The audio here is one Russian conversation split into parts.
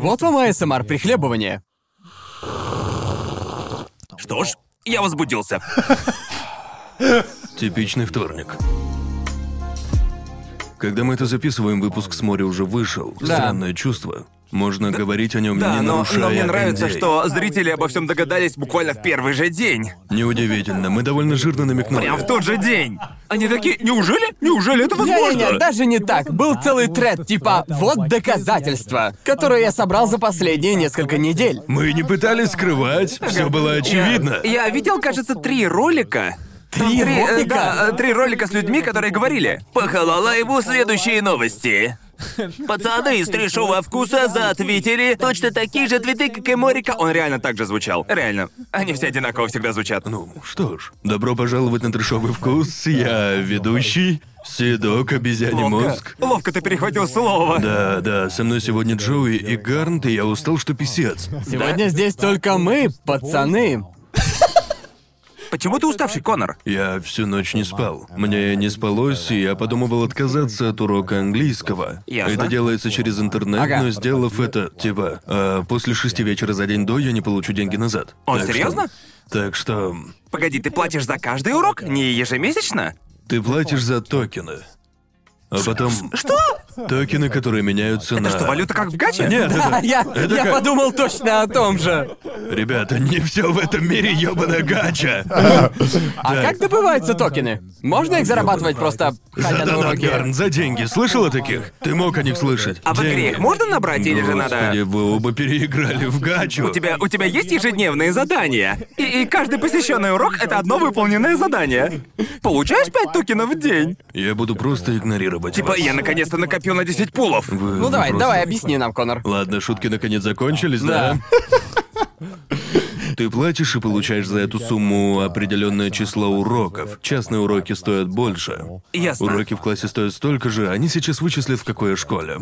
Вот вам АСМР прихлебывание. Что ж, я возбудился. Типичный вторник. Когда мы это записываем, выпуск с моря уже вышел. Да. Странное чувство. Можно говорить о нем, Да, не нарушая но мне нравится, NDA. что зрители обо всем догадались буквально в первый же день. Неудивительно, мы довольно жирно намекнули. Прям в тот же день. Они такие, неужели? Неужели это возможно? Не-не-не, даже не так. Был целый тред, типа «Вот доказательства», которые я собрал за последние несколько недель. Мы не пытались скрывать, все было очевидно. Я видел, кажется, 3 ролика. Три ролика? Да, 3 ролика с людьми, которые говорили: по Халалаеву следующие новости. Пацаны из трешового вкуса заотвитили точно такие же твиты, как и Морика. Он реально так же звучал. Реально. Они все одинаково всегда звучат. Ну, что ж, добро пожаловать на трешовый вкус. Я ведущий, Седок, обезьяний мозг. Ловко ты перехватил слово. Да, со мной сегодня Джоуи и Гарнт, и я устал, что писец. Сегодня здесь только мы, пацаны. Почему ты уставший, Конор? Я всю ночь не спал. Мне не спалось, и я подумывал отказаться от урока английского. Ясно. Это делается через интернет, Ага. но сделав это, после 6 вечера за день до, я не получу деньги назад. О, Так что- серьезно? Так что Погоди, ты платишь за каждый урок? Не ежемесячно? ты платишь за токены. А потом Что? токены, которые меняются на... Это что, валюта как в гаче? Нет, Да, это... я это как- подумал точно о том же. Ребята, не все в этом мире ёбаная гача. А как добываются токены? Можно их зарабатывать просто ходя на Задонат, уроки? Гарн, за деньги. Слышал о таких? Ты мог о них слышать. А в игре Деньги. их можно набрать или же Господи, надо... вы оба переиграли в гачу. У тебя есть ежедневные задания. И каждый посещенный урок — это одно выполненное задание. Получаешь 5 токенов в день? Я буду просто игнорировать Типа, вас. я наконец-то накопил на 10 пулов. Ну давай, давай, объясни нам, Конор. Ладно, шутки наконец закончились, Да. да? Ты платишь и получаешь за эту сумму определенное число уроков. Частные уроки стоят больше. Ясно. Уроки в классе стоят столько же, они сейчас вычислят, в какой я школе.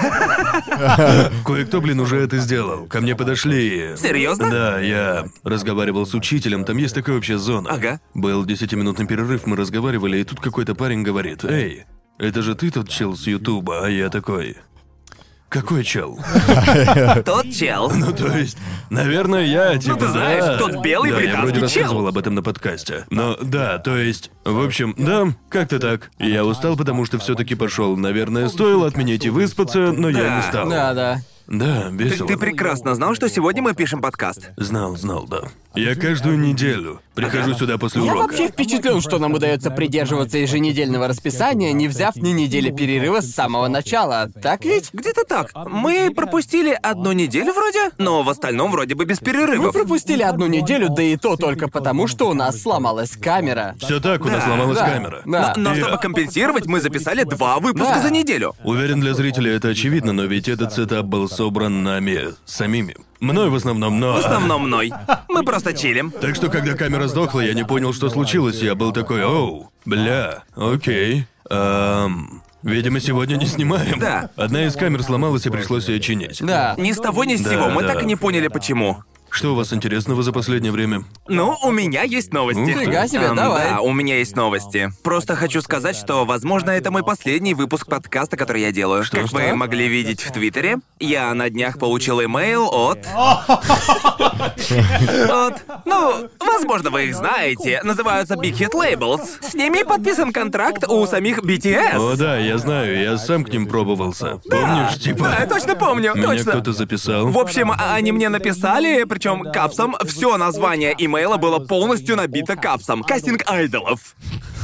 Да. Кое-кто, уже это сделал. Ко мне подошли. и- Серьезно? Да, я разговаривал с учителем, там есть такая общая зона. Ага. Был 10-минутный перерыв, мы разговаривали, и тут какой-то парень говорит: «Эй, это же ты тот чел с Ютуба?» А я такой: «Какой чел?» Тот чел. Ну, то есть, наверное, я, типа, ты знаешь, да. тот белый да, я британский вроде чел. рассказывал об этом на подкасте. Но, да, то есть, в общем, да, как-то так. Я устал, потому что все-таки пошел. Наверное, стоило отменить и выспаться, но я Да. не стал. Да. Да, весело. Ты прекрасно знал, что сегодня мы пишем подкаст. Знал, да. Я каждую неделю прихожу сюда после Я урока. вообще впечатлен, что нам удается придерживаться еженедельного расписания, не взяв ни недели перерыва с самого начала. Так ведь? Где-то так. Мы пропустили 1 неделю вроде, но в остальном вроде бы без Мы перерывов. пропустили 1 неделю, да и то только потому, что у нас сломалась камера. Все так, у нас сломалась Да, камера. да. Но И- чтобы компенсировать, мы записали 2 выпуска Да. за неделю. Уверен, для зрителей это очевидно, но ведь этот сетап был собран нами самими. Мной в основном, но... В основном мной. Мы просто чилим. Так что, когда камера сдохла, я не понял, что случилось, и я был такой: «Оу, бля, окей. Видимо, сегодня не снимаем». Да. Одна из камер сломалась, и пришлось ее чинить. Да. Ни с того ни с Да, сего. Мы да. так и не поняли, почему. Что у вас интересного за последнее время? Ну, у меня есть новости. Ух ты. Фига себе, давай. Да, у меня есть новости. Просто хочу сказать, что, возможно, это мой последний выпуск подкаста, который я делаю. Как что? вы могли видеть в Твиттере, я на днях получил имейл от... возможно, вы их знаете. Называются Big Hit Labels. С ними подписан контракт у самих BTS. О, да, я знаю, я сам к ним пробовался. Помнишь, типа... Да, я точно помню, Меня точно. кто-то записал. В общем, они мне написали, причем капсом, все название имейла было полностью набито капсом. Кастинг айдолов.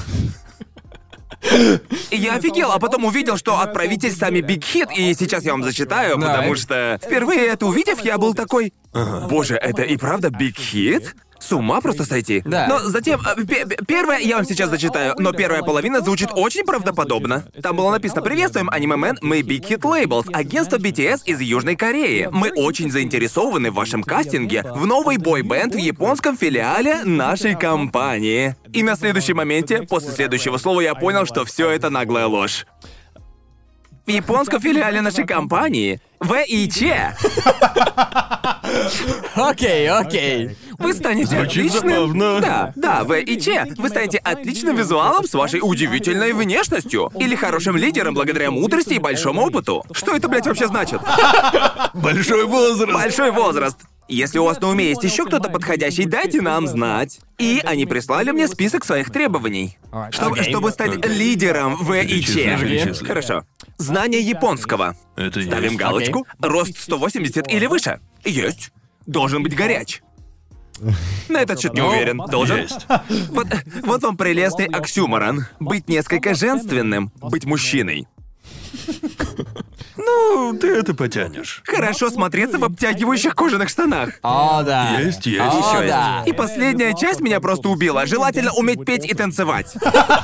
И я офигел, а потом увидел, что отправитель сами Big Hit, и сейчас я вам зачитаю, Давай. потому что впервые это увидев, я был такой: боже, это и правда Big Hit? С ума просто сойти. Да. Но затем, первое я вам сейчас зачитаю, но первая половина звучит очень правдоподобно. Там было написано: «Приветствуем, аниме-мен, мы Big Hit Labels, агентство BTS из Южной Кореи. Мы очень заинтересованы в вашем кастинге в новый бой-бенд в японском филиале нашей компании». И на следующем моменте, после следующего слова, я понял, что все это наглая ложь. В японском филиале нашей компании ВИЧ. Окей. Вы станете Звучит отличным... забавно. Да, В и Ч. Вы станете отличным визуалом с вашей удивительной внешностью. Или хорошим лидером благодаря мудрости и большому опыту. Что это, блядь, вообще значит? Большой возраст. Большой возраст. Если у вас на уме есть еще кто-то подходящий, дайте нам знать. И они прислали мне список своих требований. Чтобы стать Окей. лидером В и Ч. Перечисли. Хорошо. Знание японского. Это Ставим есть. галочку. Рост 180 или выше. Есть. Должен быть горяч. На этот счет не уверен. Должен? Есть. Вот вам прелестный оксюморон. Быть несколько женственным, быть мужчиной. Ну, ты это потянешь. Хорошо смотреться в обтягивающих кожаных штанах. О, да. Есть. О, Ещё да. есть. И последняя часть меня просто убила. Желательно уметь петь и танцевать.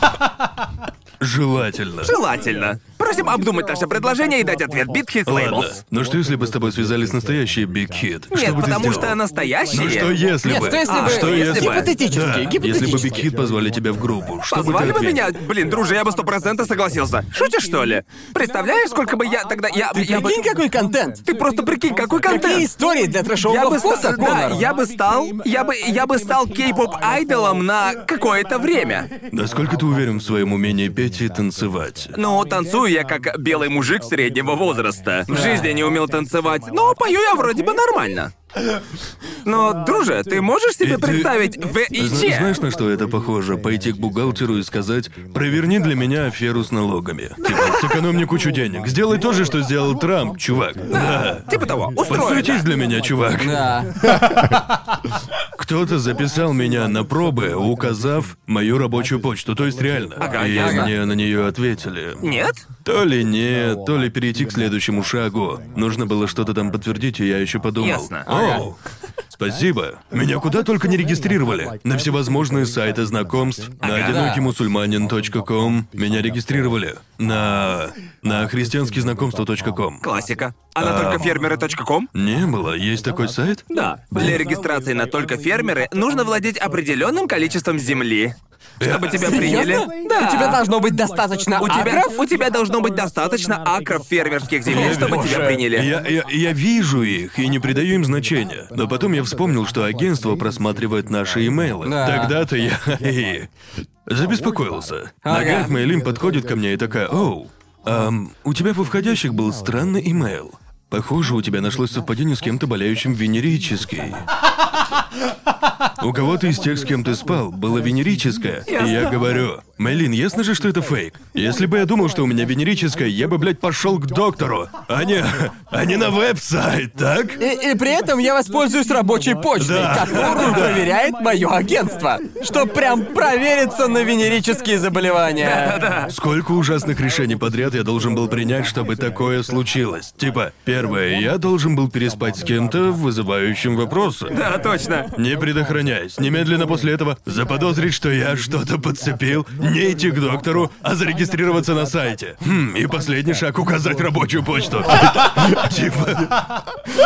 Желательно. Желательно. Просим обдумать наше предложение и дать ответ. Big Hit Ладно. Labels. Но что если бы с тобой связались настоящие Big Hit? Нет, Что бы ты потому сделал? что настоящие... Ну что если Нет, бы? что если бы... Что если бы? Гипотетически, Да, если бы гипотетически. Big Hit позвали тебя в группу, что Позвали бы бы ты меня? ответил? Блин, друже, я бы 100% согласился. Шутишь, что ли? Представляешь, сколько бы я тогда... Я бы... Прикинь, какой контент. Ты просто прикинь, какой контент. Какие истории для трэшового вкуса, Конор. я бы стал кей-поп айдолом на какое-то время. Насколько ты уверен в своем умении петь и танцевать? Ну, танцую я как белый мужик среднего возраста. В жизни не умел танцевать, но пою я вроде бы нормально. Но, друже, ты можешь себе И ты- представить В и Ч? Знаешь, на что это похоже? Пойти к бухгалтеру и сказать: проверни для меня аферу с налогами. Типа, сэкономь мне кучу денег. Сделай то же, что сделал Трамп, чувак. Да. Типа того, устрою. Подсуетись для меня, чувак. Да. Кто-то записал меня на пробы, указав мою рабочую почту, то есть реально. Ага, И ясно. мне на нее ответили. Нет? То ли нет, то ли перейти к следующему шагу. Нужно было что-то там подтвердить, и я еще подумал. Ясно. Оу, спасибо. Меня куда только не регистрировали. На всевозможные сайты знакомств, на одинокиймусульманин.ком меня регистрировали. На христианскиезнакомства.ком. Классика. А на толькофермеры.ком? Не было, есть такой сайт? Да. Для регистрации на только фермеры нужно владеть определенным количеством земли. Чтобы тебя приняли. Да. У тебя должно быть достаточно акров? У тебя должно быть достаточно акров фермерских земель, чтобы тебя приняли. Я вижу их и не придаю им значения. Но потом я вспомнил, что агентство просматривает наши имейлы. Да. Тогда-то я забеспокоился. Ага. Нога Мэйлин подходит ко мне и такая: оу, у тебя во входящих был странный имейл. Похоже, у тебя нашлось совпадение с кем-то болеющим венерической. У кого-то из тех, с кем ты спал, было венерическое. И я говорю: Мэйлин, ясно же, что это фейк. Если бы я думал, что у меня венерическое, я бы, блядь, пошел к доктору, а не на веб-сайт, так? И при этом я воспользуюсь рабочей почтой, Да. которую проверяет мое агентство, чтоб прям провериться на венерические заболевания. Сколько ужасных решений подряд я должен был принять, чтобы такое случилось? Типа, первое, я должен был переспать с кем-то, вызывающим вопросы. Да, точно. Не предохраняясь, немедленно после этого заподозрить, что я что-то подцепил, не идти к доктору, а зарегистрироваться на сайте. И последний шаг — указать рабочую почту. Типа...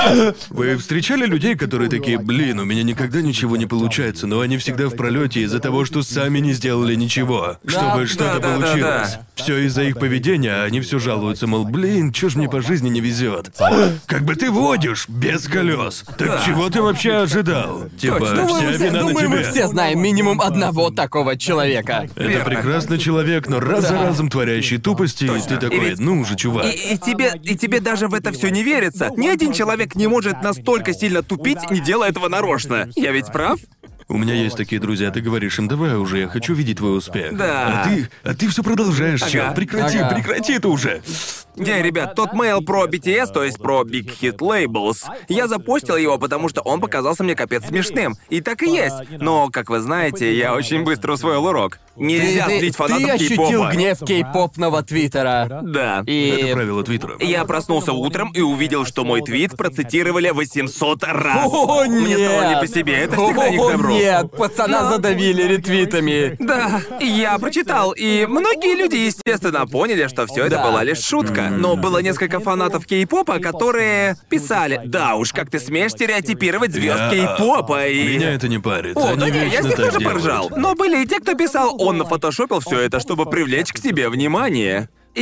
Вы встречали людей, которые такие: блин, у меня никогда ничего не получается, но они всегда в пролете из-за того, что сами не сделали ничего, чтобы что-то да, получилось. да. Все из-за их поведения, а они все жалуются, мол, блин, чё ж мне по жизни не везет. Как бы ты водишь без колес. Так чего ты вообще ожидал? Типа, Точно. вся вина на Думаю, мы тебе. все знаем минимум одного такого человека. Это Верно. прекрасный человек, но раз за разом творящий тупости, и ты такой: ведь- ну уже, чувак. И тебе даже в это все не верится. Ни один человек не может настолько сильно тупить, не делая этого нарочно. Я ведь прав? У меня есть такие друзья, ты говоришь им: давай уже, я хочу видеть твой успех. Да. А ты все продолжаешь, чел. Ага. Прекрати, Ага. прекрати это уже. Не, ребят, тот мейл про BTS, то есть про Big Hit Labels, я запостил его, потому что он показался мне капец смешным. И так и есть. Но, как вы знаете, я очень быстро усвоил урок. Нельзя злить Ты фанатов ощутил кей-попа. гнев кей-попного твиттера. Да. Это И... правило Твиттера. Я проснулся утром и увидел, что мой твит процитировали 800 раз. О, нет! Мне стало не по себе, это всегда не к О, добру. нет, пацана задавили ретвитами. Да, я прочитал, и многие люди, естественно, поняли, что все это Да. была лишь шутка. Но было несколько фанатов кей-попа, которые писали: да уж, как ты смеешь стереотипировать звезд кей-попа и... Меня это не парит. О, Они да не, я вечно с них так тоже делают. поржал. Но были и те, кто писал: он нафотошопил все это, чтобы привлечь к себе внимание. И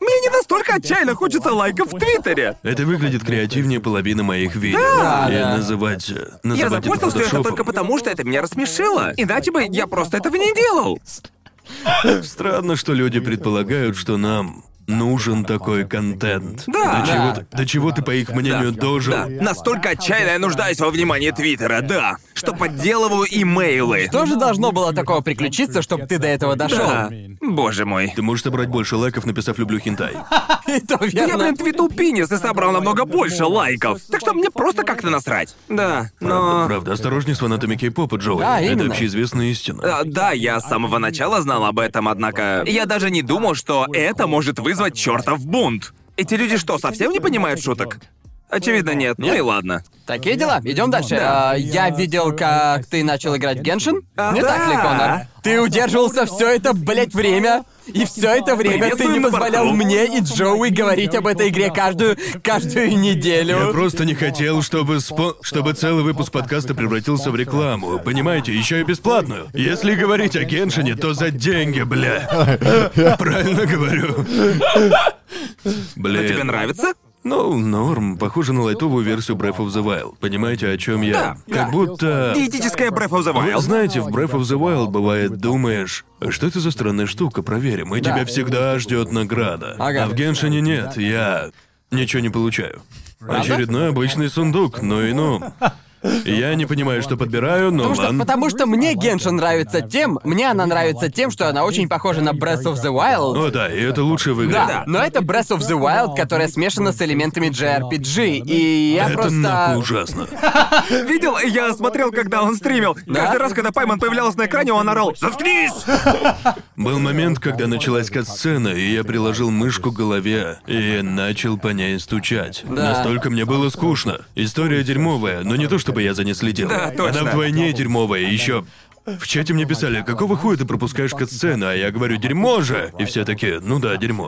Мне не настолько отчаянно хочется лайков в Твиттере. Это выглядит креативнее половины моих видео. Да, И да. называть Я это запостил все это фотошопом. только потому, что это меня рассмешило. Иначе бы я просто этого не делал. Странно, что люди предполагают, что нам нужен такой контент. Да. До чего ты, по их мнению, дожил? Да, настолько отчаянно я нуждаюсь во внимании Твиттера, да. Что подделываю имейлы. Что же должно было такого приключиться, чтобы ты до этого дошел? Да. Боже мой. Ты можешь собрать больше лайков, написав «люблю хентай». И то Я, верно. твитнул пенис и собрал намного больше лайков. Так что мне просто как-то насрать. Да, но... Правда, осторожней с фанатами кей-попа, Джоуи. Да, Это именно. общеизвестная истина. Да, я с самого начала знал об этом, однако я даже не думал, что это может вызвать чертов бунт. Эти люди что, совсем не понимают шуток? Очевидно, нет. Ну и ладно. Такие дела. Идем дальше. Я видел, как ты начал играть в Геншин. Не да. так ли, Конор? Ты удерживался все это, блять, время. И все это время ты не Приветствуем на позволял борту. мне и Джоуи говорить об этой игре каждую неделю. Я просто не хотел, чтобы целый выпуск подкаста превратился в рекламу. Понимаете, еще и бесплатную. Если говорить о Геншине, то за деньги, бля. Правильно говорю. Блин. Тебе нравится? Ну, норм. Похоже на лайтовую версию Breath of the Wild. Понимаете, о чем я? Да, Как будто... Диетическая Breath of the Вы Wild. знаете, в Breath of the Wild бывает, думаешь, а что это за странная штука, проверим, и тебя всегда ждет награда. Ага. А в Геншине нет, я ничего не получаю. Очередной обычный сундук, ну и ну. Я не понимаю, что подбираю, но Потому что мне Геншин нравится тем, мне она нравится тем, что она очень похожа на Breath of the Wild. О да, и это лучшее в игре. Да, но это Breath of the Wild, которая смешана с элементами JRPG, и я Это нахуй просто... ужасно. Видел? Я смотрел, когда он стримил. Каждый раз, когда Пайман появлялся на экране, он орал «Заткнись!» Был момент, когда началась катсцена, и я приложил мышку к голове и начал по ней стучать. Да. Настолько мне было скучно. История дерьмовая, но не то чтобы я за ней следил. Да, точно. Она вдвойне дерьмовая, еще. В чате мне писали, какого хуя ты пропускаешь катсцену, а я говорю, дерьмо же! И все такие, ну да, дерьмо.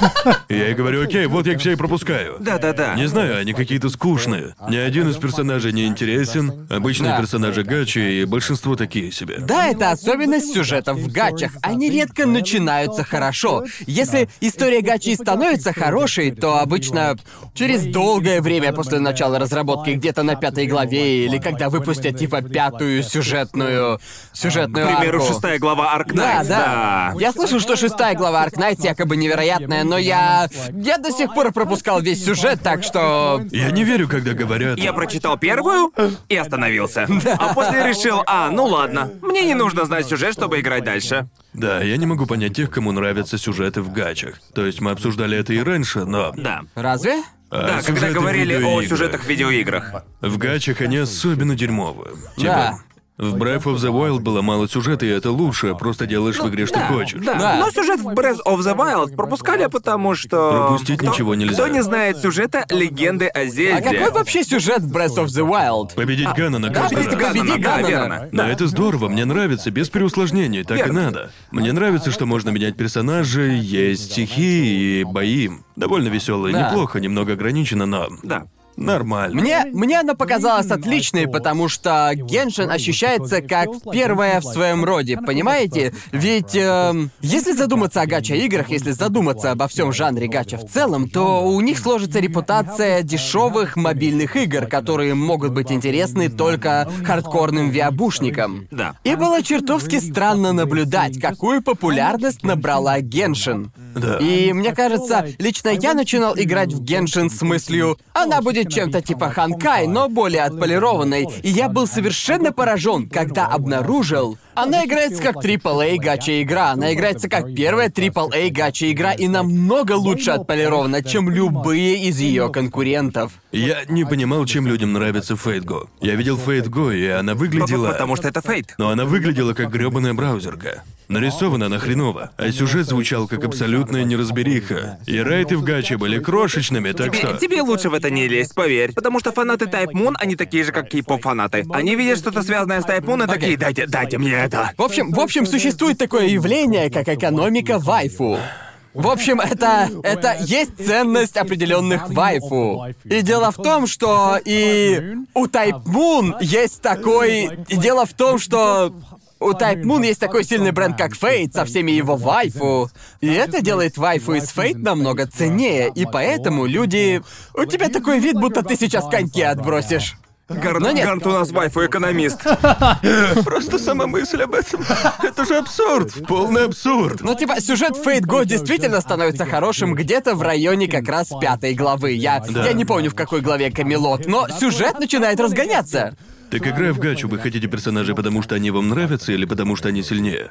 И я и говорю, окей, вот я все и пропускаю. Да-да-да. Не знаю, они какие-то скучные. Ни один из персонажей не интересен. Обычные Да. персонажи гачи, и большинство такие себе. Да, это особенность сюжетов в гачах. Они редко начинаются хорошо. Если история гачи и становится хорошей, то обычно через долгое время после начала разработки, где-то на 5 главе, или когда выпустят типа 5-ю сюжетную К примеру, арку. 6 глава Да, Аркнайт. да. Я слышал, что 6-я глава Аркнайт якобы невероятная, но я до сих пор пропускал весь сюжет, так что... Я не верю, когда говорят... Я прочитал первую и остановился. А после решил, ну ладно, мне не нужно знать сюжет, чтобы играть дальше. Да, я не могу понять тех, кому нравятся сюжеты в гачах. То есть мы обсуждали это и раньше, но... Да. Разве? Да, когда сюжеты в говорили о видеоиграх. сюжетах в видеоиграх. В гачах они особенно дерьмовые. Да. В Breath of the Wild было мало сюжета, и это лучше, просто делаешь в игре, что хочешь. Да. Да. Но сюжет в Breath of the Wild пропускали, потому что... Пропустить ничего нельзя. Кто не знает сюжета легенды о А Зельде? какой вообще сюжет в Breath of the Wild? Победить Ганнона каждый победить раз. Ганнона. Да, Ганнона. верно. Но это здорово, мне нравится, без переусложнений, так Верно. и надо. Мне нравится, что можно менять персонажей, есть стихи и бои. Довольно веселые, Да. неплохо, немного ограничено, но Да. нормально. Мне она показалась отличной, потому что Геншин ощущается как первая в своем роде, понимаете? Ведь если задуматься о гача-играх, если задуматься обо всем жанре гача в целом, то у них сложится репутация дешевых мобильных игр, которые могут быть интересны только хардкорным виабушникам. Да. И было чертовски странно наблюдать, какую популярность набрала Геншин. Да. И мне кажется, лично я начинал играть в Геншин с мыслью, она будет чем-то типа Ханкай, но более отполированной. И я был совершенно поражен, когда обнаружил, она играется как AAA гача-игра, она играется как первая AAA гача-игра и намного лучше отполирована, чем любые из ее конкурентов. Я не понимал, чем людям нравится Fate Go. Я видел Fate Go, и она выглядела... Потому что это Фейт. Но она выглядела как грёбаная браузерка. Нарисована она хреново, а сюжет звучал как абсолютная неразбериха. И рейты в гаче были крошечными, так что... Тебе лучше в это не лезть, поверь. Потому что фанаты Type Moon, они такие же, как кей-поп-фанаты. Они видят что-то связанное с Type Moon и такие, дайте мне это. В общем, существует такое явление, как экономика вайфу. В общем, это есть ценность определенных вайфу. И дело в том, что и у Type Moon есть такой... И дело в том, что... у Type Moon есть такой сильный бренд, как Fate, со всеми его вайфу. И это делает вайфу из Fate намного ценнее, и поэтому люди... У тебя такой вид, будто ты сейчас коньки отбросишь. Гарнт у нас вайфу-экономист. Просто сама мысль об этом. Это же абсурд, полный абсурд. Ну, типа, сюжет Fate Go действительно становится хорошим где-то в районе как раз 5 главы. Я не помню, в какой главе Камелот, но сюжет начинает разгоняться. Так играя в гачу, вы хотите персонажей, потому что они вам нравятся или потому что они сильнее?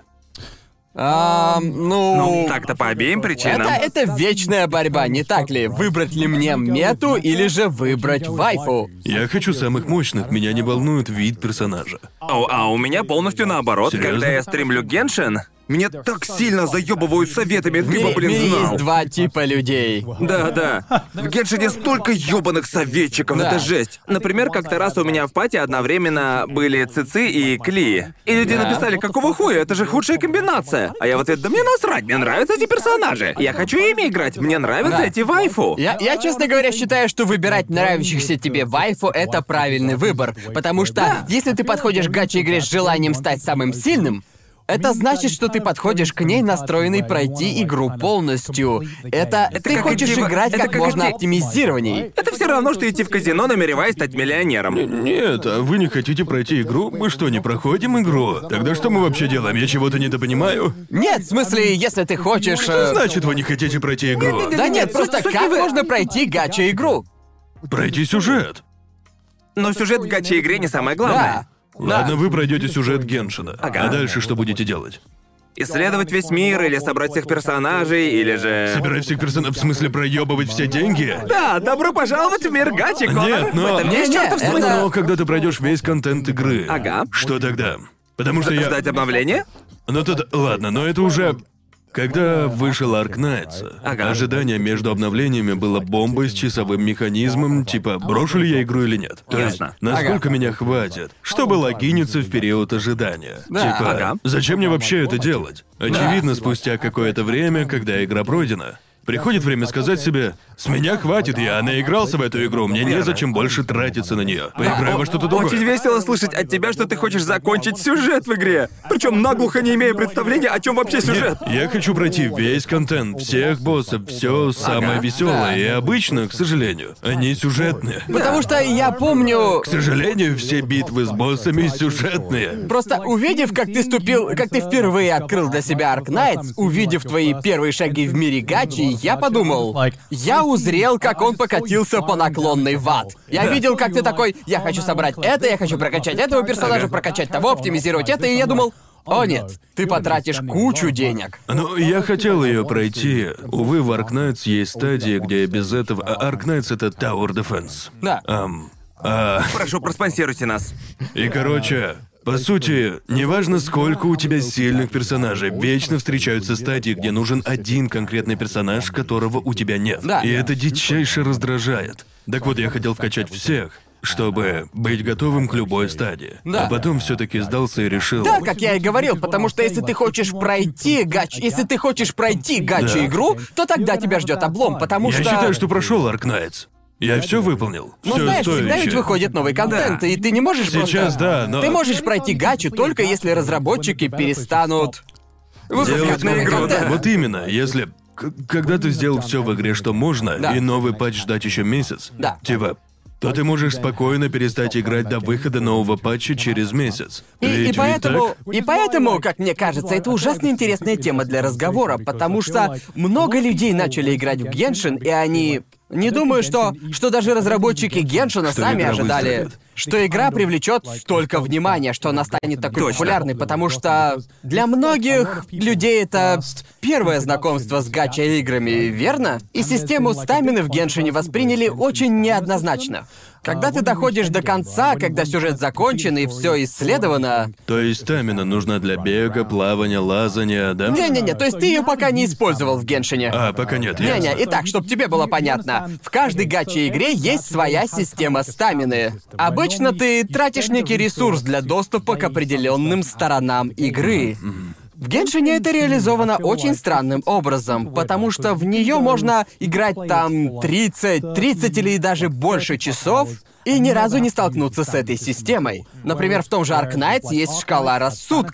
Ну... Так-то по обеим причинам. Это вечная борьба, не так ли? Выбрать ли мне мету или же выбрать вайфу? Я хочу самых мощных, меня не волнует вид персонажа. А у меня полностью наоборот. Серьезно? Когда я стримлю Геншин, меня так сильно заебывают советами, ты бы, В мире знал. есть два типа людей. Да. В Геншине столько ёбаных советчиков, Да. это жесть. Например, как-то раз у меня в пати одновременно были Цици и Кли. И люди написали, какого хуя, это же худшая комбинация. А я в ответ, да мне насрать, мне нравятся эти персонажи. Я хочу ими играть, мне нравятся Да. эти вайфу. Я, честно говоря, считаю, что выбирать нравящихся тебе вайфу — это правильный выбор. Потому что если ты подходишь к гача-игре с желанием стать самым сильным, это значит, что ты подходишь к ней настроенный пройти игру полностью. Это ты как хочешь идти в- играть это как как можно идти- оптимизированней. Это все равно, что идти в казино, намереваясь стать миллионером. Нет, а вы не хотите пройти игру? Мы что, не проходим игру? Тогда что мы вообще делаем? Я чего-то недопонимаю? Нет, в смысле, если ты хочешь... Что значит, вы не хотите пройти игру? Да нет, просто суть как не в- можно пройти гача-игру? Пройти сюжет. Но сюжет в гаче-игре не самое главное. Ладно, вы пройдете сюжет Геншина. Ага. А дальше что будете делать? Исследовать весь мир, или собрать всех персонажей, или же... Собирать всех персонажей, в смысле проебывать все деньги? Да, добро пожаловать в мир гачи, Конор. Нет, но... В этом есть Не-не, чертов это- смысл. Но когда ты пройдешь весь контент игры, Ага. что тогда? Потому что я... Ждать обновления? Ну тут, ладно, но это уже... Когда вышел Ark Knights, Ага. ожидание между обновлениями было бомбой с часовым механизмом, типа, брошу ли я игру или нет. То есть, Ясно. насколько меня хватит, чтобы логиниться в период ожидания. Да. Типа, Ага. зачем мне вообще это делать? Очевидно, спустя какое-то время, когда игра пройдена, приходит время сказать себе, с меня хватит, я наигрался в эту игру, мне незачем больше тратиться на нее. Поиграю во что-то другое. Очень весело слышать от тебя, что ты хочешь закончить сюжет в игре. Причем наглухо не имея представления, о чем вообще сюжет. Я хочу пройти весь контент, всех боссов, все самое веселое. Да. И обычно, к сожалению, они сюжетные. Потому что я помню... К сожалению, все битвы с боссами сюжетные. Просто увидев, как ты впервые открыл для себя Ark Knights, увидев твои первые шаги в мире гачи, я подумал, я узрел, как он покатился по наклонной в ад. Я видел, как ты такой, я хочу собрать это, я хочу прокачать этого персонажа, прокачать того, оптимизировать это, и я думал, о нет, ты потратишь кучу денег. Ну, я хотел ее пройти. Увы, в Ark Knights есть стадии, где без этого... А Ark Knights — это Tower Defense. Да. Прошу, проспонсируйте нас. И, короче, по сути, неважно, сколько у тебя сильных персонажей, вечно встречаются стадии, где нужен один конкретный персонаж, которого у тебя нет. Да. И это дичайше раздражает. Так вот, я хотел вкачать всех, чтобы быть готовым к любой стадии. Да. А потом все-таки сдался и решил. Да, как я и говорил, потому что если ты хочешь пройти гачи-игру, то тогда тебя ждет облом, потому Я что... считаю, что прошел Ark Knights. Я все выполнил. Ну, Все знаешь, всегда ведь стоящее. выходит новый контент, Да. и ты не можешь Сейчас просто... да, но... Ты можешь пройти гачу только если разработчики перестанут выпускать Делать новый игру, контент. да. Вот именно, если... Когда ты сделал все в игре, что можно, Да. и новый патч ждать еще месяц, Да. типа, то ты можешь спокойно перестать играть до выхода нового патча через месяц. И Ведь поэтому, как мне кажется, это ужасно интересная тема для разговора, потому что много людей начали играть в Геншин, и они... Не думаю, что даже разработчики Геншина Что сами игра ожидали, выстрелит. что игра привлечет столько внимания, что она станет такой Точно. популярной, потому что для многих людей это первое знакомство с гача-играми, верно? И систему стамины в Геншине восприняли очень неоднозначно. Когда ты доходишь до конца, когда сюжет закончен и все исследовано... То есть стамина нужна для бега, плавания, лазания, да? Не-не-не, то есть ты ее пока не использовал в Геншине. А, пока нет, Не-не, ясно. итак, чтобы тебе было понятно, в каждой гача-игре есть своя система стамины. Обычно ты тратишь некий ресурс для доступа к определенным сторонам игры. В Геншине это реализовано очень странным образом, потому что в нее можно играть там 30 или даже больше часов и ни разу не столкнуться с этой системой. Например, в том же Ark Knights есть шкала рассудка.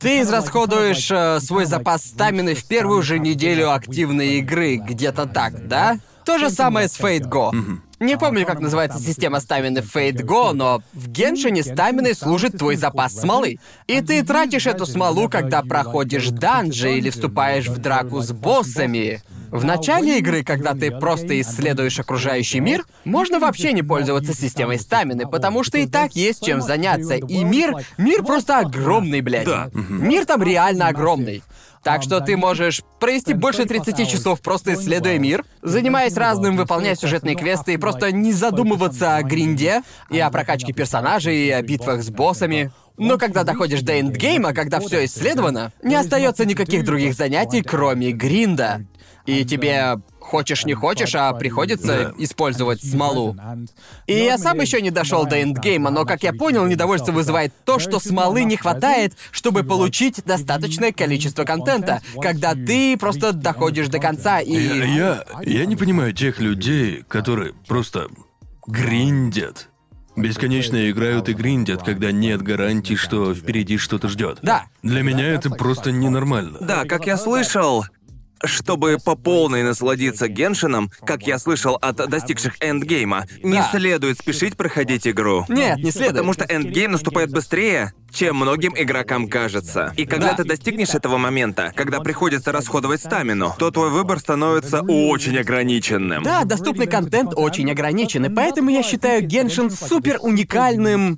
ты израсходуешь свой запас стамины в первую же неделю активной игры, где-то так, да? То же самое с Fate Go. Не помню, как называется система стамины в Fate Go, но в Геншине стаминой служит твой запас смолы. И ты тратишь эту смолу, когда проходишь данжи или вступаешь в драку с боссами. В начале игры, когда ты просто исследуешь окружающий мир, можно вообще не пользоваться системой стамины, потому что и так есть чем заняться. И мир просто огромный, блядь. Да. Мир там реально огромный. Так что ты можешь провести больше 30 часов, просто исследуя мир, занимаясь разным, выполняя сюжетные квесты и просто не задумываться о гринде, и о прокачке персонажей, и о битвах с боссами. Но когда доходишь до эндгейма, когда все исследовано, не остается никаких других занятий, кроме гринда. И тебе хочешь не хочешь, а приходится использовать смолу. И я сам еще не дошел до эндгейма, но, как я понял, недовольство вызывает то, что смолы не хватает, чтобы получить достаточное количество контента, когда ты просто доходишь до конца и... Я не понимаю тех людей, которые просто гриндят. Бесконечно играют и гриндят, когда нет гарантий, что впереди что-то ждет. Да. Для меня это просто ненормально. Да, как я слышал, чтобы по полной насладиться Геншином, как я слышал от достигших эндгейма, не следует спешить проходить игру. Нет, не следует. Потому что эндгейм наступает быстрее, чем многим игрокам кажется. И когда ты достигнешь этого момента, когда приходится расходовать стамину, то твой выбор становится очень ограниченным. Да, доступный контент очень ограничен, и поэтому я считаю Геншин супер уникальным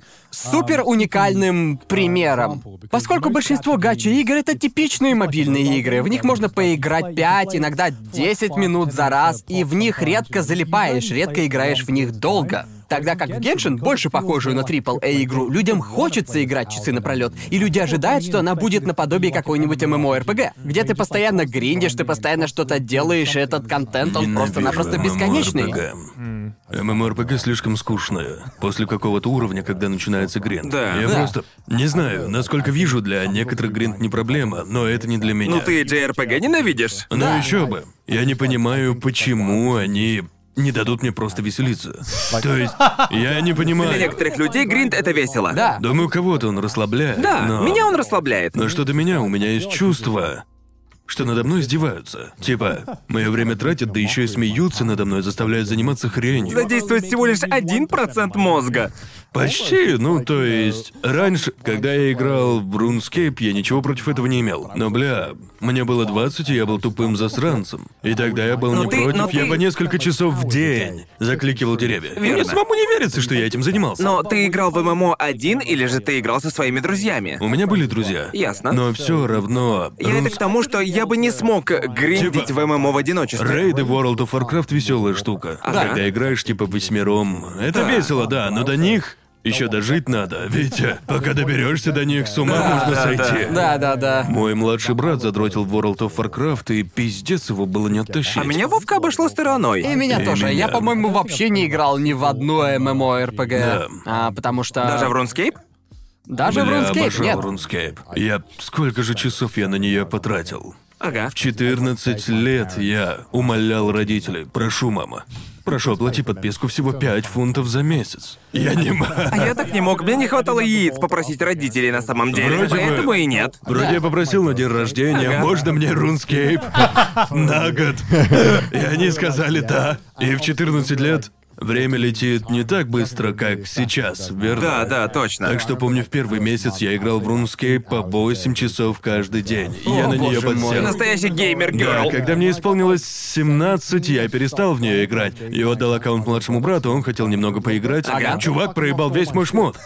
примером. Поскольку большинство гача-игр — это типичные мобильные игры, в них можно поиграть 5, иногда 10 минут за раз, и в них редко залипаешь, редко играешь в них долго. Тогда как в Геншин, больше похожую на AAA-игру, людям хочется играть часы напролёт, и люди ожидают, что она будет наподобие какой-нибудь MMORPG, где ты постоянно гриндишь, ты постоянно что-то делаешь, и этот контент, он просто-напросто бесконечный. MMORPG слишком скучная. После какого-то уровня, когда начинается гринд. Да. Я просто не знаю, насколько вижу, для некоторых гринд не проблема, но это не для меня. Ну ты JRPG ненавидишь? Но еще бы. Я не понимаю, почему они не дадут мне просто веселиться. То есть, я не понимаю. Для некоторых людей гринд — это весело. Да. Думаю, кого-то он расслабляет. Да, но... меня он расслабляет. Но что до меня, у меня есть чувство, что надо мной издеваются. Типа, мое время тратят, да еще и смеются надо мной, заставляют заниматься хренью. Задействует всего лишь 1% мозга. Почти, ну то есть... Раньше, когда я играл в RuneScape, я ничего против этого не имел. Но, бля, мне было 20, и я был тупым засранцем. И тогда я был не против, я по несколько часов в день закликивал деревья. И мне самому не верится, что я этим занимался. Но ты играл в ММО один, или же ты играл со своими друзьями? У меня были друзья. Ясно. Но все равно... Я это к тому, что я бы не смог гриндить в ММО в одиночестве. Рейды в World of Warcraft веселая штука. Ага. Когда играешь типа восьмером, это весело, да, но до них еще дожить надо, Витя. Пока доберешься до них, с ума можно сойти. Да. Мой младший брат задротил в World of Warcraft, и пиздец его было не оттащить. А меня Вовка обошло стороной. И меня тоже. Я, по-моему, вообще не играл ни в одно MMORPG. Потому что... Даже в RuneScape? Даже в RuneScape, обожал нет. RuneScape. Сколько же часов я на нее потратил? Ага. В 14 лет я умолял родителей: прошу, мама, прошу, оплати подписку, всего 5 фунтов за месяц. Я не могу. А я так не мог, мне не хватало яиц попросить родителей на самом деле. Вроде бы. Поэтому и нет. Вроде я попросил на день рождения, Ага. можно мне RuneScape на год? И они сказали да. И в 14 лет время летит не так быстро, как сейчас, верно? Да, точно. Так что помню, в первый месяц я играл в RuneScape по 8 часов каждый день. И я на нее боже мой. подсел. Настоящий Да, геймер-герл. когда мне исполнилось 17, я перестал в нее играть. И отдал аккаунт младшему брату, он хотел немного поиграть. Ага. Чувак проебал весь мой шмот.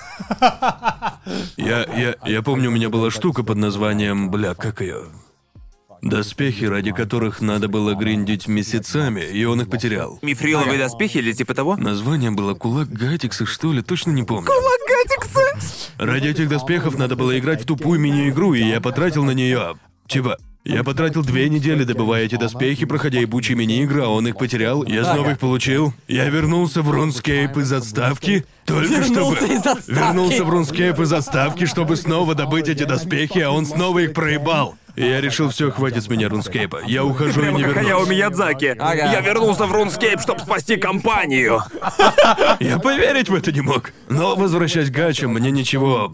Я помню, у меня была штука под названием, как ее? Доспехи, ради которых надо было гриндить месяцами, и он их потерял. Мифриловые доспехи или типа того? Название было Кулак Гатикса, что ли, точно не помню. Гатикса! Ради этих доспехов надо было играть в тупую мини-игру, и я потратил на нее. Я потратил 2 недели, добывая эти доспехи, проходя ебучие мини-игры, а он их потерял. Я снова их получил. Я вернулся в RuneScape из отставки. Только чтобы... Вернулся из отставки. Вернулся в RuneScape из отставки, чтобы снова добыть эти доспехи, а он снова их проебал. И я решил, все, хватит с меня RuneScape. Я ухожу и Прямо не как Хаяо вернусь. Миядзаки. Ага. Я вернулся в RuneScape, чтобы спасти компанию. Я поверить в это не мог. Но возвращаясь к гачам, мне ничего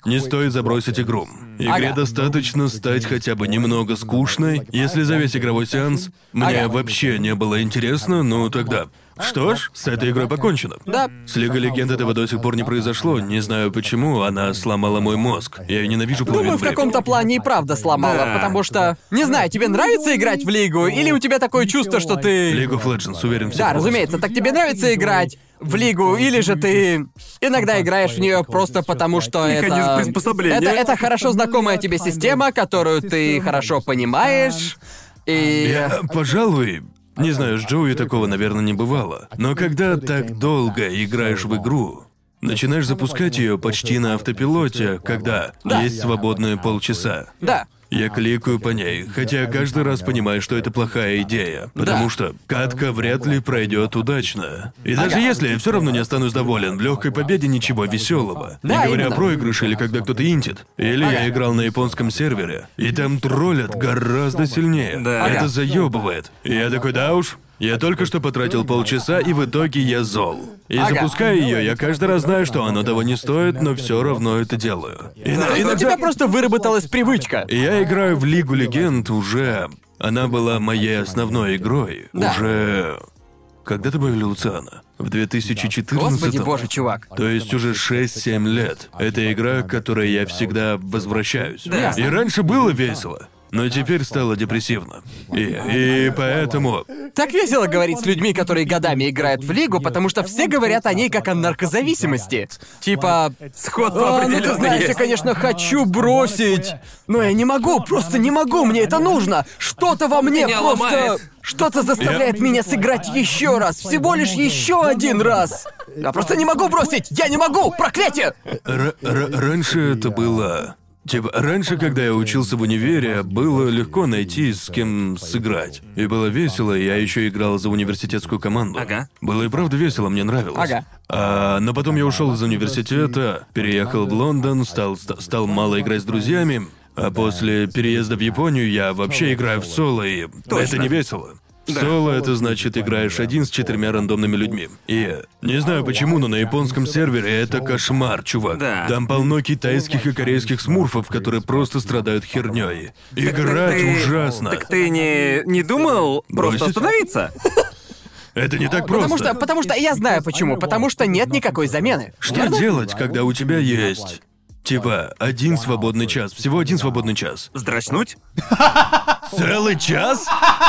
не стоит забросить игру. Игре Ага. достаточно стать хотя бы немного скучной. Если за весь игровой сеанс мне Ага. вообще не было интересно, ну тогда... Что ж, с этой игрой покончено. Да. С Лигой Легенд этого до сих пор не произошло. Не знаю почему, она сломала мой мозг. Я ее ненавижу половину Думаю, в времени. каком-то плане и правда сломала, Да. потому что... Не знаю, тебе нравится играть в Лигу, или у тебя такое чувство, что ты... League of Legends, уверен, все. Да, разумеется, так тебе нравится играть в Лигу, или же ты иногда играешь в нее просто потому, что Механизм это... приспособления. Это хорошо знакомая тебе система, которую ты хорошо понимаешь, и... Я, пожалуй, не знаю, с Джоуи такого, наверное, не бывало. Но когда так долго играешь в игру, начинаешь запускать ее почти на автопилоте, когда есть свободные полчаса. Да. Я кликаю по ней, хотя каждый раз понимаю, что это плохая идея, потому что катка вряд ли пройдет удачно. И даже если я все равно не останусь доволен, в легкой победе ничего веселого. Да, Не говоря именно. о проигрыше или когда кто-то интит. Или я играл на японском сервере, и там троллят гораздо сильнее. Да. Это заебывает. И я такой, да уж. Я только что потратил полчаса, и в итоге я зол. И запуская ее, я каждый раз знаю, что оно того не стоит, но все равно это делаю. У тебя просто выработалась привычка. Я играю в Лигу Легенд уже... Она была моей основной игрой. Да. Уже... Когда добавили Луциана? В 2014-м? Господи боже, чувак. То есть уже 6-7 лет. Это игра, к которой я всегда возвращаюсь. Да. И раньше было весело, но теперь стало депрессивно. И поэтому... Так весело говорить с людьми, которые годами играют в Лигу, потому что все говорят о ней как о наркозависимости. Типа... Сходство Ну ты определенно знаешь, я, есть. конечно, хочу бросить, но я не могу, просто не могу, мне это нужно. Что-то во мне Меня просто... ломает. Что-то заставляет меня сыграть еще раз, всего лишь еще один раз. Я просто не могу бросить, я не могу, проклятие! Раньше это было... Типа, раньше, когда я учился в универе, было легко найти, с кем сыграть. И было весело, я еще играл за университетскую команду. Ага. Было и правда весело, мне нравилось. Ага. Но потом я ушел из университета, переехал в Лондон, стал мало играть с друзьями. А после переезда в Японию я вообще играю в соло, и это не весело. Соло — это значит, играешь один с 4 рандомными людьми. И не знаю почему, но на японском сервере это кошмар, чувак. Да. Там полно китайских и корейских смурфов, которые просто страдают херней. Играть ужасно. Так ты не думал просто Бросить? остановиться? Это не так просто. Потому что я знаю почему, потому что нет никакой замены. Что делать, когда у тебя есть... Типа, один свободный час, всего один свободный час. Вздрачнуть? Целый час?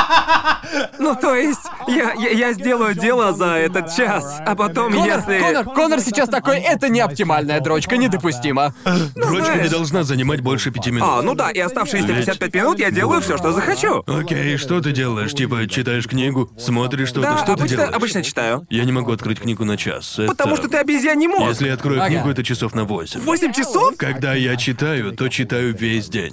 Ну, то есть, я сделаю дело за этот час, а потом, если... Конор сейчас такой, это не оптимальная дрочка, недопустимо. Дрочка не знаешь. должна занимать больше 5 минут. А, ну да, и оставшиеся 55 минут я делаю все, что захочу. Окей, что ты делаешь? Типа, читаешь книгу, смотришь что-то, Да, что ты делаешь? обычно читаю. Я не могу открыть книгу на час. Потому что ты обезьяний мозг. Если я открою Ага. книгу, это часов на 8. 8 часов? Когда я читаю, то читаю весь день.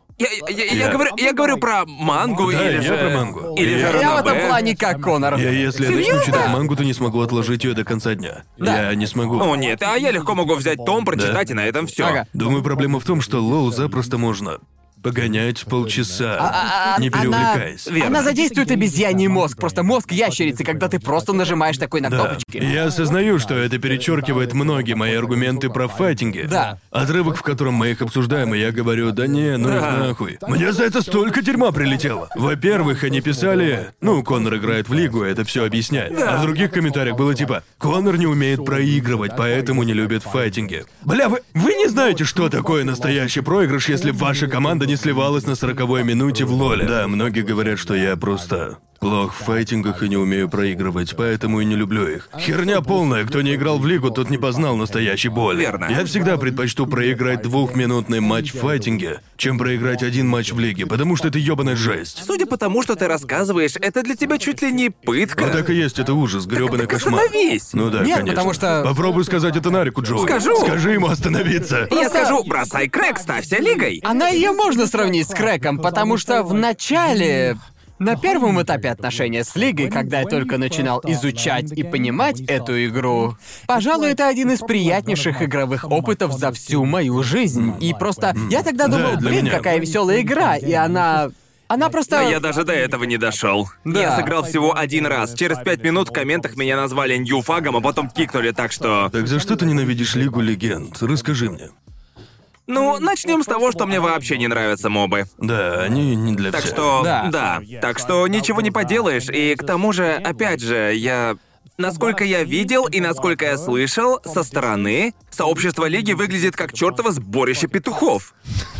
Я говорю про мангу Да, или я же... про мангу. Или же Я Я в ранобэ. этом плане как Конор. Если я начну Серьёзно? читать мангу, то не смогу отложить ее до конца дня. Да. Я не смогу. О, нет, а я легко могу взять том, прочитать, и на этом все. Ага. Думаю, проблема в том, что лол запросто можно погонять полчаса, не переувлекаясь. Она задействует обезьяний мозг, просто мозг ящерицы, когда ты просто нажимаешь такой на Да. кнопочки. Я осознаю, что это перечеркивает многие мои аргументы про файтинги. Да. Отрывок, в котором мы их обсуждаем, и я говорю, да не, ну их нахуй. Мне за это столько дерьма прилетело. Во-первых, они писали, ну, Конор играет в лигу, это все объясняет. А в других комментариях было типа, Конор не умеет проигрывать, поэтому не любит файтинги. Бля, вы не знаете, что такое настоящий проигрыш, если ваша команда не сливалась на 40-й минуте в лоле. Да, многие говорят, что я просто плох в файтингах и не умею проигрывать, поэтому и не люблю их. Херня полная, кто не играл в лигу, тот не познал настоящей боли. Верно. Я всегда предпочту проиграть 2-минутный матч в файтинге, чем проиграть один матч в лиге, потому что это ёбаная жесть. Судя по тому, что ты рассказываешь, это для тебя чуть ли не пытка. Ну так и есть, это ужас, грёбаный так кошмар. остановись. Ну да, Нет, конечно. потому что- Попробуй сказать это Нарику, Джоуи. Скажу. Скажи ему остановиться. Я скажу, бросай крэк, ставься лигой. Она ее можно сравнить с Крэком, потому что в начале... На первом этапе отношения с Лигой, когда я только начинал изучать и понимать эту игру, пожалуй, это один из приятнейших игровых опытов за всю мою жизнь. И просто я тогда думал, Да, для блин, меня. какая веселая игра, и она просто... Да я даже до этого не дошел. Да. Я сыграл всего один раз. Через 5 минут в комментах меня назвали ньюфагом, а потом кикнули, так что... Так за что ты ненавидишь Лигу Легенд? Расскажи мне. Ну, начнем с того, что мне вообще не нравятся мобы. Да, они не для Так всех. что, Да. так что ничего не поделаешь. И к тому же, опять же, насколько я видел и насколько я слышал, со стороны сообщество Лиги выглядит как чёртово сборище петухов.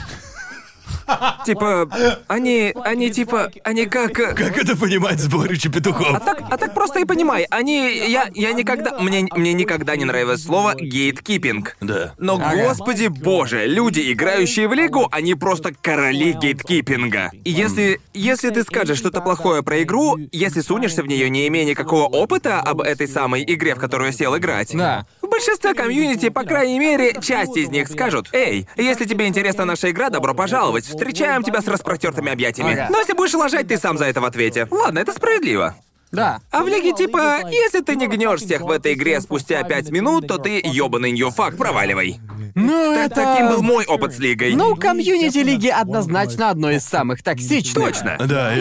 Типа, они как... Как это понимать, сборище петухов? А так просто и понимай, я никогда... Мне никогда не нравилось слово гейткипинг. Да. Но, господи боже, люди, играющие в Лигу, они просто короли гейткипинга. И если ты скажешь что-то плохое про игру, если сунешься в нее, не имея никакого опыта об этой самой игре, в которую сел играть, Да. в большинстве комьюнити, по крайней мере, часть из них скажут: «Эй, если тебе интересна наша игра, добро пожаловать, встречаем тебя с распростертыми объятиями». Ага. Но если будешь лажать, ты сам за это в ответе. Ладно, это справедливо. Да. А в Лиге типа, если ты не гнешь всех в этой игре спустя 5 минут, то ты ёбаный ньюфак, проваливай. Ну, это... Таким был мой опыт с Лигой. Ну, комьюнити Лиги однозначно одно из самых токсичных. Точно. Да,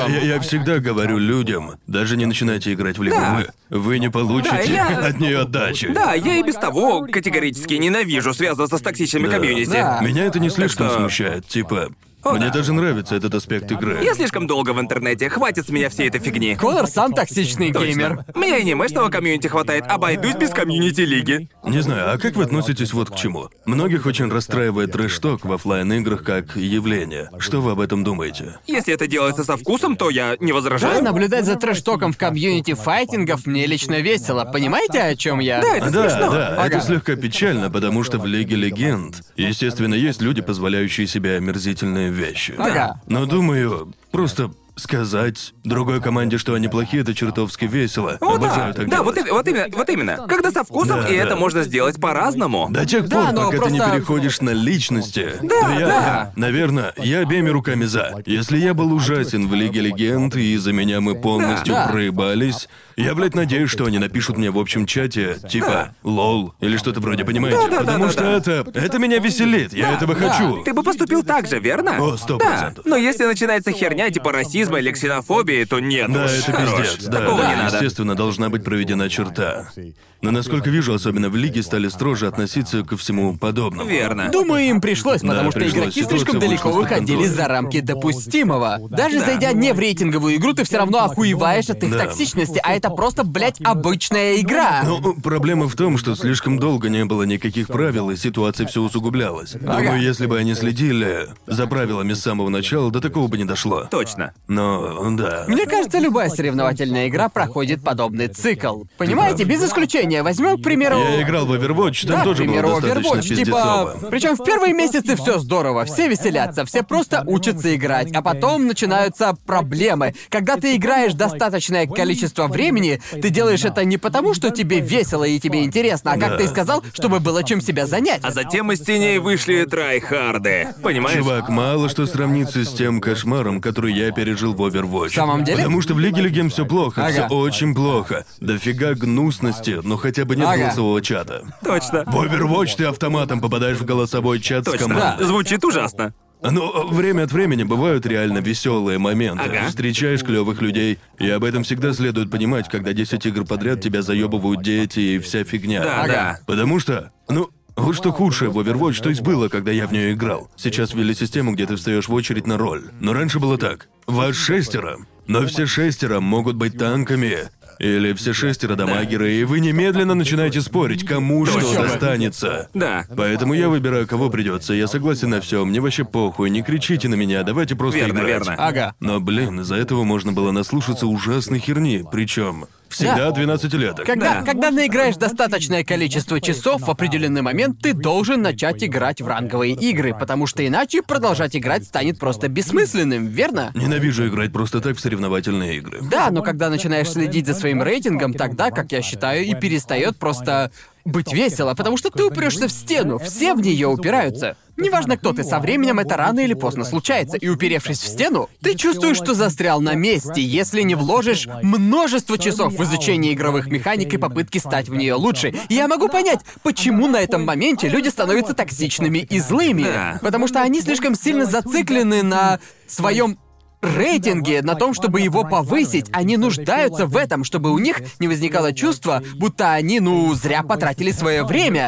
я всегда говорю людям, даже не начинайте играть в Лигу. Да. Вы не получите Да, от нее отдачи. Да, я и без того категорически ненавижу связываться с токсичными комьюнити. Да. Меня это не слишком что- смущает. Типа, мне да. даже нравится этот аспект игры. Я слишком долго в интернете, хватит с меня всей этой фигни. Конор сам токсичный геймер. Мне анимешного комьюнити хватает, обойдусь без комьюнити Лиги. Не знаю, а как вы относитесь вот к чему? Многих очень расстраивает трэш-ток в оффлайн-играх как явление. Что вы об этом думаете? Если это делается со вкусом, то я не Да, возражаю. наблюдать за трэш-током в комьюнити файтингов мне лично весело. Понимаете, о чем я? Да, это Да, смешно. да, Ага. это слегка печально, потому что в Лиге Легенд, естественно, есть люди, позволяющие себе омерзительные вещи. Ага. Но думаю, просто сказать другой команде, что они плохие, это чертовски весело. О, Обожаю да, так да, делать. вот именно. Когда со вкусом, Да, и да. это можно сделать по-разному. До тех Да, пор, но пока ты не просто- переходишь на личности. Да, я, да. наверное, я обеими руками за. Если я был ужасен в Лиге Легенд, и из-за меня мы полностью Да. проебались, я, блядь, надеюсь, что они напишут мне в общем чате, типа, лол, или что-то вроде, понимаете? Да, да, Потому да, что да. это меня веселит, я этого да. хочу. Ты бы поступил так же, верно? О, 100%. Да. Но если начинается херня типа расизма или ксенофобии, то нет Да, уж, это хорош. пиздец. Да, Такого да, не надо. естественно, должна быть проведена черта. Но насколько вижу, особенно в Лиге стали строже относиться ко всему подобному. Верно. Думаю, им пришлось, Да, потому что пришлось. игроки Ситуация слишком далеко вышла из-под выходили контроля. за рамки допустимого. Даже Да. зайдя не в рейтинговую игру, ты все равно охуеваешь от их Да. токсичности, а это просто, блядь, обычная игра. Ну, проблема в том, что слишком долго не было никаких правил, и ситуация все усугублялась. Думаю, если бы они следили за правилами с самого начала, до такого бы не дошло. Точно. Но, да. Мне кажется, любая соревновательная игра проходит подобный цикл. Понимаете, без исключения. Возьмем, к примеру... Я играл в Overwatch, там Да, к тоже было примеру, достаточно Overwatch, пиздецово. типа... Причем в первые месяцы все здорово, все веселятся, все просто учатся играть, а потом начинаются проблемы. Когда ты играешь достаточное количество времени, ты делаешь это не потому, что тебе весело и тебе интересно, а как Да. ты сказал, чтобы было чем себя занять. А затем из теней вышли трайхарды. Понимаешь? Чувак, мало что сравнится с тем кошмаром, который я пережил в Overwatch. В самом деле? Потому что в Лиге Легенд все плохо, все Ага. очень плохо. Дофига гнусности, но хотя бы нет Ага. голосового чата. Точно. В Overwatch ты автоматом попадаешь в голосовой чат с Точно. командой. Звучит ужасно. Но время от времени бывают реально веселые моменты. Ага. Встречаешь клевых людей, и об этом всегда следует понимать, когда 10 игр подряд тебя заебывают дети и вся фигня. Да, да. Потому что, вот что худшее в Overwatch, то есть было, когда я в нее играл. Сейчас ввели систему, где ты встаешь в очередь на роль. Но раньше было так. Вас 6, но все 6 могут быть танками. Или все 6 дамагеры, и вы немедленно начинаете спорить, кому что Точно. достанется. Да. Поэтому я выбираю, кого придется. Я согласен на все, мне вообще похуй, не кричите на меня, давайте просто Верно, играть. верно. Ага. Но, блин, из-за этого можно было наслушаться ужасной херни, причем всегда Да. 12-леток. Когда наиграешь достаточное количество часов, в определенный момент ты должен начать играть в ранговые игры, потому что иначе продолжать играть станет просто бессмысленным, верно? Ненавижу играть просто так в соревновательные игры. Да, но когда начинаешь следить за своим рейтингом, тогда, как я считаю, и перестает просто быть весело, потому что ты упрешься в стену, все в нее упираются. Неважно, кто ты, со временем это рано или поздно случается, и уперевшись в стену, ты чувствуешь, что застрял на месте, если не вложишь множество часов в изучение игровых механик и попытки стать в нее лучше. И я могу понять, почему на этом моменте люди становятся токсичными и злыми. Да. Потому что они слишком сильно зациклены на своем рейтинге, на том, чтобы его повысить. Они нуждаются в этом, чтобы у них не возникало чувства, будто они, зря потратили свое время.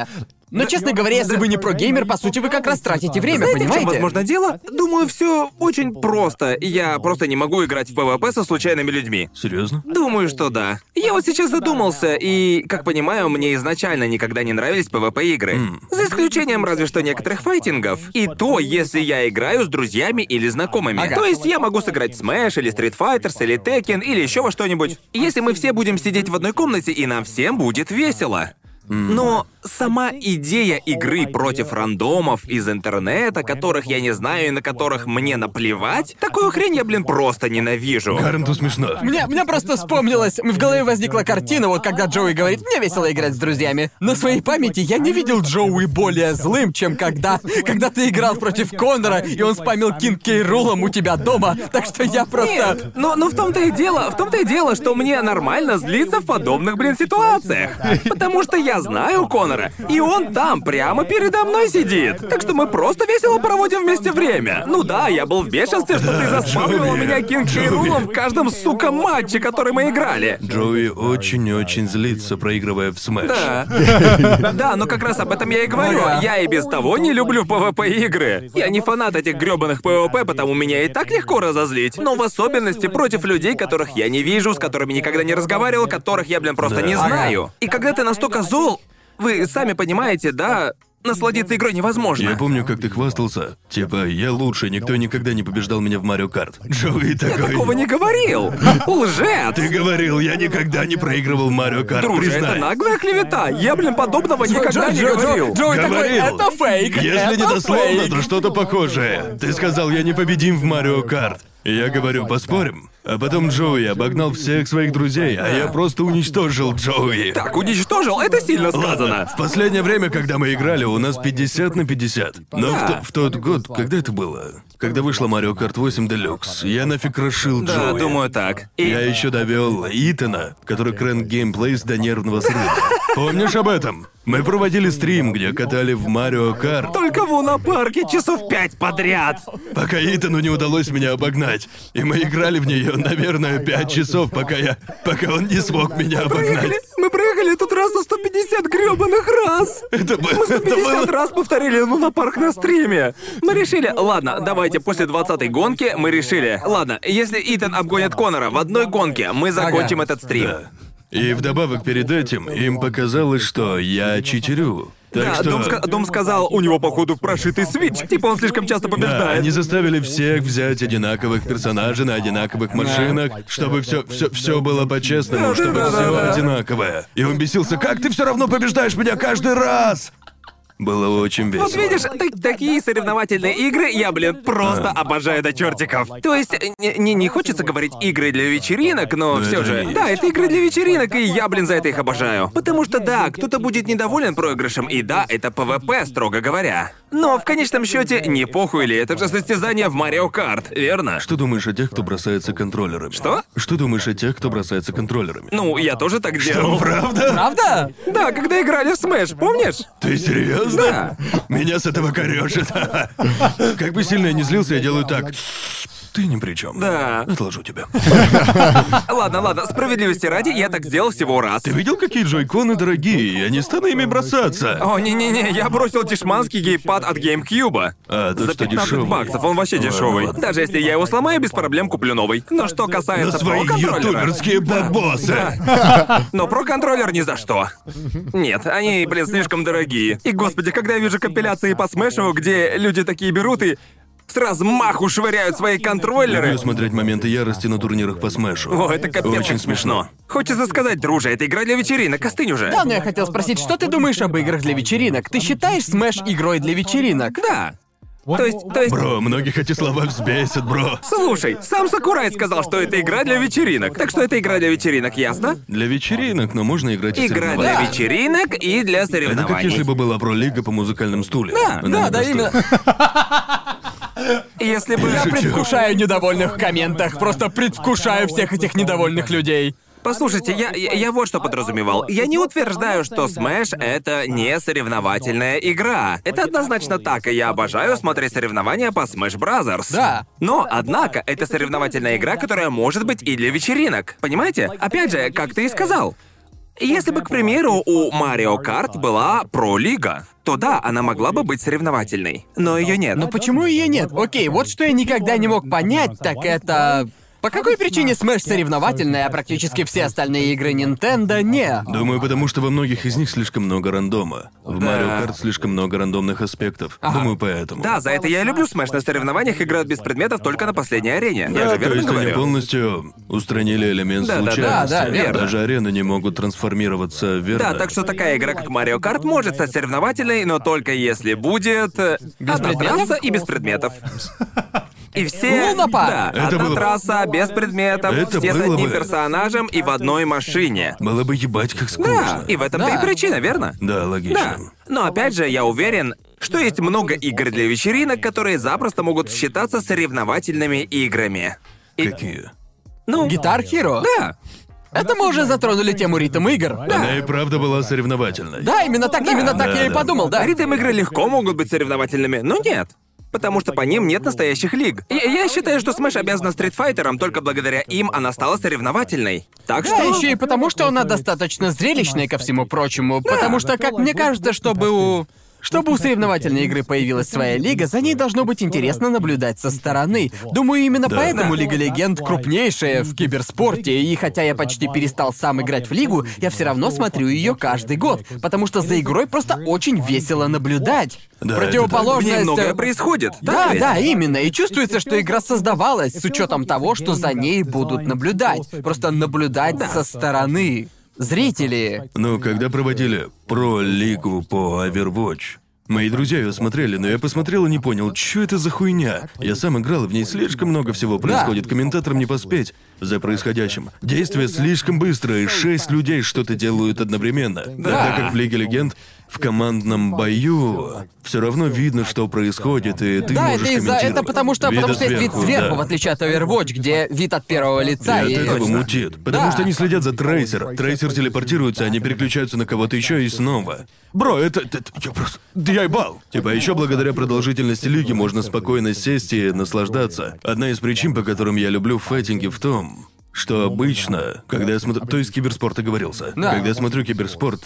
Но, честно говоря, если вы не про-геймер, по сути, вы как раз тратите время, Знаете, в понимаете? чем, возможно, дело? Думаю, все очень просто. Я просто не могу играть в PvP со случайными людьми. Серьезно? Думаю, что да. Я вот сейчас задумался, и, как понимаю, мне изначально никогда не нравились PvP-игры. За исключением разве что некоторых файтингов. И то, если я играю с друзьями или знакомыми. Ага. То есть я могу сыграть в Smash, или Street Fighters, или Tekken, или еще во что-нибудь. Если мы все будем сидеть в одной комнате, и нам всем будет весело. Но сама идея игры против рандомов из интернета, которых я не знаю и на которых мне наплевать, такую хрень я, просто ненавижу. Гаранту смешно. Мне просто вспомнилось, в голове возникла картина, вот когда Джоуи говорит, мне весело играть с друзьями. На своей памяти я не видел Джоуи более злым, чем когда ты играл против Конора, и он спамил Кинг Кей Рулом у тебя дома, так что я просто... Нет, но в том-то и дело, что мне нормально злиться в подобных, ситуациях. Потому что я знаю Конора, и он там прямо передо мной сидит. Так что мы просто весело проводим вместе время. Ну да, я был в бешенстве, что ты заспамливал Джоуи, меня Кинг Кей Рулом в каждом, сука, матче, который мы играли. Джоуи очень-очень злится, проигрывая в Smash. Да. Да, но как раз об этом я и говорю. Ага. Я и без того не люблю PvP-игры. Я не фанат этих грёбаных PvP, потому меня и так легко разозлить. Но в особенности против людей, которых я не вижу, с которыми никогда не разговаривал, которых я, просто Да. не Ага. знаю. И когда ты настолько зол, вы сами понимаете, да, насладиться игрой невозможно. Я помню, как ты хвастался. Типа, я лучше, никто никогда не побеждал меня в Марио Карт. Джоуи такой... Такого не говорил. Лжец. Ты говорил, я никогда не проигрывал в Марио Карт, Друже, признай. это наглая клевета. Я, подобного никогда не говорил. Джоуи такой, Говорил. это фейк, Если это не дословно, фейк. то что-то похожее. Ты сказал, я непобедим в Марио Карт. И я говорю, поспорим? А потом Джоуи обогнал всех своих друзей, а я просто уничтожил Джоуи. Так, уничтожил, это сильно сказано. Ладно, в последнее время, когда мы играли, у нас 50 на 50. Но Да. в тот год, когда это было? Когда вышла Марио Карт 8 Deluxe, я нафиг расшил Да, Джоуи. думаю так. И Я еще довел Итана, который крэнк геймплейс до нервного срыва. Помнишь об этом? Мы проводили стрим, где катали в Марио Карт, только в лунопарке часов 5 подряд. пока Итану не удалось меня обогнать. И мы играли в нее, наверное, 5 часов, пока он не смог меня обогнать. Мы проехали тут раз на 150 грёбаных раз. Это было... 50 раз повторили лунопарк на стриме. Мы решили, ладно, давайте после 20-й гонки мы решили, ладно, если Итан обгонит Конора в одной гонке, мы закончим этот стрим. Да. И вдобавок перед этим им показалось, что я читерю. Так Да, что... Дом сказал, у него походу прошитый свитч. Типа он слишком часто Да, побеждает. они заставили всех взять одинаковых персонажей на одинаковых машинах, чтобы все было по-честному, Да, чтобы да, да, все да. одинаковое. И он бесился, как ты все равно побеждаешь меня каждый раз? Было очень весело. Вот видишь, такие соревновательные игры я, просто обожаю до чертиков. То есть, не хочется говорить игры для вечеринок, но Но все это же. есть. Да, это игры для вечеринок, и я, за это их обожаю. Потому что да, кто-то будет недоволен проигрышем, и да, это PvP, строго говоря. Но в конечном счете, не похуй ли, это же состязание в Марио Карт, верно? Что думаешь о тех, кто бросается контроллерами? Что? Что думаешь о тех, кто бросается контроллерами? Ну, я тоже так делал. Правда? Правда? Да, когда играли в Smash, помнишь? Ты серьезно? Да. Меня с этого корёжит. Как бы сильно я не злился, я делаю так. Ты ни при чем. Да. Отложу тебя. Ладно, справедливости ради, я так сделал всего раз. Ты видел, какие джойконы дорогие? Я не стану ими бросаться. О, не-не-не, я бросил дешманский геймпад от GameCube. А, то, За что 15 дешевый. баксов, он вообще Ладно, дешевый. ладно. Даже если я его сломаю, без проблем куплю новый. Но что На касается свои про-контроллера... ютуберские бабосы. Но про-контроллер ни за что. Нет, они, слишком дорогие. И, господи, когда я вижу компиляции по Смэшу, где люди такие берут и с размаху швыряют свои контроллеры... Люблю смотреть моменты ярости на турнирах по смешу. О, это капец Очень как смешно. Хочется сказать, друже, это игра для вечеринок, остынь уже. Да, но я хотел спросить, что ты думаешь об играх для вечеринок? Ты считаешь Smash игрой для вечеринок? Да. То есть... Бро, многих эти слова взбесят, бро. Слушай, сам Сакурай сказал, что это игра для вечеринок. Так что это игра для вечеринок, ясно? Для вечеринок, но можно играть и Игра соревноваться. для вечеринок и для Это как соревнований. если бы была пролига по музыкальным стульям. Да, Она не Да, просто- именно. Если бы... Я шучу. предвкушаю недовольных в комментах, просто предвкушаю всех этих недовольных людей. Послушайте, я вот что подразумевал. Я не утверждаю, что Smash — это не соревновательная игра. Это однозначно так, и я обожаю смотреть соревнования по Smash Brothers. Да. Но, однако, это соревновательная игра, которая может быть и для вечеринок. Понимаете? Опять же, как ты и сказал. Если бы, к примеру, у Марио Карт была про-лига, то да, она могла бы быть соревновательной. Но ее нет. Но почему ее нет? Окей, вот что я никогда не мог понять, так это... По какой причине Smash соревновательная, а практически все остальные игры Nintendo не? Думаю, потому что во многих из них слишком много рандома. В Mario Kart слишком много рандомных аспектов. Думаю, поэтому. Да, за это я и люблю Smash. На соревнованиях играют без предметов только на последней арене. Я Да, же то верно есть они говорю? полностью устранили элемент Да, да, да, случайности. да, верно. Даже арены не могут трансформироваться, верно? Да, так что такая игра, как Mario Kart, может стать соревновательной, но только если будет одна предметов? трасса и без предметов. И все... Лунапарк. Да, Это одна было бы- трасса, без предметов, Это все с было одним бы- персонажем и в одной машине. Было бы ебать как Да, скучно. и в этом-то Да. и причина, верно? Да, Да. логично. Но опять же, я уверен, что есть много игр для вечеринок, которые запросто могут считаться соревновательными играми. И, Какие? ну, Guitar Hero? да. Это мы уже затронули тему ритм игр. Она и правда была соревновательной. Да, именно так я и да. подумал, да. Ритм игры легко могут быть соревновательными, но нет. Потому что по ним нет настоящих лиг. Я считаю, что Smash обязана Street Fighter'ам, только благодаря им она стала соревновательной. Так Да, что... еще и потому, что она достаточно зрелищная ко всему прочему. Потому что, как мне кажется, чтобы у соревновательной игры появилась своя лига, за ней должно быть интересно наблюдать со стороны. Думаю, именно поэтому Лига Легенд крупнейшая в киберспорте, и хотя я почти перестал сам играть в лигу, я все равно смотрю ее каждый год, потому что за игрой просто очень весело наблюдать. Да, В ней Противоположность... многое происходит. Да, так ведь? да, именно. И чувствуется, что игра создавалась с учетом того, что за ней будут наблюдать. Просто наблюдать со стороны. Зрители. Ну, когда проводили про-лигу по Overwatch, мои друзья ее смотрели, но я посмотрел и не понял, что это за хуйня. Я сам играл, и в ней слишком много всего происходит, комментаторам не поспеть за происходящим. Действие слишком быстрое, 6 людей что-то делают одновременно. Тогда как в Лиге Легенд в командном бою все равно видно, что происходит, и ты Да, можешь это комментировать. это потому что есть вид сверху, да. в отличие от Overwatch, где вид от первого лица. И от этого Точно. мутит. Потому Да. что они следят за Трейсер. Трейсер телепортируется, они переключаются на кого-то еще и снова. Бро, это я просто. Да я ебал. Типа, еще благодаря продолжительности лиги можно спокойно сесть и наслаждаться. Одна из причин, по которым я люблю файтинги, в том, что обычно, когда я смотрю... То есть киберспорт оговорился. Да. Когда я смотрю киберспорт,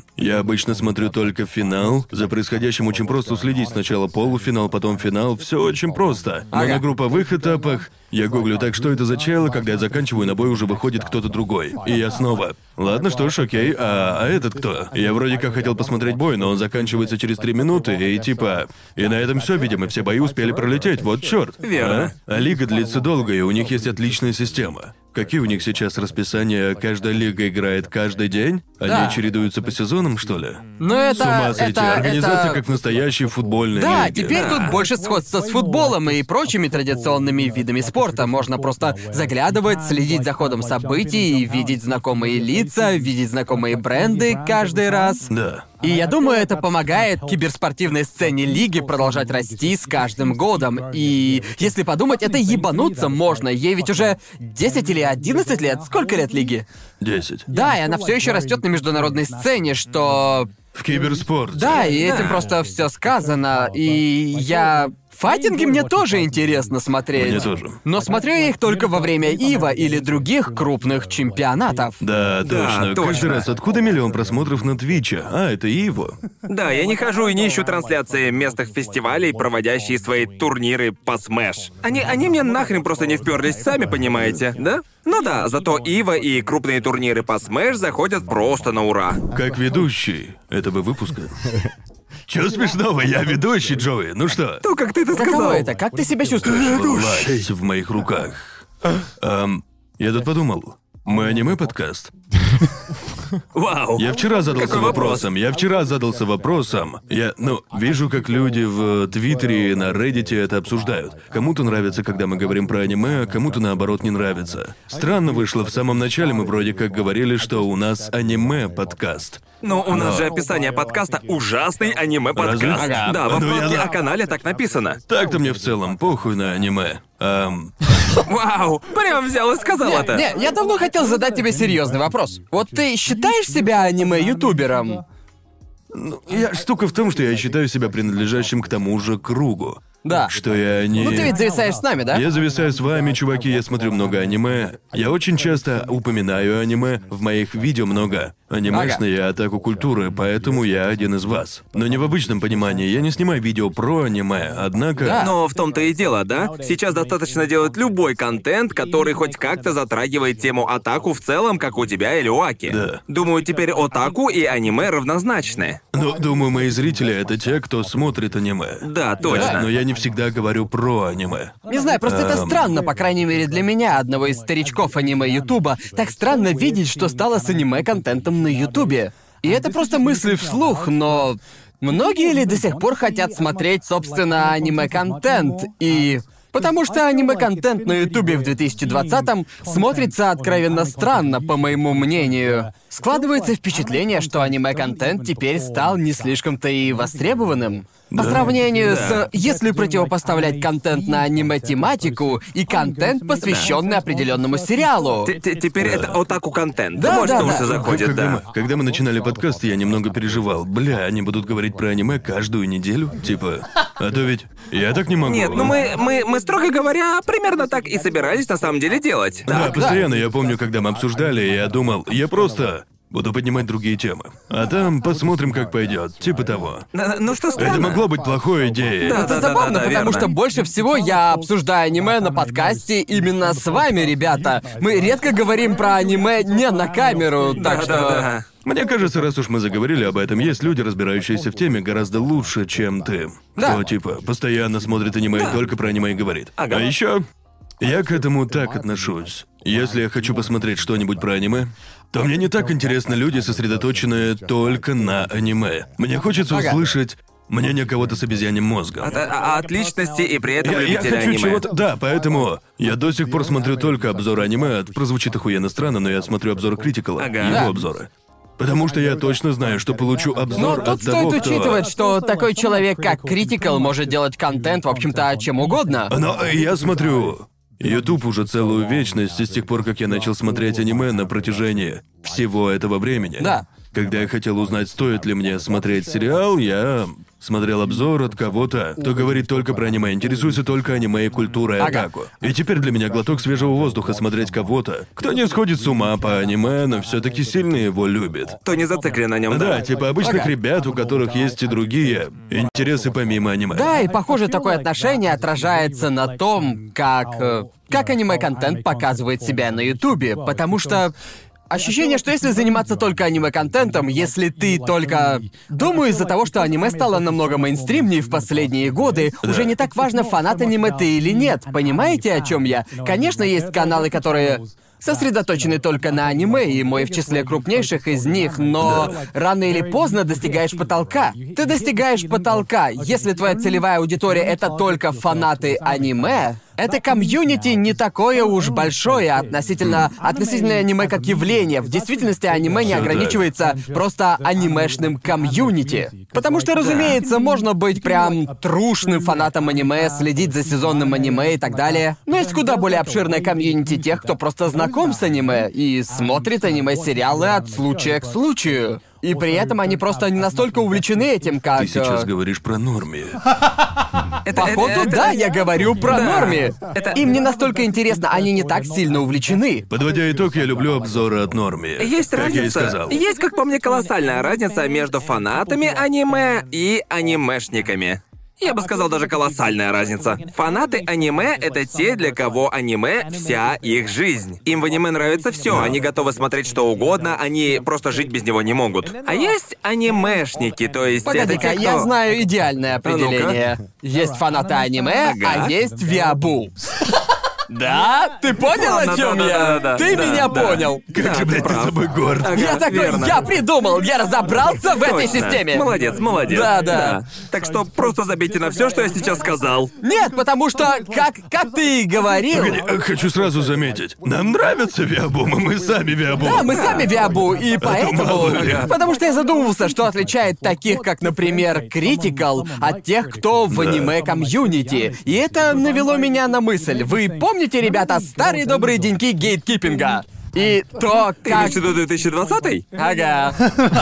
я обычно смотрю только финал. За происходящим очень просто следить. Сначала полуфинал, потом финал. Все очень просто. Но Ага. на групповых этапах я гуглю, так что это за чело, когда я заканчиваю, на бой уже выходит кто-то другой. И я снова. Ладно, что ж, окей, а этот кто? Я вроде как хотел посмотреть бой, но он заканчивается через 3 минуты, и типа... И на этом все, видимо, все бои успели пролететь, вот черт. Верно. А лига длится долго, и у них есть отличная система. Какие у них сейчас расписания? Каждая лига играет каждый день? Они Да. чередуются по сезонам, что ли? Но это... С ума сойти. это- Организация это- как в настоящей футбольной Да, лиге. теперь тут больше сходства с футболом и прочими традиционными видами спорта. Можно просто заглядывать, следить за ходом событий, видеть знакомые лица, видеть знакомые бренды каждый раз. Да. И я думаю, это помогает киберспортивной сцене лиги продолжать расти с каждым годом. И если подумать, это ебануться можно. Ей ведь уже 10 или 11 лет. Сколько лет лиги? 10. Да, и она все еще растет на международной сцене, что... В киберспорте. Да, и этим просто все сказано. И я... Файтинги мне тоже интересно смотреть. Мне тоже. Но смотрю я их только во время Ива или других крупных чемпионатов. Да, точно. точно. Каждый раз откуда миллион просмотров на Твиче? А, это Иво. Да, я не хожу и не ищу трансляции местных фестивалей, проводящие свои турниры по Smash. Они мне нахрен просто не вперлись, сами понимаете, да? Ну да, зато Ива и крупные турниры по Smash заходят просто на ура. Как ведущий этого выпуска. Чё смешного? Я ведущий, Джоуи. Ну что? То, как ты это Каково сказал. это? Как ты себя чувствуешь? Власть в моих руках. Я тут подумал. Мы аниме-подкаст. Вау. Я вчера задался Какой вопрос? вопросом. Я вчера задался вопросом. Я, вижу, как люди в Твиттере и на Реддите это обсуждают. Кому-то нравится, когда мы говорим про аниме, а кому-то наоборот не нравится. Странно вышло, в самом начале мы вроде как говорили, что у нас аниме-подкаст. Ну, у нас же описание подкаста «Ужасный аниме-подкаст». Разве? Ага. Да, во Ну, я вкладке да. о канале так написано. Так-то мне в целом похуй на аниме. Вау, прям взял и сказал это. Не, я давно хотел задать тебе серьезный вопрос. Вот ты считаешь себя аниме-ютубером? Штука в том, что я считаю себя принадлежащим к тому же кругу. Да. что я не... Ну ты ведь зависаешь с нами, да? Я зависаю с вами, чуваки, я смотрю много аниме. Я очень часто упоминаю аниме, в моих видео много анимешной и атаку культуры, поэтому я один из вас. Но не в обычном понимании, я не снимаю видео про аниме, однако... Да. Но в том-то и дело, да? Сейчас достаточно делать любой контент, который хоть как-то затрагивает тему атаку в целом, как у тебя или у Аки. Да. Думаю, теперь отаку и аниме равнозначны. Но, думаю, мои зрители — это те, кто смотрит аниме. Да, точно. Но я не всегда говорю про аниме. Не знаю, просто это странно, по крайней мере для меня, одного из старичков аниме Ютуба. Так странно видеть, что стало с аниме-контентом на Ютубе. И это просто мысли вслух, но... Многие ли до сих пор хотят смотреть, собственно, аниме-контент? И... Потому что аниме-контент на Ютубе в 2020-м смотрится откровенно странно, по моему мнению. Складывается впечатление, что аниме-контент теперь стал не слишком-то и востребованным. По сравнению с... Если противопоставлять контент на аниме-тематику и контент, посвященный определенному сериалу. Теперь это отаку-контент. Да, Может, да, лучше да. заходит, да. Когда мы начинали подкаст, я немного переживал. Бля, они будут говорить про аниме каждую неделю? Типа, а то ведь я так не могу. Нет, ну мы, строго говоря, примерно так и собирались на самом деле делать. Да, постоянно. Я помню, когда мы обсуждали, я думал, я просто буду поднимать другие темы. А там посмотрим, как пойдет. Типа того. Ну что странно. Это могло быть плохой идеей. Да. Это забавно, потому верно. что больше всего я обсуждаю аниме на подкасте именно с вами, ребята. Мы редко говорим про аниме не на камеру, так что... Да. Мне кажется, раз уж мы заговорили об этом, есть люди, разбирающиеся в теме гораздо лучше, чем ты. Да. Кто, типа, постоянно смотрит аниме и только про аниме и говорит. Ага. А еще я к этому так отношусь. Если я хочу посмотреть что-нибудь про аниме, то мне не так интересны люди, сосредоточенные только на аниме. Мне хочется услышать мнение кого-то с обезьяньим мозгом. От личности и при этом Я любителя хочу аниме. чего-то... Да, поэтому я до сих пор смотрю только обзоры аниме. Прозвучит охуенно странно, но я смотрю обзоры Критикала, Ага. его Да. обзоры. Потому что я точно знаю, что получу Но обзор тут от того, стоит кто... учитывать, что такой человек, как Critical, может делать контент, в общем-то, о чем угодно. Но я смотрю YouTube уже целую вечность, и с тех пор, как я начал смотреть аниме на протяжении всего этого времени. Да. Когда я хотел узнать, стоит ли мне смотреть сериал, я смотрел обзор от кого-то, кто говорит только про аниме, интересуется только аниме и культурой Ага. атаку. И теперь для меня глоток свежего воздуха смотреть кого-то, кто не сходит с ума по аниме, но все-таки сильно его любит. Кто не зациклен на нем, Да, типа обычных Ага. ребят, у которых есть и другие интересы помимо аниме. Да, и похоже, такое отношение отражается на том, как аниме-контент показывает себя на Ютубе, потому что ощущение, что если заниматься только аниме-контентом, если ты только... Думаю, из-за того, что аниме стало намного мейнстримнее в последние годы, уже не так важно, фанат аниме ты или нет. Понимаете, о чем я? Конечно, есть каналы, которые сосредоточены только на аниме, и мой в числе крупнейших из них, но рано или поздно достигаешь потолка. Ты достигаешь потолка. Если твоя целевая аудитория — это только фанаты аниме, это комьюнити не такое уж большое относительно аниме как явление. В действительности аниме не Всё так. ограничивается просто анимешным комьюнити. Потому что, разумеется, можно быть прям трушным фанатом аниме, следить за сезонным аниме и так далее. Но есть куда более обширное комьюнити тех, кто просто знаком с аниме и смотрит аниме-сериалы от случая к случаю. И при этом они просто не настолько увлечены этим, как... Ты сейчас говоришь про норме. Походу, да, я говорю про норме. Им не настолько интересно, они не так сильно увлечены. Подводя итог, я люблю обзоры от норме. Есть как разница. я и сказал. Есть, как по мне, колоссальная разница между фанатами аниме и анимешниками. Я бы сказал, даже колоссальная разница. Фанаты аниме — это те, для кого аниме — вся их жизнь. Им в аниме нравится все, они готовы смотреть что угодно, они просто жить без него не могут. А есть анимешники, то есть это Погоди-ка, те, кто... я знаю идеальное определение. Есть фанаты аниме, Ага. а есть виабу. Да? Ты понял, Ладно, о чем да, я? да, Ты да, меня да. понял. Как Да, же, ты блядь, ты прав. собой горд. Ага, Я такой, верно. я придумал, я разобрался в этой Точно. системе. Молодец, молодец. Да, да. Так что просто забейте на все, что я сейчас сказал. Нет, потому что, как ты и говорил... Хочу сразу заметить, нам нравятся виабумы, мы сами виабумы. Да, мы сами виабу, и поэтому... мало ли. Потому что я задумывался, что отличает таких, как, например, Critical, от тех, кто в аниме-комьюнити. И это навело меня на мысль. Вы помните, ребята, старые добрые деньки гейткипинга? И то, как... Имеешь в виду 2020-й? Ага.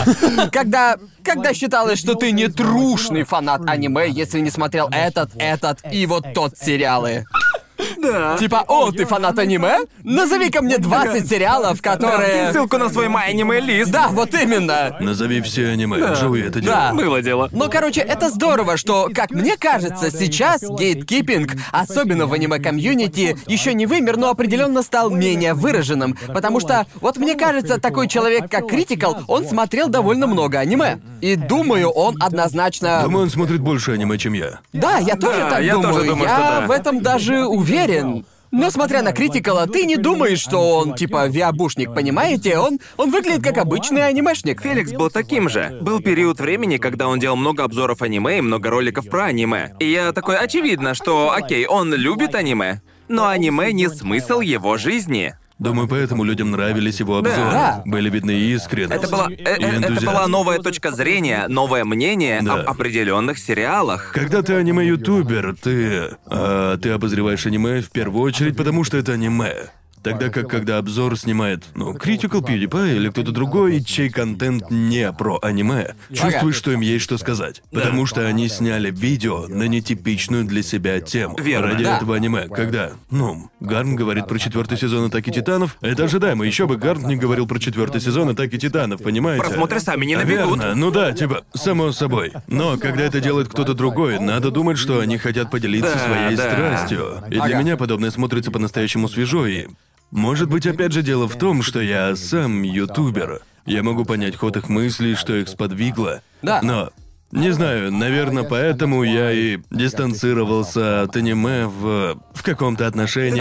Когда считалось, что ты не трушный фанат аниме, если не смотрел этот и вот тот сериалы. Да. Типа, о, ты фанат аниме? Назови-ка мне 20 сериалов, Кинь которые... ссылку на свой MyAnimeList. Да, вот именно. Назови все аниме. Джоуи это Да. делал. Было дело. Ну, короче, это здорово, что, как мне кажется, сейчас гейткипинг, особенно в аниме-комьюнити, еще не вымер, но определенно стал менее выраженным. Потому что, вот мне кажется, такой человек, как Critical, он смотрел довольно много аниме. И думаю, он однозначно... Думаю, он смотрит больше аниме, чем я. Да, я тоже Да, так я думаю. тоже думаю, что да. в этом даже уверен. Но смотря на Критикала, ты не думаешь, что он типа виабушник, понимаете? Он выглядит как обычный анимешник. Феликс был таким же. Был период времени, когда он делал много обзоров аниме и много роликов про аниме. И я такой, очевидно, что, окей, он любит аниме, но аниме не смысл его жизни. Думаю, поэтому людям нравились его обзоры. Да. Были видны искренность Это была, и это энтузиазм. была новая точка зрения, новое мнение Да. об определенных сериалах. Когда ты аниме-ютубер, ты обозреваешь аниме в первую очередь, потому что это аниме. Тогда как когда обзор снимает, Critical PewDiePie или кто-то другой, чей контент не про аниме, чувствуешь, что им есть что сказать. Потому что они сняли видео на нетипичную для себя тему. Верно. Ради Да. этого аниме. Когда, Гарн говорит про 4-й сезон «Атаки Титанов», это ожидаемо. Еще бы Гарн не говорил про 4-й сезон «Атаки Титанов», понимаете? Просмотры сами не набегут. Верно, ну да, типа, само собой. Но когда это делает кто-то другой, надо думать, что они хотят поделиться Да, своей да. страстью. И для Ага. меня подобное смотрится по-настоящему свежо и... Может быть, опять же, дело в том, что я сам ютубер. Я могу понять ход их мыслей, что их сподвигло. Да. Но, не знаю, наверное, поэтому я и дистанцировался от аниме в каком-то отношении.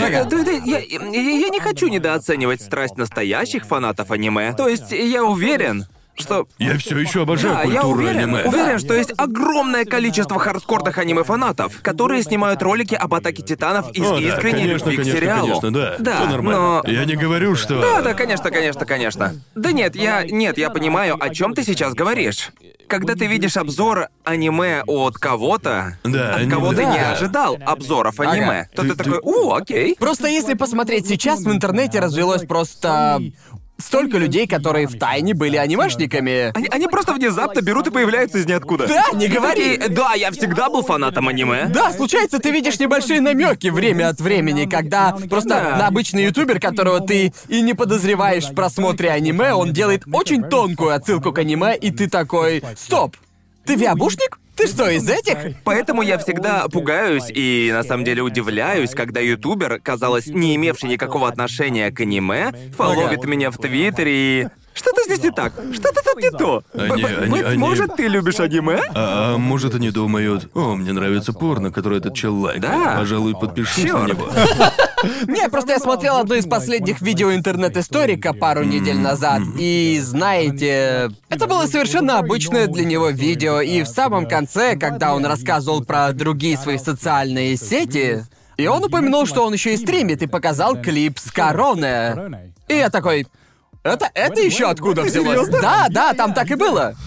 Я не хочу недооценивать страсть настоящих фанатов аниме. То есть я уверен, что... Я все еще обожаю Да, я культуру уверен, аниме. уверен, что есть огромное количество хардкорных аниме-фанатов, которые снимают ролики об Атаке Титанов из О, да, искренней конечно, любви к конечно, сериалу. конечно, да. Да, Всё нормально. но... Я не говорю, что... Да, конечно. Да нет, я понимаю, о чем ты сейчас говоришь. Когда ты видишь обзор аниме от кого-то, Да, от они- кого ты да. не ожидал обзоров аниме, то ты Ты- такой, окей. Просто если посмотреть сейчас, в интернете развелось просто... столько людей, которые втайне были анимешниками. Они просто внезапно берут и появляются из ниоткуда. Да, не говори! Да, я всегда был фанатом аниме. Да, случается, ты видишь небольшие намеки время от времени, когда просто Да. на обычный ютубер, которого ты и не подозреваешь в просмотре аниме, он делает очень тонкую отсылку к аниме, и ты такой: стоп, ты виабушник? Ты что, из этих? Поэтому я всегда пугаюсь и на самом деле удивляюсь, когда ютубер, казалось, не имевший никакого отношения к аниме, фолловит меня в Твиттере и... Что-то здесь не так. Что-то тут не то. Они- Может, ты любишь аниме? А может, они думают, о, мне нравится порно, которое этот чел лайкает. Да. Пожалуй, подпишусь на Чёрт. него. Не, просто я смотрел одно из последних видео интернет-историка пару недель назад, и знаете, это было совершенно обычное для него видео, и в самом конце, когда он рассказывал про другие свои социальные сети, и он упомянул, что он еще и стримит, и показал клип с Короне. И я такой: это еще откуда взялось? Да, там так и было.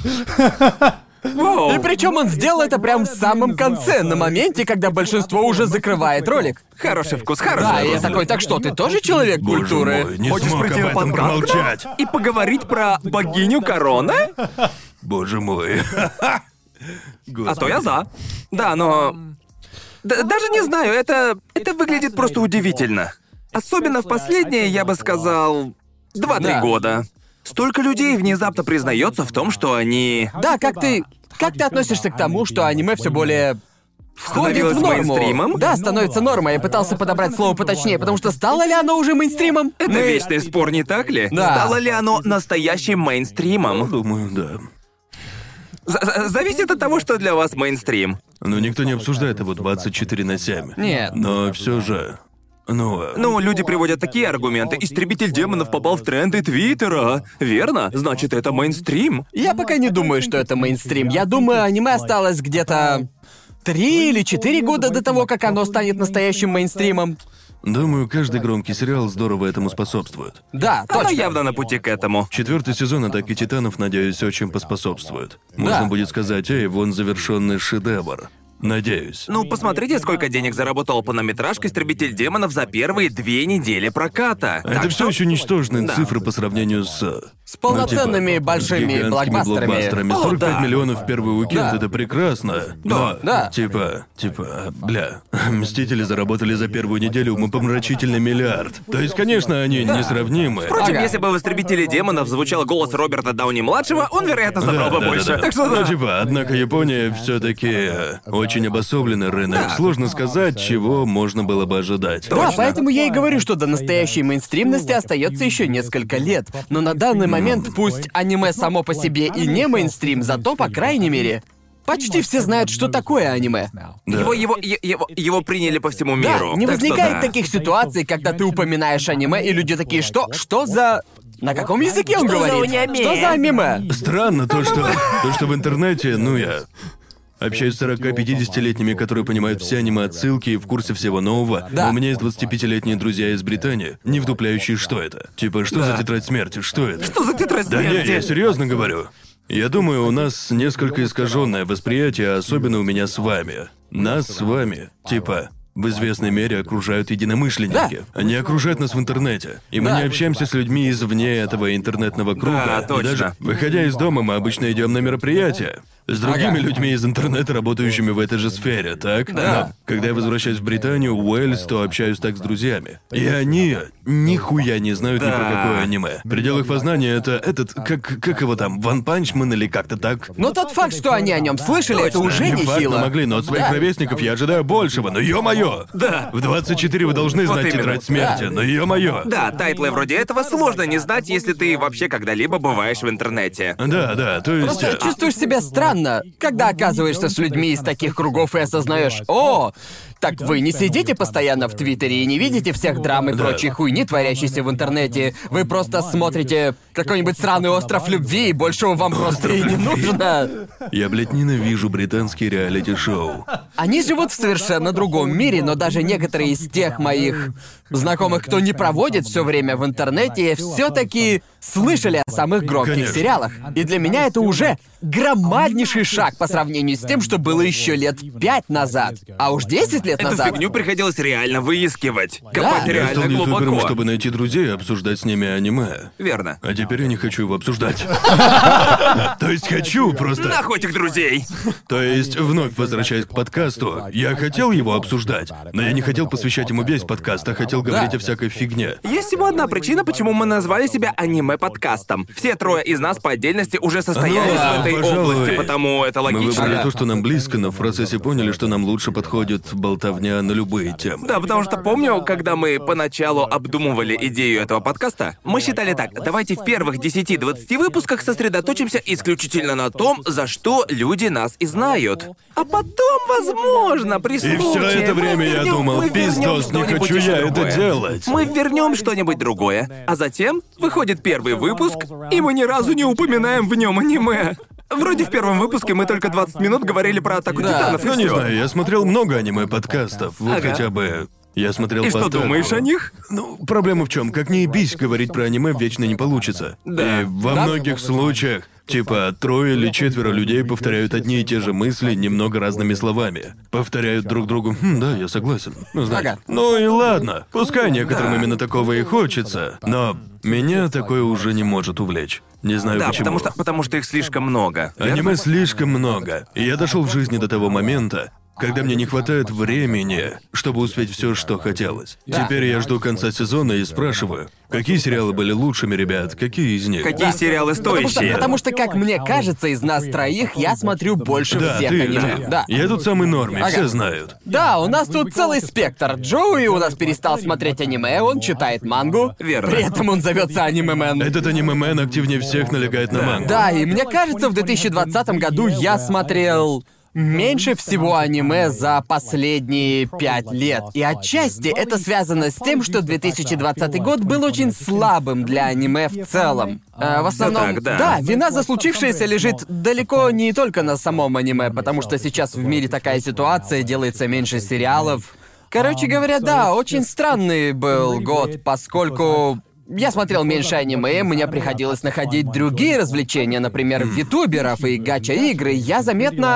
Воу. И причем он сделал это прямо в самом конце, на моменте, когда большинство уже закрывает ролик. Хороший вкус, хороший Да, и я вкус. такой: так что, ты тоже человек Боже культуры? мой, не Хочешь смог прийти об на этом подкаст? промолчать. И поговорить про богиню Короны? Боже мой. А то я за. Да, но... Даже не знаю, это выглядит просто удивительно. Особенно в последние, я бы сказал, 2-3 Да. года. Столько людей внезапно признается в том, что они... Да, как ты относишься к тому, что аниме все более входит Становилось в норму? мейнстримом? Да, становится нормой. Я пытался подобрать слово поточнее, потому что стало ли оно уже мейнстримом? Это вечный спор, не так ли? Да. Стало ли оно настоящим мейнстримом? Думаю, да. Зависит от того, что для вас мейнстрим. Но никто не обсуждает его 24/7. Нет. Но все же... Ну, люди приводят такие аргументы. Истребитель демонов попал в тренды Твиттера. Верно? Значит, это мейнстрим. Я пока не думаю, что это мейнстрим. Я думаю, аниме осталось где-то 3 или 4 года до того, как оно станет настоящим мейнстримом. Думаю, каждый громкий сериал здорово этому способствует. Да, Оно точно. явно на пути к этому. 4-й сезон «Атаки Титанов», надеюсь, очень поспособствует. Можно будет сказать: эй, вон завершенный шедевр. Надеюсь. Ну, посмотрите, сколько денег заработал полнометражка «Истребитель демонов» за первые 2 недели проката. Это Так все что- еще ничтожные Да. цифры по сравнению с полноценными большими гигантскими блокбастерами. блокбастерами. О, 45 да. миллионов в первый уикенд Да. это прекрасно. Но, Да. типа, бля, Мстители заработали за первую неделю умопомрачительный миллиард. То есть, конечно, они несравнимы. Впрочем, Ага. если бы в «Истребителе демонов» звучал голос Роберта Дауни-младшего, он, вероятно, забрал бы больше. Так что Ну, да. типа, однако Япония все-таки очень обособленный рынок. Сложно сказать, чего можно было бы ожидать. Да, поэтому я и говорю, что до настоящей мейнстримности остается еще несколько лет. Но на данный момент, пусть аниме само по себе и не мейнстрим, зато, по крайней мере, почти все знают, что такое аниме. Да. Его приняли по всему Да, миру. не Так что возникает да. таких ситуаций, когда ты упоминаешь аниме, и люди такие, что за... На каком языке он Что за говорит? аниме? Что за аниме? Странно то, что в интернете, я общаюсь с 40-50-летними, которые понимают все аниме-отсылки и в курсе всего нового. Да. А у меня есть 25-летние друзья из Британии, не вдупляющие, что это. Типа, что за тетрадь смерти, что это? Что за тетрадь Да не, смерти? я серьезно говорю. Я думаю, у нас несколько искаженное восприятие, особенно у меня с вами. Нас с вами, типа, в известной мере окружают единомышленники. Они окружают нас в интернете. И мы Да. не общаемся с людьми извне этого интернетного круга. Да, И точно. даже выходя из дома, мы обычно идем на мероприятия. С другими людьми из интернета, работающими в этой же сфере, так? Да. Но когда я возвращаюсь в Британию, Уэльс, то общаюсь так с друзьями. И они нихуя не знают ни про Да. какое аниме. Предел их познания это этот, как его там, Ван Панчман или как-то так? Но тот факт, что они о нем слышали, это уже Не факт, нехило. но могли, но от своих Да. ровесников я ожидаю большего, но ё-моё! Да. В 24 вы должны Вот знать именно. тетрадь смерти, Да. но ё-моё! Да, тайтлы вроде этого сложно не знать, если ты вообще когда-либо бываешь в интернете. Да, то есть... Просто чувствуешь себя странно, когда оказываешься с людьми из таких кругов и осознаешь, о, так вы не сидите постоянно в Твиттере и не видите всех драм и прочей хуйни, творящейся в интернете. Вы просто смотрите какой-нибудь сраный остров любви, и большего вам просто и не нужно. Я, блядь, ненавижу британские реалити-шоу. Они живут в совершенно другом мире, но даже некоторые из тех моих знакомых, кто не проводит все время в интернете, все-таки слышали о самых громких Конечно. сериалах. И для меня это уже громаднейший шаг по сравнению с тем, что было еще лет 5 назад. А уж 10 лет Эту назад. фигню приходилось реально выискивать. Копать Я Я стал реально ютубером, глубоко. чтобы найти друзей и обсуждать с ними аниме. Верно. А теперь я не хочу его обсуждать. То есть хочу просто... Охотик друзей. То есть, вновь возвращаясь к подкасту, я хотел его обсуждать, но я не хотел посвящать ему весь подкаст, а хотел говорить о всякой фигне. Есть всего одна причина, почему мы назвали себя аниме-подкастом. Все трое из нас по отдельности уже состоялись Ну, в этой пожалуй. области, потому это Мы логично. выбрали Ага. то, что нам близко, но в процессе поняли, что нам лучше подходит болтовня на любые темы. Да, потому что помню, когда мы поначалу обдумывали идею этого подкаста, мы считали так: давайте в первых 10-20 выпусках сосредоточимся исключительно на том, за что люди нас и знают. А потом, возможно, при И случае... все это мы время я вернем- думал, мы вернем пиздос, не что-нибудь хочу еще я это другое. делать. Мы вернем что-нибудь другое. А затем выходит первый выпуск, и мы ни разу не упоминаем в нем аниме. Вроде в первом выпуске мы только 20 минут говорили про Атаку Да. Титанов, и Ну, не всё. знаю, я смотрел много аниме-подкастов, вот Ага. хотя бы... Я смотрел И что по думаешь Атаку. о них? Ну, проблема в чем? Как ни ебись, говорить про аниме вечно не получится. Да. И во Да. многих случаях, типа, 3 или 4 людей повторяют одни и те же мысли немного разными словами. Повторяют друг другу, да, я согласен. Ну, знаете. Ага. Ну и ладно, пускай некоторым именно такого и хочется, но меня такое уже не может увлечь. Не знаю Да, почему. потому что их слишком много. верно? Аниме слишком много. И я дошел в жизни до того момента, когда мне не хватает времени, чтобы успеть все, что хотелось. Да. Теперь я жду конца сезона и спрашиваю, какие сериалы были лучшими, ребят, какие из них? Какие сериалы стоящие? Потому что, как мне кажется, из нас троих я смотрю больше Да, всех ты, аниме. Да. Я тут самый норме, Ага. все знают. Да, у нас тут целый спектр. Джоуи у нас перестал смотреть аниме, он читает мангу. Верно. При этом он зовется аниме-мен. Этот аниме-мен активнее всех налегает на мангу. Да, и мне кажется, в 2020 году я смотрел меньше всего аниме за последние 5 лет. И отчасти это связано с тем, что 2020 год был очень слабым для аниме в целом. В основном, так, да. вина за случившееся лежит далеко не только на самом аниме, потому что сейчас в мире такая ситуация, делается меньше сериалов. Короче говоря, да, очень странный был год, поскольку я смотрел меньше аниме, мне приходилось находить другие развлечения, например, витуберов и гача-игры. Я заметно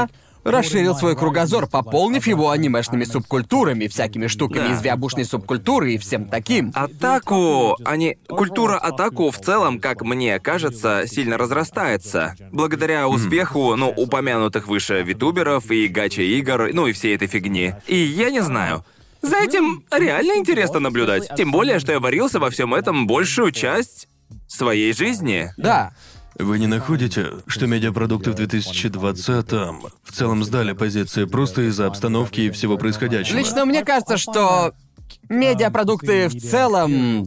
расширил свой кругозор, пополнив его анимешными субкультурами, всякими штуками Да. из виабушной субкультуры и всем таким. Культура атаку в целом, как мне кажется, сильно разрастается. Благодаря успеху, упомянутых выше витуберов и гача-игр, и всей этой фигни. И я не знаю. За этим реально интересно наблюдать. Тем более, что я варился во всем этом большую часть своей жизни. Да. Вы не находите, что медиапродукты в 2020-м в целом сдали позиции просто из-за обстановки и всего происходящего? Лично мне кажется, что медиапродукты в целом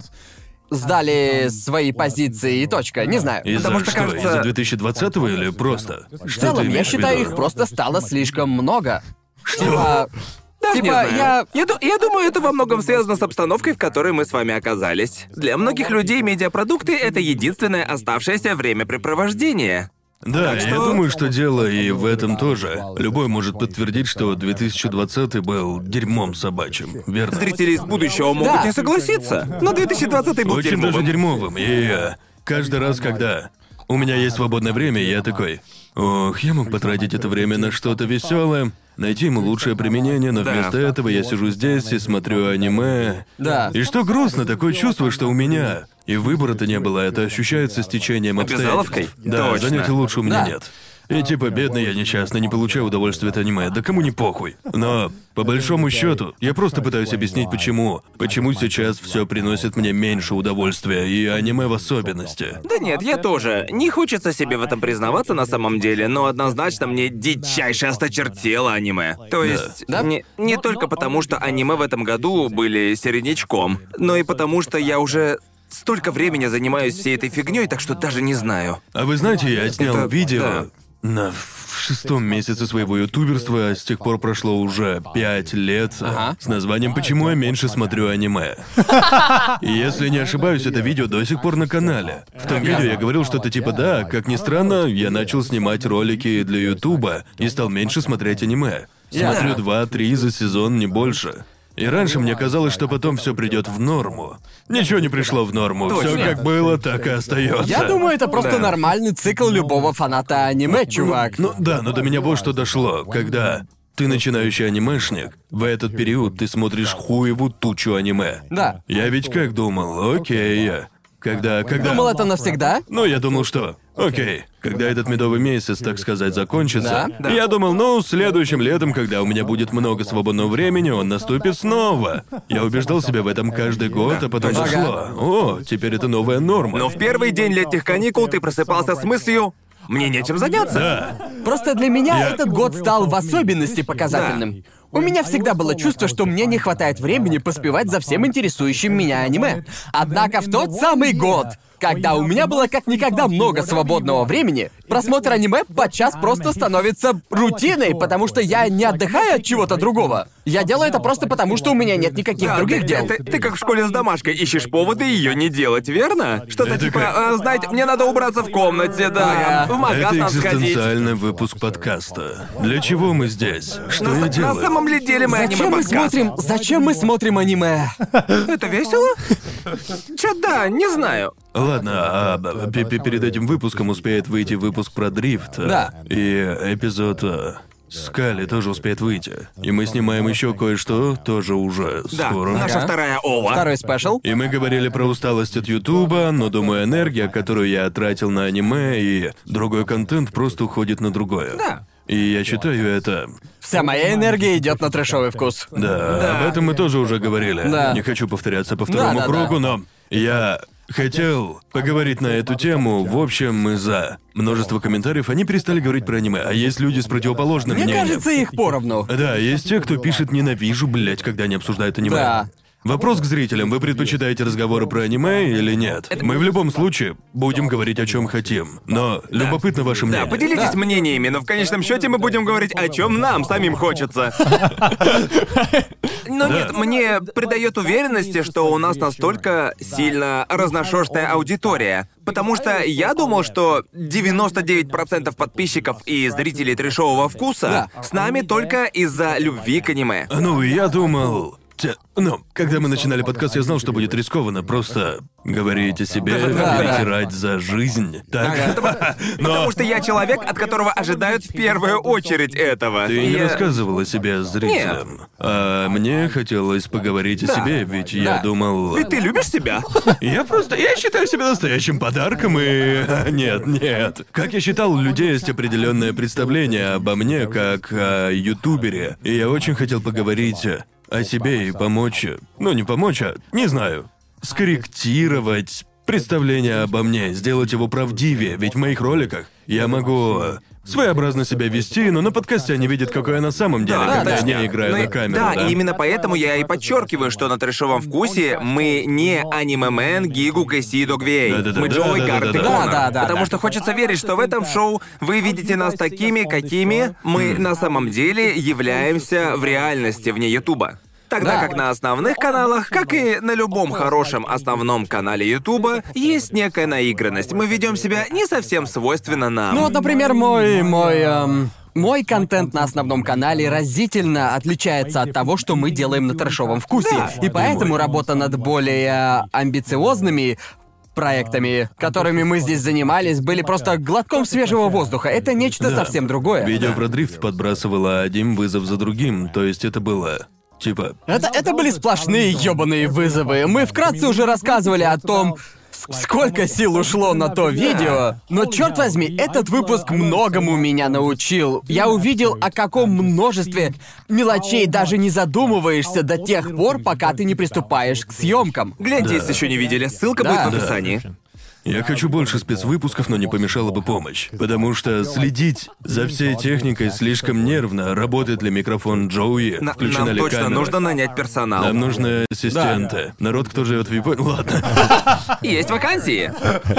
сдали свои позиции и точка. Не знаю. Из-за Потому что, что? кажется- Из-за 2020-го или просто? В Что целом, ты я имеешь в считаю, виду? их просто стало слишком много. Что? Даже не Типа, знаю. Я думаю, это во многом связано с обстановкой, в которой мы с вами оказались. Для многих людей медиапродукты — это единственное оставшееся времяпрепровождение. Да, Так я что- думаю, что дело и в этом тоже. Любой может подтвердить, что 2020 был дерьмом собачьим, верно? Зрители из будущего могут Да. не согласиться, но 2020 был Очень даже дерьмовым. дерьмовым. И каждый раз, когда у меня есть свободное время, я такой: ох, я мог потратить это время на что-то веселое, найти ему лучшее применение, но Да. вместо этого я сижу здесь и смотрю аниме. Да. И что грустно, такое чувство, что у меня и выбора-то не было, это ощущается с течением Обязаловкой? обстоятельств. Да, Точно. занятий лучше у меня Да. нет. И типа, бедный я несчастный, не получаю удовольствия от аниме, да кому не похуй. Но, по большому счету, я просто пытаюсь объяснить, почему сейчас все приносит мне меньше удовольствия, и аниме в особенности. Да нет, я тоже. Не хочется себе в этом признаваться на самом деле, но однозначно мне дичайше осточертело аниме. То есть, Да. не только потому, что аниме в этом году были середнячком, но и потому, что я уже столько времени занимаюсь всей этой фигней, так что даже не знаю. А вы знаете, я снял Это- видео да. в 6-м месяце своего ютуберства, а с тех пор прошло уже 5 лет, Ага. с названием «Почему я меньше смотрю аниме». И если не ошибаюсь, это видео до сих пор на канале. В том видео я говорил что-то типа «Да, как ни странно, я начал снимать ролики для ютуба и стал меньше смотреть аниме. Смотрю Ясно. 2-3 за сезон, не больше». И раньше мне казалось, что потом все придет в норму. Ничего не пришло в норму. Все Точно. как было, так и остается. Я думаю, это просто Да. нормальный цикл любого фаната аниме, чувак. Ну да, но до меня вот что дошло, когда ты начинающий анимешник, в этот период ты смотришь хуеву тучу аниме. Да. Я ведь как думал, окей, когда... Думал, это навсегда? Ну, я думал, что... Окей, когда этот медовый месяц, так сказать, закончится, Да. я думал, ну, следующим летом, когда у меня будет много свободного времени, он наступит снова. Я убеждал себя в этом каждый год, а потом Ага. дошло. О, теперь это новая норма. Но в первый день летних каникул ты просыпался с мыслью: «Мне нечем заняться». Да. Просто для меня этот год стал в особенности показательным. У меня всегда было чувство, что мне не хватает времени поспевать за всем интересующим меня аниме. Однако в тот самый год, когда у меня было как никогда много свободного времени, просмотр аниме подчас просто становится рутиной, потому что я не отдыхаю от чего-то другого. Я делаю это просто потому, что у меня нет никаких Да, других дел. Ты как в школе с домашкой ищешь поводы ее не делать, верно? Что-то Это типа, как- знаете, мне надо убраться в комнате, да, Ага. в магаз Это надо сходить. экзистенциальный выпуск подкаста. Для чего мы здесь? Что я На делаю? самом ли деле мы Зачем мы аниме-подкаст? Зачем мы смотрим аниме? Это весело? Чё, да, не знаю. Ладно, перед этим выпуском успеет выйти выпуск про дрифт. Да. И эпизод Скали тоже успеет выйти. И мы снимаем еще кое-что, тоже уже Да, скоро. наша Ага. вторая ова. Второй спешл. И мы говорили про усталость от Ютуба, но думаю, энергия, которую я тратил на аниме и другой контент, просто уходит на другое. Да. И я считаю это... Вся моя энергия идет на трэшовый вкус. Да, об этом мы тоже уже говорили. Да. Не хочу повторяться по второму Да. кругу, но я хотел поговорить на эту тему. В общем, мы за. Множество комментариев, они перестали говорить про аниме, а есть люди с противоположным Мне мнением. кажется, их поровну. Да, есть те, кто пишет «ненавижу, блять», когда они обсуждают аниме. Да. Вопрос к зрителям: вы предпочитаете разговоры про аниме или нет? Мы в любом случае будем говорить о чем хотим. Но любопытно ваше мнение. Да, поделитесь Да. мнениями, но в конечном счете мы будем говорить, о чем нам самим хочется. Но нет, мне придает уверенности, что у нас настолько сильно разношерстная аудитория. Потому что я думал, что 99% подписчиков и зрителей трэшового вкуса с нами только из-за любви к аниме. Ну, я думал, Ну, когда мы начинали подкаст, я знал, что будет рискованно просто говорить о себе, перетирать за жизнь. Так? Потому что я человек, от которого ожидают в первую очередь этого. Ты не рассказывал о себе зрителям. А мне хотелось поговорить о себе, ведь я думал... Ведь ты любишь себя? Я считаю себя настоящим подарком и... Нет. Как я считал, у людей есть определенное представление обо мне как о ютубере. И я очень хотел поговорить о себе и помочь... Ну, не помочь, а... Не знаю. Скорректировать представление обо мне, сделать его правдивее. Ведь в моих роликах я могу... своеобразно себя вести, но на подкасте они видят, какой я на самом деле, когда я не играю на камеру. Да, и именно поэтому я и подчеркиваю, что на трэшовом вкусе мы не аниме-мен, Гигу, Кэсси и Догвей. Мы Джоуи, Гаррет и Конор. Потому что хочется верить, что в этом шоу вы видите нас такими, какими мы на самом деле являемся в реальности вне Ютуба. Тогда как на основных каналах, как и на любом хорошем основном канале Ютуба, есть некая наигранность. Мы ведем себя не совсем свойственно нам. Ну вот, например, мой контент на основном канале разительно отличается от того, что мы делаем на трэшовом вкусе. Да. И поэтому работа над более амбициозными проектами, которыми мы здесь занимались, были просто глотком свежего воздуха. Это нечто совсем другое. Видео про дрифт подбрасывало один вызов за другим, то есть это было... Типа... Это были сплошные ёбаные вызовы. Мы вкратце уже рассказывали о том, сколько сил ушло на то видео. Но черт возьми, этот выпуск многому меня научил. Я увидел, о каком множестве мелочей даже не задумываешься до тех пор, пока ты не приступаешь к съемкам. Гляньте, если еще не видели, ссылка будет в описании. Я хочу больше спецвыпусков, но не помешала бы помощь. Потому что следить за всей техникой слишком нервно. Работает ли микрофон Джоуи? Включена Нам ли точно камера? нужно нанять персонал. Нам нужны ассистенты. Народ, кто живет в Японии... Ладно. Есть вакансии.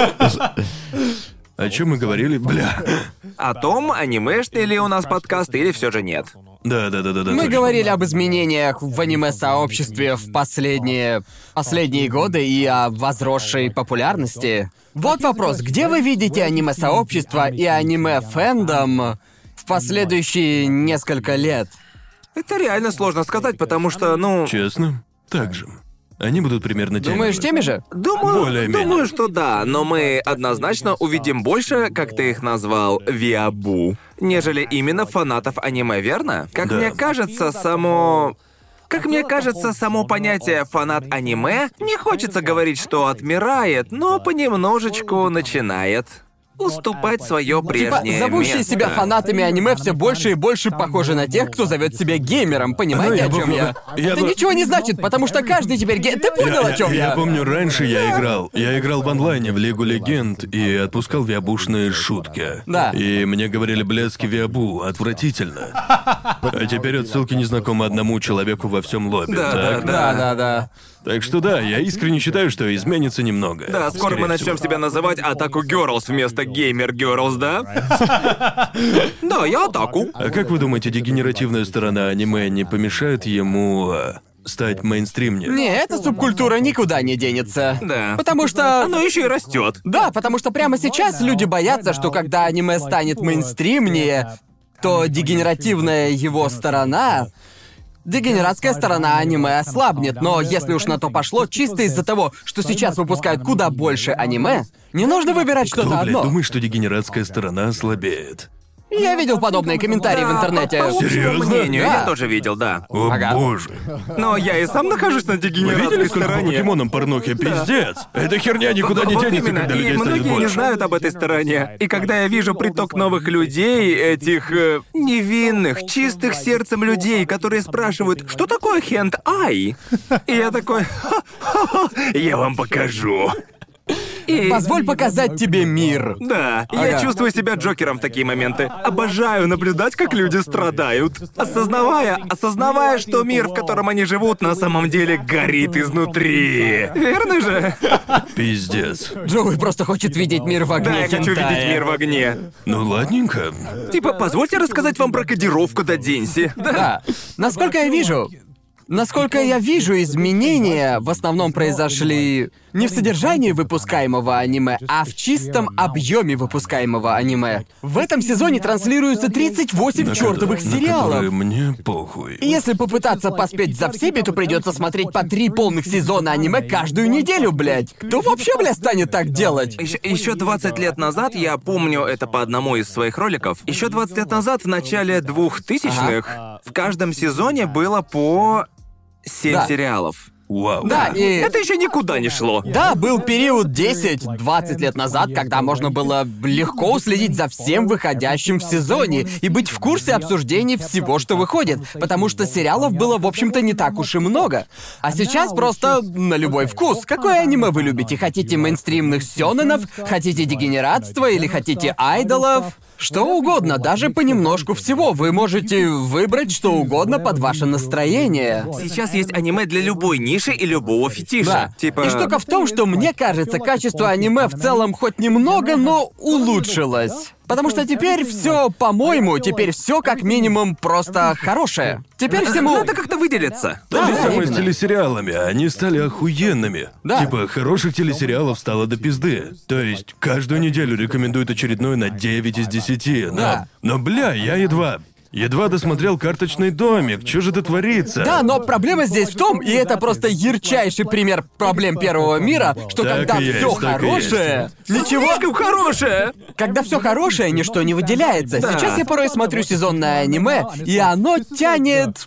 О чем мы говорили? Бля. О том, анимешный ли у нас подкаст или все же нет. Да. Мы точно. говорили об изменениях в аниме-сообществе в последние годы и о возросшей популярности. Вот вопрос, где вы видите аниме-сообщество и аниме-фэндом в последующие несколько лет? Это реально сложно сказать, потому что, Честно? Так же. Они будут примерно теми Думаешь, же. теми же? Думаю, что да, но мы однозначно увидим больше, как ты их назвал, виабу, нежели именно фанатов аниме, верно? Как Да. мне кажется, само понятие «фанат аниме» не хочется говорить, что отмирает, но понемножечку начинает уступать свое прежнее Зовущие место. себя фанатами аниме все больше и больше похожи на тех, кто зовет себя геймером. Понимаете, о чем я? Это ничего не значит, потому что каждый теперь Ты понял, о чем я? Я помню, раньше я играл в онлайне в Лигу Легенд и отпускал виабушные шутки. Да. И мне говорили, блядский виабу, отвратительно. А теперь отсылки незнакомы одному человеку во всем лобби. Так? Да. Так что да, я искренне считаю, что изменится немного. Да, скоро мы начнем себя называть Атаку Герлс вместо Геймер Герлс, да? Да, я Атаку. А как вы думаете, дегенеративная сторона аниме не помешает ему стать мейнстримнее? Не, эта субкультура никуда не денется. Да. Потому что... Оно еще и растет. Да, потому что прямо сейчас люди боятся, что когда аниме станет мейнстримнее, то дегенеративная его сторона... Дегенератская сторона аниме ослабнет, но если уж на то пошло, чисто из-за того, что сейчас выпускают куда больше аниме, не нужно выбирать Кто, что-то блядь, одно. думает, что дегенератская сторона слабеет? Я видел подобные комментарии в интернете. По общему Серьезно? мнению, Да. я тоже видел, да. О Ага. боже. Но я и сам нахожусь на Вы дегенератской видели, сколько по стороне. покемонам порнухи? Пиздец! Эта херня никуда не Вот тянется, именно. когда И людей станет многие не больше. знают об этой стороне. И когда я вижу приток новых людей, этих невинных, чистых сердцем людей, которые спрашивают, что такое хенд-ай? И я такой, «Ха-ха-ха, я вам покажу. И... Позволь показать тебе мир. Да, я чувствую себя Джокером в такие моменты. Обожаю наблюдать, как люди страдают. Осознавая, что мир, в котором они живут, на самом деле горит изнутри. Верно же? Пиздец. Джоуи просто хочет видеть мир в огне. Да, я хочу хентая. видеть мир в огне. Ну ладненько. Типа, позвольте рассказать вам про кодировку до Денси. Да. Насколько я вижу, насколько я вижу, изменения в основном произошли не в содержании выпускаемого аниме, а в чистом объеме выпускаемого аниме. В этом сезоне транслируется 38 чертовых На сериалов. которые мне похуй. И если попытаться поспеть за всеми, то придется смотреть по 3 полных сезона аниме каждую неделю, блядь. Кто вообще, блядь, станет так делать? Еще 20 лет назад, я помню это по одному из своих роликов, еще 20 лет назад, в начале 2000-х, в каждом сезоне было по 7 сериалов. Вау. Да, и... Это еще никуда не шло. Да, был период 10-20 лет назад, когда можно было легко уследить за всем выходящим в сезоне и быть в курсе обсуждений всего, что выходит, потому что сериалов было, в общем-то, не так уж и много. А сейчас просто на любой вкус. Какое аниме вы любите? Хотите мейнстримных сёнэнов? Хотите дегенератства или хотите айдолов? Что угодно, даже понемножку всего. Вы можете выбрать что угодно под ваше настроение. Сейчас есть аниме для любой ниши и любого фетиша. Да. Типа... И штука в том, что мне кажется, качество аниме в целом хоть немного, но улучшилось. Потому что теперь все, по-моему, теперь все как минимум просто хорошее. Теперь всему... Надо как-то выделиться. То же Да, самое с именно. телесериалами, они стали охуенными. Да. Типа, хороших телесериалов стало до пизды. То есть, каждую неделю рекомендуют очередной на 9 из 10. Да. Но, бля, я едва досмотрел «Карточный домик», чё же это творится? Да, но проблема здесь в том, и это просто ярчайший пример проблем первого мира, что Так когда и есть, все так и хорошее, ничего. Слишком хорошее! Когда все хорошее, ничто не выделяется. Да. Сейчас я порой смотрю сезонное аниме, и оно тянет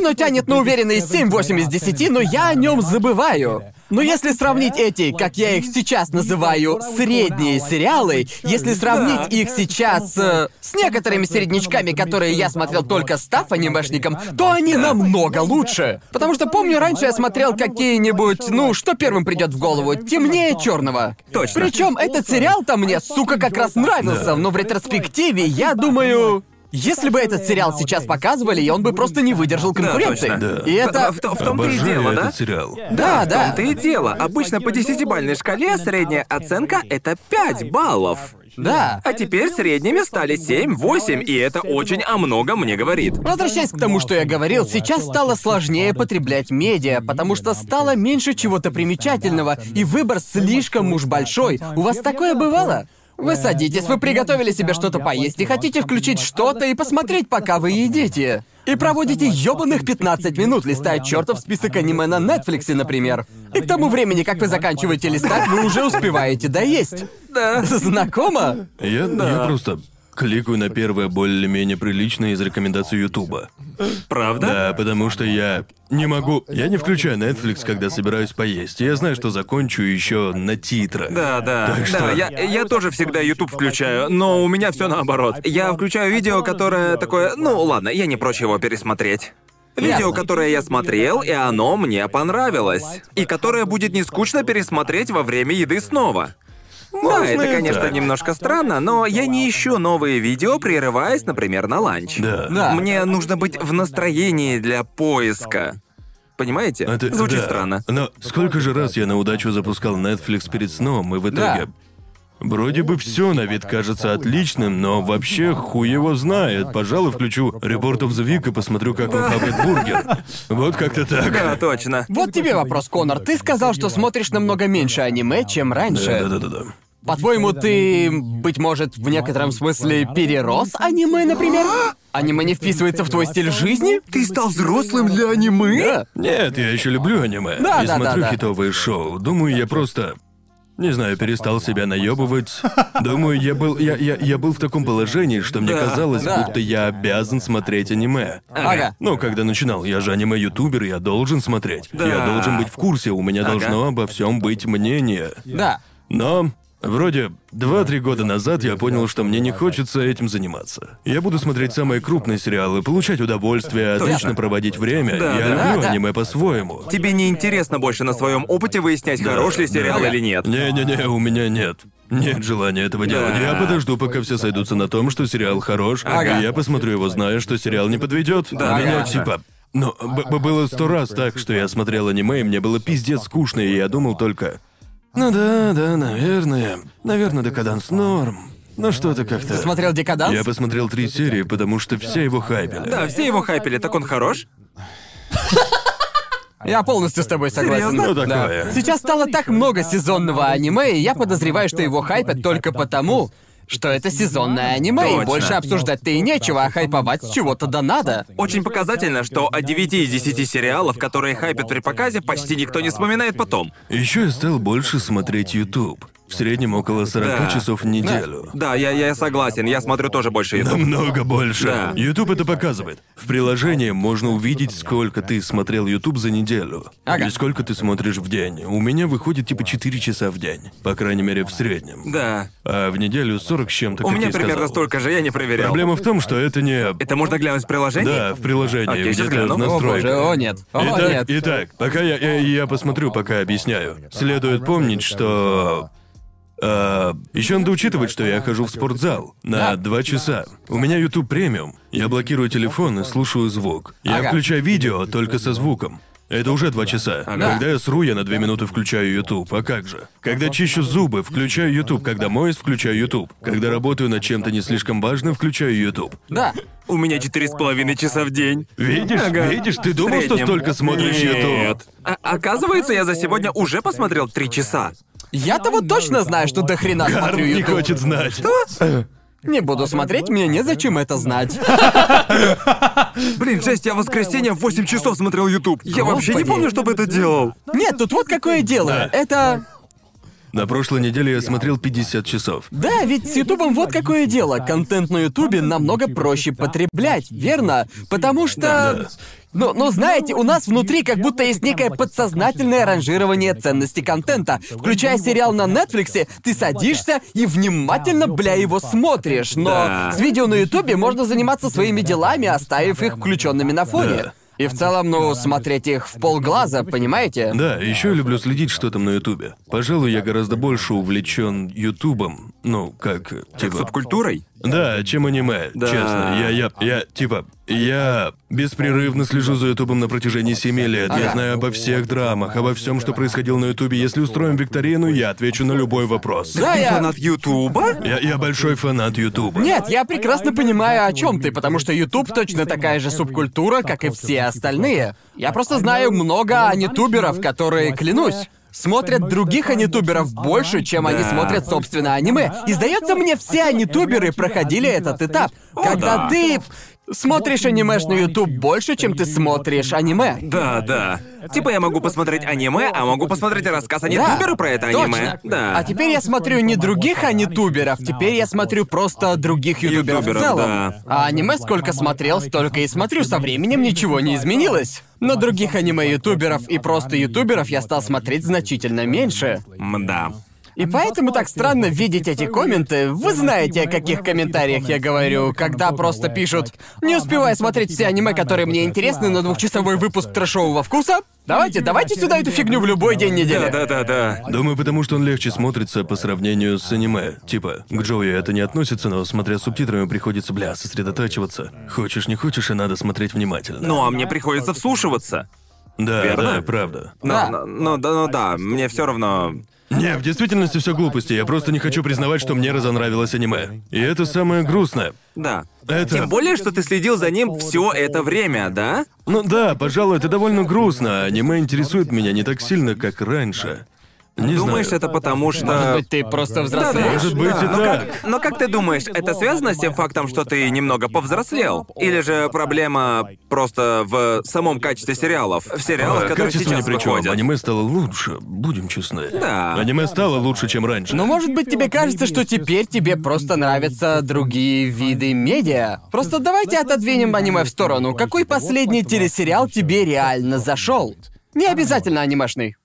на уверенные 7-8 из 10, но я о нем забываю. Но если сравнить эти, как я их сейчас называю, средние сериалы, если сравнить их сейчас с некоторыми середнячками, которые я смотрел только став анимешником, то они намного лучше. Потому что помню, раньше я смотрел какие-нибудь, что первым придет в голову, темнее черного. Точно. Причем этот сериал-то мне, сука, как раз нравился, но в ретроспективе я думаю. Если бы этот сериал сейчас показывали, он бы просто не выдержал конкуренции. точно. Да. И это... В том-то и Обожаю дело, да? этот сериал. Да, В да. том-то и дело. Обычно по 10-бальной шкале средняя оценка — это 5 баллов. Да. А теперь средними стали 7-8, и это очень о многом мне говорит. Возвращаясь к тому, что я говорил, сейчас стало сложнее потреблять медиа, потому что стало меньше чего-то примечательного, и выбор слишком уж большой. У вас такое бывало? Вы садитесь, вы приготовили себе что-то поесть и хотите включить что-то и посмотреть, пока вы едите. И проводите ёбаных 15 минут, листая чертов список аниме на Netflix, например. И к тому времени, как вы заканчиваете листать, вы уже успеваете доесть. Да. Знакомо? Я просто кликаю на первое более-менее приличное из рекомендаций Ютуба. Правда? Да, потому что я не могу... Я не включаю Netflix, когда собираюсь поесть. Я знаю, что закончу еще на титрах. Да. Так что- Да, я тоже всегда YouTube включаю, но у меня все наоборот. Я включаю видео, которое такое... Ладно, я не прочь его пересмотреть. Видео, Ясно. которое я смотрел, и оно мне понравилось. И которое будет не скучно пересмотреть во время еды снова. Да, это, и конечно, так. немножко странно, но я не ищу новые видео, прерываясь, например, на ланч. Да. Да. Мне нужно быть в настроении для поиска. Понимаете? Это- Звучит да. странно. Но сколько же раз я на удачу запускал Netflix перед сном, и в итоге... Да. Вроде бы все на вид кажется отличным, но вообще хуй его знает. Пожалуй, включу Report of the Week и посмотрю, как он хавает бургер. Вот как-то так. Да, точно. Вот тебе вопрос, Конор. Ты сказал, что смотришь намного меньше аниме, чем раньше. Да. По-твоему, ты, быть может, в некотором смысле перерос аниме, например? Аниме не вписывается в твой стиль жизни? Ты стал взрослым для аниме? Да. Нет, я еще люблю аниме. Да, и да, смотрю да. хитовые шоу. Думаю, я просто... Не знаю, перестал себя наебывать. Думаю, я был в таком положении, что мне Да, казалось, да. будто я обязан смотреть аниме. Ага. Ну, когда начинал, я же аниме-ютубер, я должен смотреть. Да. Я должен быть в курсе, у меня Ага. должно обо всем быть мнение. Да. Но вроде 2-3 года назад я понял, что мне не хочется этим заниматься. Я буду смотреть самые крупные сериалы, получать удовольствие, отлично проводить время. Да, Я да. люблю Да. аниме по-своему. Тебе не интересно больше на своем опыте выяснять, хорош ли сериал да. или нет. Не-не-не, у меня нет. Нет желания этого делать. Я подожду, пока все сойдутся на том, что сериал хорош, Ага. и я посмотрю его, зная, что сериал не подведет. Да, У меня ага. типа... Ну, было 100 раз так, что я смотрел аниме, и мне было пиздец скучно, и я думал только... Ну да, наверное. Наверное, декаданс норм. Но что-то как-то... Смотрел Декаданс? Я посмотрел 3 серии, потому что все его хайпили. Да, все его хайпели, так он хорош? Я полностью с тобой согласен. Серьезно? Ну, такое. Сейчас стало так много сезонного аниме, и я подозреваю, что его хайпят только потому, что это сезонное аниме, Точно. и больше обсуждать-то и нечего, а хайповать с чего-то да надо. Очень показательно, что о 9 из 10 сериалов, которые хайпят при показе, почти никто не вспоминает потом. Еще я стал больше смотреть YouTube. В среднем около 40 Да. часов в неделю. Да, я согласен, я смотрю тоже больше YouTube. Намного больше. Да. YouTube это показывает. В приложении можно увидеть, сколько ты смотрел YouTube за неделю. Ага. И сколько ты смотришь в день. У меня выходит типа 4 часа в день. По крайней мере, в среднем. Да. А в неделю 40 с чем-то, У как меня я примерно сказал. столько же, я не проверял. Проблема в том, что это не... Это можно глянуть в приложении? Да, в приложении, Окей, сейчас где-то гляну. в О настройках. боже, о нет. О нет. Итак, пока я посмотрю, пока объясняю. Следует помнить, что... еще надо учитывать, что я хожу в спортзал на 2 часа. У меня YouTube премиум. Я блокирую телефон и слушаю звук. Я Ага. включаю видео только со звуком. Это уже 2 часа. Когда я сру, я на 2 минуты включаю YouTube. А как же? Когда чищу зубы, включаю YouTube. Когда моюсь, включаю YouTube. Когда работаю над чем-то не слишком важным, включаю YouTube. Да. У меня 4,5 часа в день. Видишь? Ага. Видишь? Ты думал, В что среднем. столько смотришь YouTube? Нет. Оказывается, я за сегодня уже посмотрел 3 часа. Я-то вот точно знаю, что до хрена Карл смотрю не YouTube. хочет знать. Не буду смотреть, мне незачем это знать. Блин, жесть, я в воскресенье в 8 часов смотрел YouTube. Я вообще не Господи. помню, чтобы это делал. Нет, тут вот какое дело. Это... На прошлой неделе я смотрел 50 часов. Да, ведь с Ютубом вот какое дело. Контент на Ютубе намного проще потреблять, верно? Потому что... Ну, знаете, у нас внутри как будто есть некое подсознательное ранжирование ценностей контента. Включая сериал на Нетфликсе, ты садишься и внимательно, его смотришь. Но Да. с видео на Ютубе можно заниматься своими делами, оставив их включенными на фоне. Да. И в целом, смотреть их в полглаза, понимаете? Да, еще я люблю следить, что там на Ютубе. Пожалуй, я гораздо больше увлечен Ютубом, Как типа... субкультурой? Да, чем аниме, Да. честно. Я беспрерывно слежу за Ютубом на протяжении 7 лет. Я знаю обо всех драмах, обо всем, что происходило на Ютубе. Если устроим викторину, я отвечу на любой вопрос. Да, Ты я... фанат Ютуба? Я большой фанат Ютуба. Нет, я прекрасно понимаю, о чем ты, потому что YouTube точно такая же субкультура, как и все остальные. Я просто знаю много анитуберов, которые, клянусь, смотрят других анитуберов больше, чем они смотрят, собственно, аниме. И сдается мне, все анитуберы проходили этот этап. Когда да. ты смотришь анимешный YouTube больше, чем ты смотришь аниме. Да. Типа я могу посмотреть аниме, а могу посмотреть рассказ анитубера про это аниме. Точно. Да. А теперь я смотрю не других анитуберов, теперь я смотрю просто других ютуберов в Ютуберов, целом. да. А аниме сколько смотрел, столько и смотрю. Со временем ничего не изменилось. Но других аниме-ютуберов и просто ютуберов я стал смотреть значительно меньше. Мда. И поэтому так странно видеть эти комменты. Вы знаете, о каких комментариях я говорю, когда просто пишут: «Не успеваю смотреть все аниме, которые мне интересны, но двухчасовой выпуск трэшового вкуса? Давайте сюда эту фигню в любой день недели». Да. Думаю, потому что он легче смотрится по сравнению с аниме. Типа, к Джоуи это не относится, но смотря с субтитрами приходится, сосредотачиваться. Хочешь, не хочешь, и надо смотреть внимательно. Ну, а мне приходится вслушиваться. Да, правда. Да. Да, мне все равно. Не, в действительности все глупости, я просто не хочу признавать, что мне разонравилось аниме. И это самое грустное. Да. Это... Тем более, что ты следил за ним все это время, да? Ну да, пожалуй, это довольно грустно. Аниме интересует меня не так сильно, как раньше. Не Думаешь, знаю. это потому что... Может быть, ты просто взрослеешь? Может быть и так. Но как ты думаешь, это связано с тем фактом, что ты немного повзрослел? Или же проблема просто в самом качестве сериалов? В сериалах, которые Качество ни сейчас при чем. выходят? Аниме стало лучше, будем честны. Да. Аниме стало лучше, чем раньше. Но может быть тебе кажется, что теперь тебе просто нравятся другие виды медиа? Просто давайте отодвинем аниме в сторону. Какой последний телесериал тебе реально зашел? Не обязательно анимешный.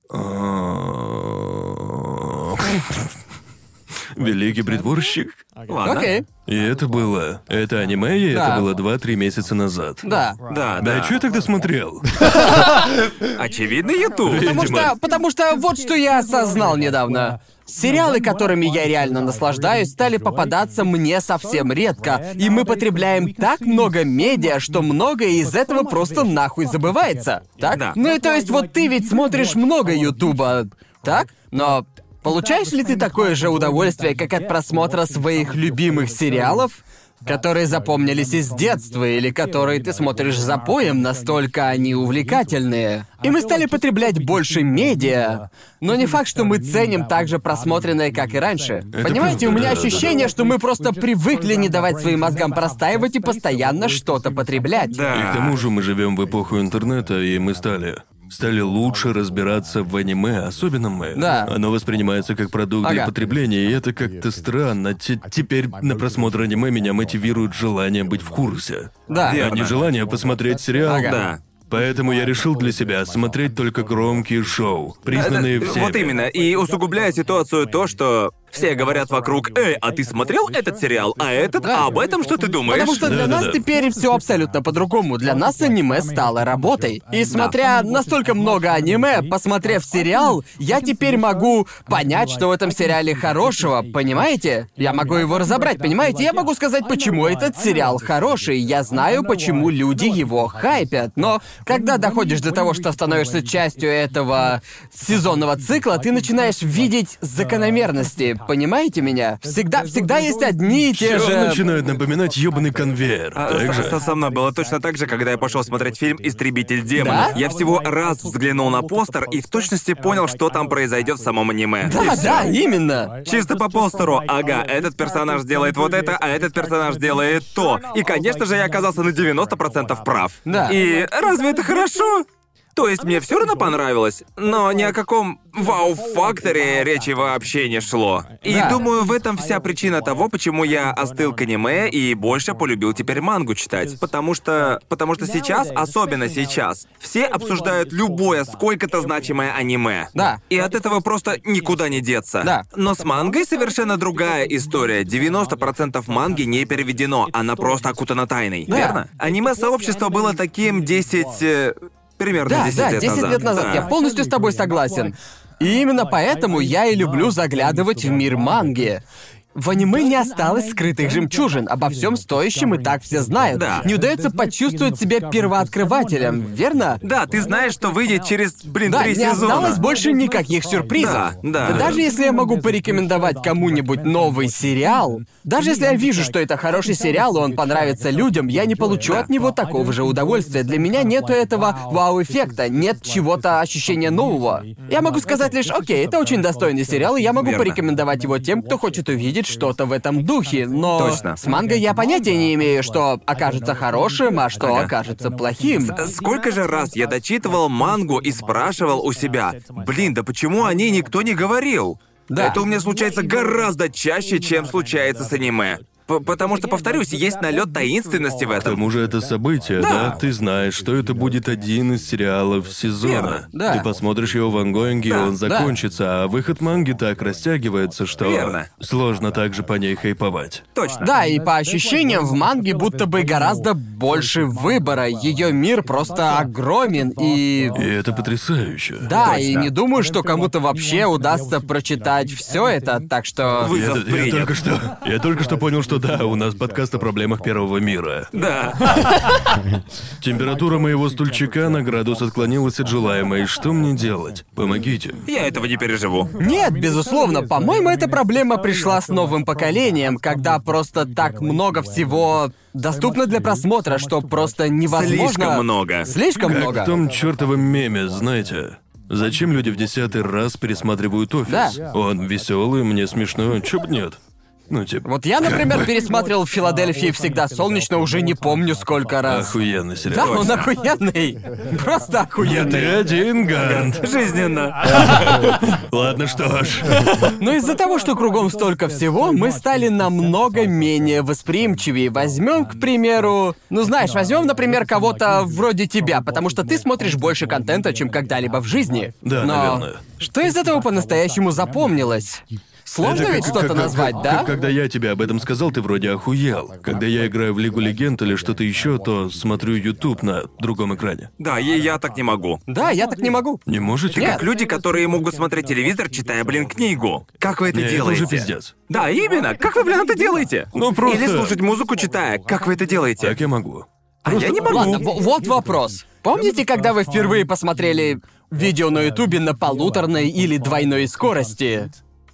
Великий притворщик. Ладно. Окей. И это было... Это аниме, и Да. это было 2-3 месяца назад. Да. Да. Да, что я тогда смотрел? Очевидно, Ютуб. Потому что вот что я осознал недавно. Сериалы, которыми я реально наслаждаюсь, стали попадаться мне совсем редко. И мы потребляем так много медиа, что многое из этого просто нахуй забывается. Так? Да. Ну и то есть вот ты ведь смотришь много Ютуба, так? Но получаешь ли ты такое же удовольствие, как от просмотра своих любимых сериалов, которые запомнились из детства или которые ты смотришь запоем, настолько они увлекательные. И мы стали потреблять больше медиа, но не факт, что мы ценим так же просмотренное, как и раньше. Понимаете, у меня ощущение, что мы просто привыкли не давать своим мозгам простаивать и постоянно что-то потреблять. И к тому же мы живем в эпоху интернета, и мы стали лучше разбираться в аниме, особенно мы. Да. Оно воспринимается как продукт для потребления, и это как-то странно. Теперь на просмотр аниме меня мотивирует желание быть в курсе. Да. А не желание посмотреть сериал. Ага. Да. Поэтому я решил для себя смотреть только громкие шоу, признанные всеми. Вот именно. И усугубляя ситуацию то, что все говорят вокруг: «Эй, а ты смотрел этот сериал? А этот? Да. А об этом что ты думаешь?» Потому что для нас Да-да-да. теперь все абсолютно по-другому. Для нас аниме стало работой. И смотря настолько много аниме, посмотрев сериал, я теперь могу понять, что в этом сериале хорошего, понимаете? Я могу его разобрать, понимаете? Я могу сказать, почему этот сериал хороший. Я знаю, почему люди его хайпят. Но когда доходишь до того, что становишься частью этого сезонного цикла, ты начинаешь видеть закономерности. Понимаете меня? Всегда есть одни и те Всё же... начинает напоминать ёбаный конвейер. Так же? Со мной было точно так же, когда я пошел смотреть фильм «Истребитель демонов». Да? Я всего раз взглянул на постер и в точности понял, что там произойдет в самом аниме. Да, именно. Чисто по постеру. Ага, этот персонаж делает вот это, а этот персонаж делает то. И, конечно же, я оказался на 90% прав. Да. И разве это хорошо? То есть мне все равно понравилось, но ни о каком вау-факторе речи вообще не шло. И Да. думаю, в этом вся причина того, почему я остыл к аниме и больше полюбил теперь мангу читать. Потому что сейчас, особенно сейчас, все обсуждают любое сколько-то значимое аниме. Да. И от этого просто никуда не деться. Да. Но с мангой совершенно другая история. 90% манги не переведено, она просто окутана тайной. Да. Верно? Аниме-сообщество было таким 10... примерно Да, 10 да, лет 10 назад. лет назад. Да. Я полностью с тобой согласен. И именно поэтому я и люблю заглядывать в мир манги. В аниме не осталось скрытых жемчужин, обо всем стоящем и так все знают. Да. Не удается почувствовать себя первооткрывателем, верно? Да, ты знаешь, что выйдет через, Да, 3 не сезона. осталось больше никаких сюрпризов. Да. Даже если я могу порекомендовать кому-нибудь новый сериал, даже если я вижу, что это хороший сериал, и он понравится людям, я не получу от него такого же удовольствия. Для меня нету этого вау-эффекта, нет чего-то ощущения нового. Я могу сказать лишь: окей, это очень достойный сериал, и я могу Верно. порекомендовать его тем, кто хочет увидеть что-то в этом духе, но Точно. с мангой я понятия не имею, что окажется хорошим, а что Ага. окажется плохим. Сколько же раз я дочитывал мангу и спрашивал у себя: блин, да почему о ней никто не говорил? Да. Это у меня случается гораздо чаще, чем случается с аниме. Потому что, повторюсь, есть налет таинственности в К этом. тому же это событие, да? Ты знаешь, что это будет один из сериалов сезона. Верно. Да. Ты посмотришь его в ангоинге, и Да. он закончится, а выход манги так растягивается, что Верно. сложно также по ней хайповать. Точно. Да, и по ощущениям в манге будто бы гораздо больше выбора. Ее мир просто огромен и... И это потрясающе. Да, и Точно. не думаю, что кому-то вообще удастся прочитать все это, так что... Вызов Я принят. только что понял, что да, у нас подкаст о проблемах первого мира. Да. Температура моего стульчика на градус отклонилась от желаемой. Что мне делать? Помогите. Я этого не переживу. Нет, безусловно, по-моему, эта проблема пришла с новым поколением, когда просто так много всего доступно для просмотра, что просто невозможно... Слишком много. Слишком Как много. в том чертовом меме, знаете. Зачем люди в 10-й раз пересматривают «Офис»? Да. Он веселый, мне смешно, чё б нет? Ну, типа... Вот я, например, пересматривал «В Филадельфии всегда солнечно» уже не помню сколько раз. Охуенный Да, сериал. он охуенный. Просто Я охуенный. ты один, Гарнт. Жизненно. Ладно, что ж. Но из-за того, что кругом столько всего, мы стали намного менее восприимчивее. Возьмем, к примеру... Ну, знаешь, возьмем, например, кого-то вроде тебя, потому что ты смотришь больше контента, чем когда-либо в жизни. Да, Но наверное. что из этого по-настоящему запомнилось? Сложно Это ведь как- что-то как- назвать, как- да? как когда я тебе об этом сказал, ты вроде охуел. Когда я играю в Лигу Легенд или что-то еще, то смотрю YouTube на другом экране. Да, и я так не могу. Да, я так не могу. Не можете? Нет. Как люди, которые могут смотреть телевизор, читая, книгу. Как вы это Не, это делаете? уже пиздец. Да, именно. Как вы, это делаете? Ну, просто- Или слушать музыку, читая. Как вы это делаете? Так я могу. А я не могу. Ладно, вот вопрос. Помните, когда вы впервые посмотрели видео на Ютубе на полуторной или двойной скорости?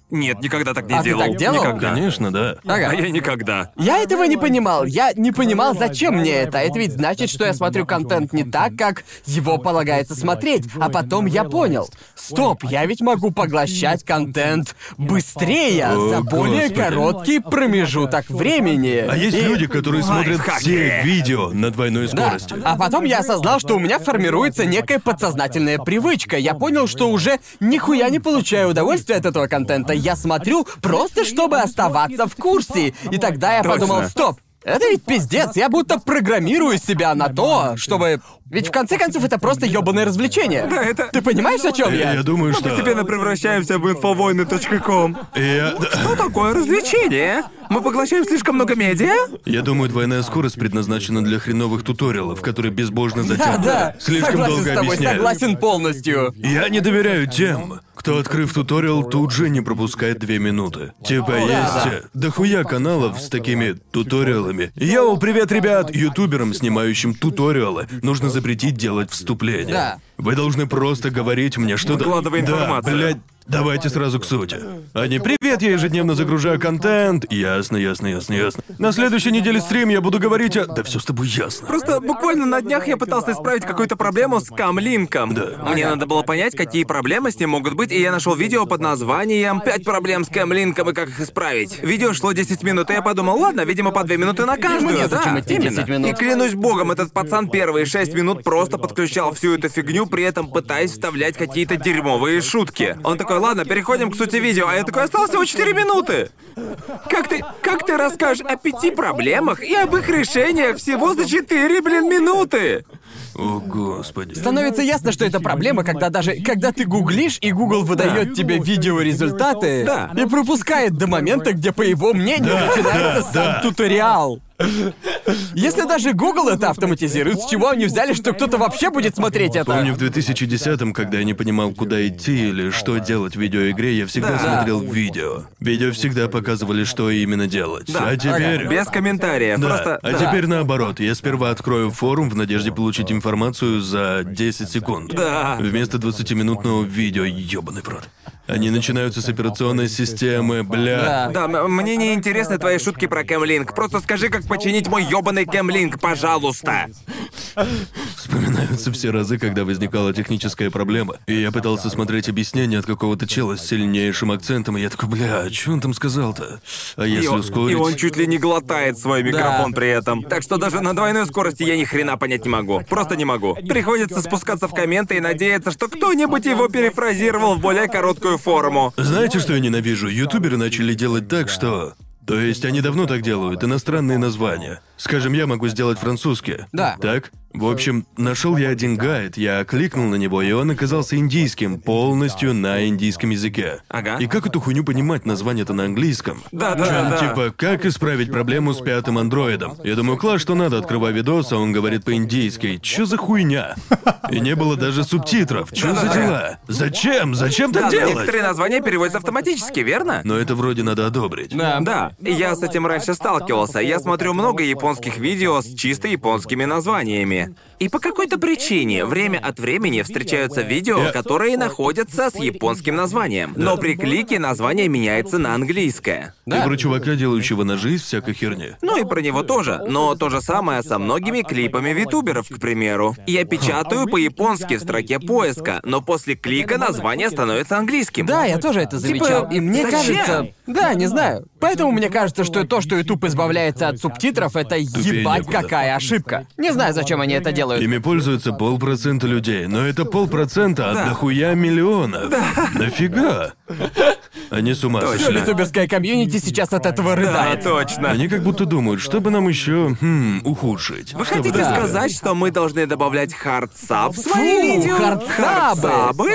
Нет, никогда так не А ты делал. так делал? Никогда. Конечно, да. Ага. А я никогда. Я этого не понимал. Я не понимал, зачем мне это. Это ведь значит, что я смотрю контент не так, как его полагается смотреть. А потом я понял. Стоп, я ведь могу поглощать контент быстрее, О, за более Господи. короткий промежуток времени. А есть И- люди, которые смотрят Лайфхаки. все видео на двойной Да. скорости. А потом я осознал, что у меня формируется некая подсознательная привычка. Я понял, что уже нихуя не получаю удовольствия от этого контента. Я смотрю просто, чтобы оставаться в курсе. И тогда я Точно. подумал, стоп, это ведь пиздец, я будто программирую себя на то, чтобы... Ведь в конце концов это просто ёбаное развлечение. Да, это- Ты понимаешь, о чем я? Я думаю, что... Постепенно превращаемся в инфовойны.ком. Что такое развлечение? Мы поглощаем слишком много медиа? Я думаю, двойная скорость предназначена для хреновых туториалов, которые безбожно затянуты. Да, Слишком согласен долго с тобой, объясняют. согласен полностью. Я не доверяю тем, кто, открыв туториал, тут же не пропускает 2 минуты. Типа есть дохуя каналов с такими туториалами. Йоу, привет, ребят! Ютуберам, снимающим туториалы, нужно запретить делать вступление. Да. Вы должны просто говорить мне что-то... Выкладывай информацию. Да, блядь, давайте сразу к сути. Они, привет, я ежедневно загружаю контент. Ясно. На следующей неделе стрим я буду говорить о... Да все с тобой ясно. Просто буквально на днях я пытался исправить какую-то проблему с камлинком. Да. Мне надо было понять, какие проблемы с ним могут быть, и я нашел видео под названием «5 проблем с камлинком и как их исправить». Видео шло 10 минут, и я подумал, ладно, видимо, по 2 минуты на каждую, незачем да, идти 10 именно. минут. И клянусь богом, этот пацан первые 6 минут просто подключал всю эту фигню, при этом пытаясь вставлять какие-то дерьмовые шутки. Он такой, ладно, переходим к сути видео, а я такой, осталось всего 4 минуты. Как ты расскажешь о 5 проблемах и об их решениях всего за 4, минуты? О, господи. Становится ясно, что это проблема, когда ты гуглишь, и Google выдает тебе видеорезультаты, Да. и пропускает до момента, где, по его мнению, начинается сам туториал. Если даже Google это автоматизирует, с чего они взяли, что кто-то вообще будет смотреть это? Помню, в 2010-м, когда я не понимал, куда идти или что делать в видеоигре, я всегда Да. смотрел видео. Видео всегда показывали, что именно делать. Да. А теперь... Без комментариев, Да, просто... а теперь наоборот. Я сперва открою форум в надежде получить информацию за 10 секунд. Да. Вместо 20-минутного видео, ёбаный в рот. Они начинаются с операционной системы, бля. Да, мне не интересны твои шутки про Кэмлинк. Просто скажи, как починить мой ёбаный Кэмлинк, пожалуйста. Вспоминаются все разы, когда возникала техническая проблема, и я пытался смотреть объяснение от какого-то чела с сильнейшим акцентом, и я такой, бля, а что он там сказал-то? А если ускорить? И он чуть ли не глотает свой микрофон при этом. Так что даже на двойной скорости я ни хрена понять не могу. Просто не могу. Приходится спускаться в комменты и надеяться, что кто-нибудь его перефразировал в более короткую форму. Знаете, что я ненавижу? Ютуберы начали делать так, что... То есть они давно так делают, иностранные названия. Скажем, я могу сделать французские. Да. Так? В общем, нашел я один гайд, я кликнул на него, и он оказался индийским, полностью на индийском языке. Ага. И как эту хуйню понимать, название-то на английском? Да. Типа, как исправить проблему с 5-м андроидом? Я думаю, класс, что надо, открываю видос, а он говорит по-индийски. Чё за хуйня? И не было даже субтитров. Чё за дела? Зачем? Зачем так Да, но делать? некоторые названия переводятся автоматически, верно? Но это вроде надо одобрить. Да, я с этим раньше сталкивался. Я смотрю много японских видео с чисто японскими названиями. И по какой-то причине время от времени встречаются видео, которые находятся с японским названием. Но при клике название меняется на английское. Ты про чувака, делающего ножи из всякой херни. Ну и про него тоже. Но то же самое со многими клипами витуберов, к примеру. Я печатаю по-японски в строке поиска, но после клика название становится английским. Да, я тоже это замечал. Типа, И мне зачем? кажется... Да, не знаю. Поэтому мне кажется, что то, что YouTube избавляется от субтитров, это ебать некуда. какая ошибка. Не знаю, зачем они это делают. Ими пользуются 0,5% людей, но это 0,5% от дохуя миллионов. Нафига? Они с ума Точно. сошли. Ютуберская комьюнити сейчас от этого Да, рыдает. точно. Они как будто думают, что бы нам еще ухудшить. Вы Чтобы хотите такое. сказать, что мы должны добавлять хардсаб в свои Фу, видео? хардсабы. Хардсабы?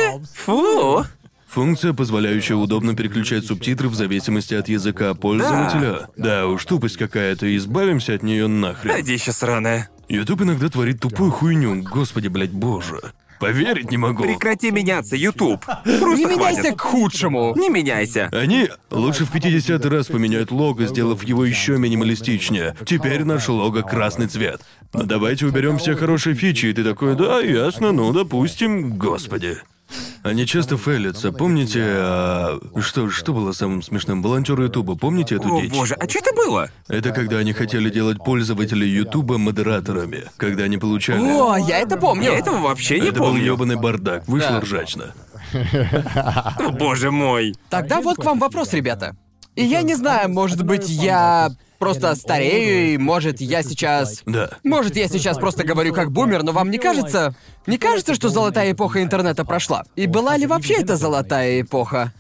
Фу. Функция, позволяющая удобно переключать субтитры в зависимости от языка пользователя. Да уж, тупость какая-то, избавимся от нее нахрен. Дичь сраная. Ютуб иногда творит тупую хуйню, господи, блядь, боже. Поверить не могу. Прекрати меняться, YouTube. Не Просто меняйся хватит. к худшему. Не меняйся. Они лучше в 50-й раз поменяют лого, сделав его еще минималистичнее. Теперь наше лого красный цвет. Но давайте уберем все хорошие фичи, и ты такой, да, ясно, ну, допустим, господи. Они часто фейлятся. Помните, что было самым смешным? Волонтеры Ютуба, помните эту О дичь? боже, а что это было? Это когда они хотели делать пользователей Ютуба модераторами, когда они получали... О, я это помню. Я этого вообще не Это был помню. ёбаный бардак, вышло Да. ржачно. О боже мой. Тогда вот к вам вопрос, ребята. И я не знаю, может быть, я просто старею, и может я сейчас... Да. Может, я сейчас просто говорю как бумер, но вам не кажется... Не кажется, что золотая эпоха интернета прошла? И была ли вообще эта золотая эпоха?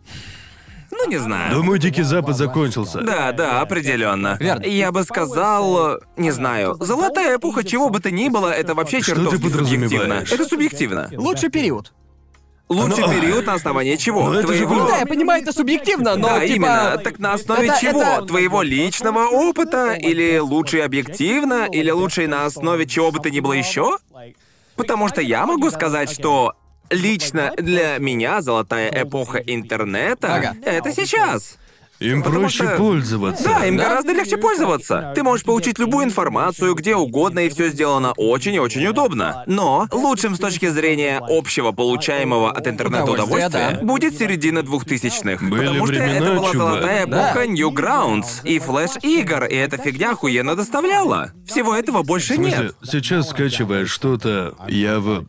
Ну, не знаю. Думаю, Дикий Запад закончился. Да, определенно. Верно. Я бы сказал, не знаю, золотая эпоха чего бы то ни было, это вообще Что чертовски ты подразумеваешь? субъективно. Это субъективно. Лучший период. Лучший Ну, период на основании чего? ну, это же Твоего... Ну да, я понимаю, это субъективно, но Да, типа... именно. Так на основе это- чего? это- Твоего личного опыта? Или лучший объективно? Или лучший на основе чего бы то ни было еще? Потому что я могу сказать, что лично для меня золотая эпоха интернета Ага. это сейчас. Им Потому проще что- пользоваться. Да, им Да? гораздо легче пользоваться. Ты можешь получить любую информацию где угодно, и все сделано очень и очень удобно. Но лучшим с точки зрения общего получаемого от интернета Удовольствия, удовольствия да. будет середина 2000-х. Были Потому что времена, это была чувак. золотая Да. эпоха Newgrounds и флеш-игр, и эта фигня охуенно доставляла. Всего этого В больше смысле, нет. сейчас скачиваешь что-то, я в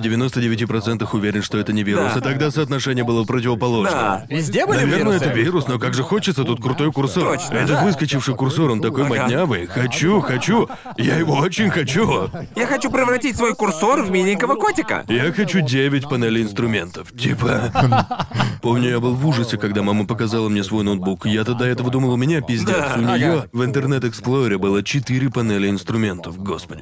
99% уверен, что это не вирус, Да. и тогда соотношение было противоположным. Да. Везде были Наверное, вирусы? это вирус, но как же хочется тут крутой курсор. Точно. Этот выскочивший курсор, он такой Ага. моднявый. Хочу. Я его очень хочу. Я хочу превратить свой курсор в миленького котика. Я хочу 9 панелей инструментов. Типа... Помню, я был в ужасе, когда мама показала мне свой ноутбук. Я-то до этого думал, у меня пиздец. Да. У нее Ага. в Internet Explorer было 4 панели инструментов, господи.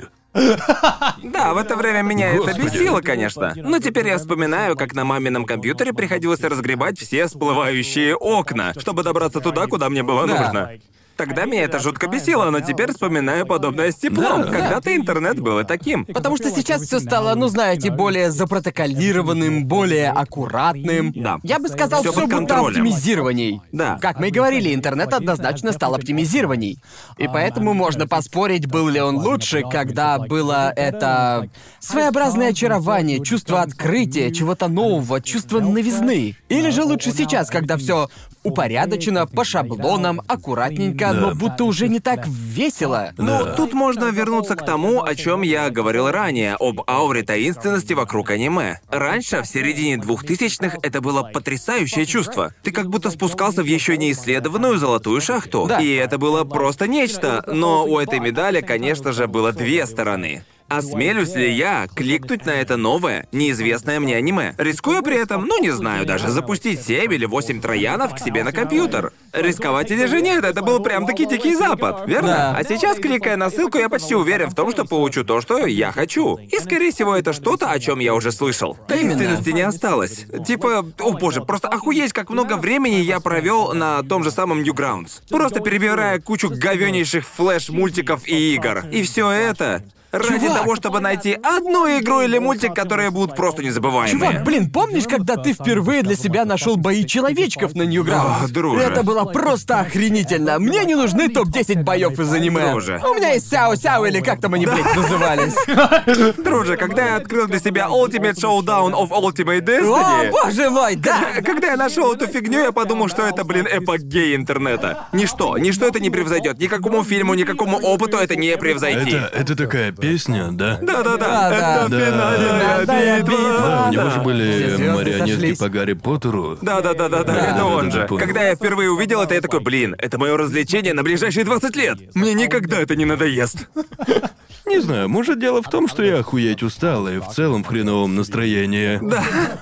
Да, в это время меня это Господи. бесило, конечно. Но теперь я вспоминаю, как на мамином компьютере приходилось разгребать все всплывающие окна, чтобы добраться туда, куда мне было Да. нужно. Тогда меня это жутко бесило, но теперь вспоминаю подобное с теплом. Да. Когда-то интернет был и таким. Потому что сейчас все стало, ну знаете, более запротоколированным, более аккуратным. Да. Я бы сказал, Всё все под будто контролем. оптимизированней. Да. Как мы и говорили, интернет однозначно стал оптимизированней. И поэтому можно поспорить, был ли он лучше, когда было это своеобразное очарование, чувство открытия, чего-то нового, чувство новизны. Или же лучше сейчас, когда все упорядочено, по шаблонам, аккуратненько, но будто уже не так весело. Ну, тут можно вернуться к тому, о чем я говорил ранее, об ауре таинственности вокруг аниме. Раньше, в середине 2000-х, это было потрясающее чувство. Ты как будто спускался в еще не исследованную золотую шахту. Да. И это было просто нечто. Но у этой медали, конечно же, было две стороны. Осмелюсь ли я кликнуть на это новое, неизвестное мне аниме, рискуя при этом, ну не знаю, даже запустить 7 или 8 троянов к себе на компьютер? Рисковать или же нет, это был прям-таки Дикий Запад, верно? Да. А сейчас, кликая на ссылку, я почти уверен в том, что получу то, что я хочу. И, скорее всего, это что-то, о чем я уже слышал. Таинственности не осталось. Типа, о боже, просто охуеть, как много времени я провел на том же самом Newgrounds. Просто перебирая кучу говёнейших флеш-мультиков и игр. И все это... Ради Чувак! того, чтобы найти одну игру или мультик, которые будут просто незабываемые. Чувак, блин, помнишь, когда ты впервые для себя нашел бои человечков на Ньюграунд? Ох, друже. Это было просто охренительно. Мне не нужны топ-10 боев из аниме. Друже. У меня есть Сяо-Сяо или как там они, блядь, назывались. Друже, когда я открыл для себя Ultimate Showdown of Ultimate О, Destiny... боже мой, да! Когда я нашел эту фигню, я подумал, что это, блин, эпогей интернета. Ничто это не превзойдет. Никакому фильму, никакому опыту это не превзойти. Это такая песня, да? Да-да-да. Это Да. финальная Да, битва. Да, у него же Все были звезды марионетки сошлись. по Гарри Поттеру. Да-да-да-да-да, Да, это он да, же. понял. Когда я впервые увидел это, я такой, блин, это мое развлечение на ближайшие 20 лет. Мне никогда это не надоест. Не знаю, может дело в том, что я охуеть устал и в целом в хреновом настроении. Да.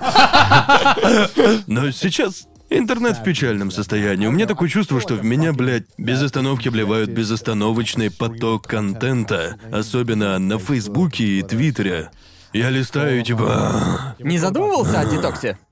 Но сейчас интернет в печальном состоянии. У меня такое чувство, что в меня, блядь, без остановки вливают безостановочный поток контента. Особенно на Фейсбуке и Твиттере. Я листаю, типа... Не задумывался о детоксе?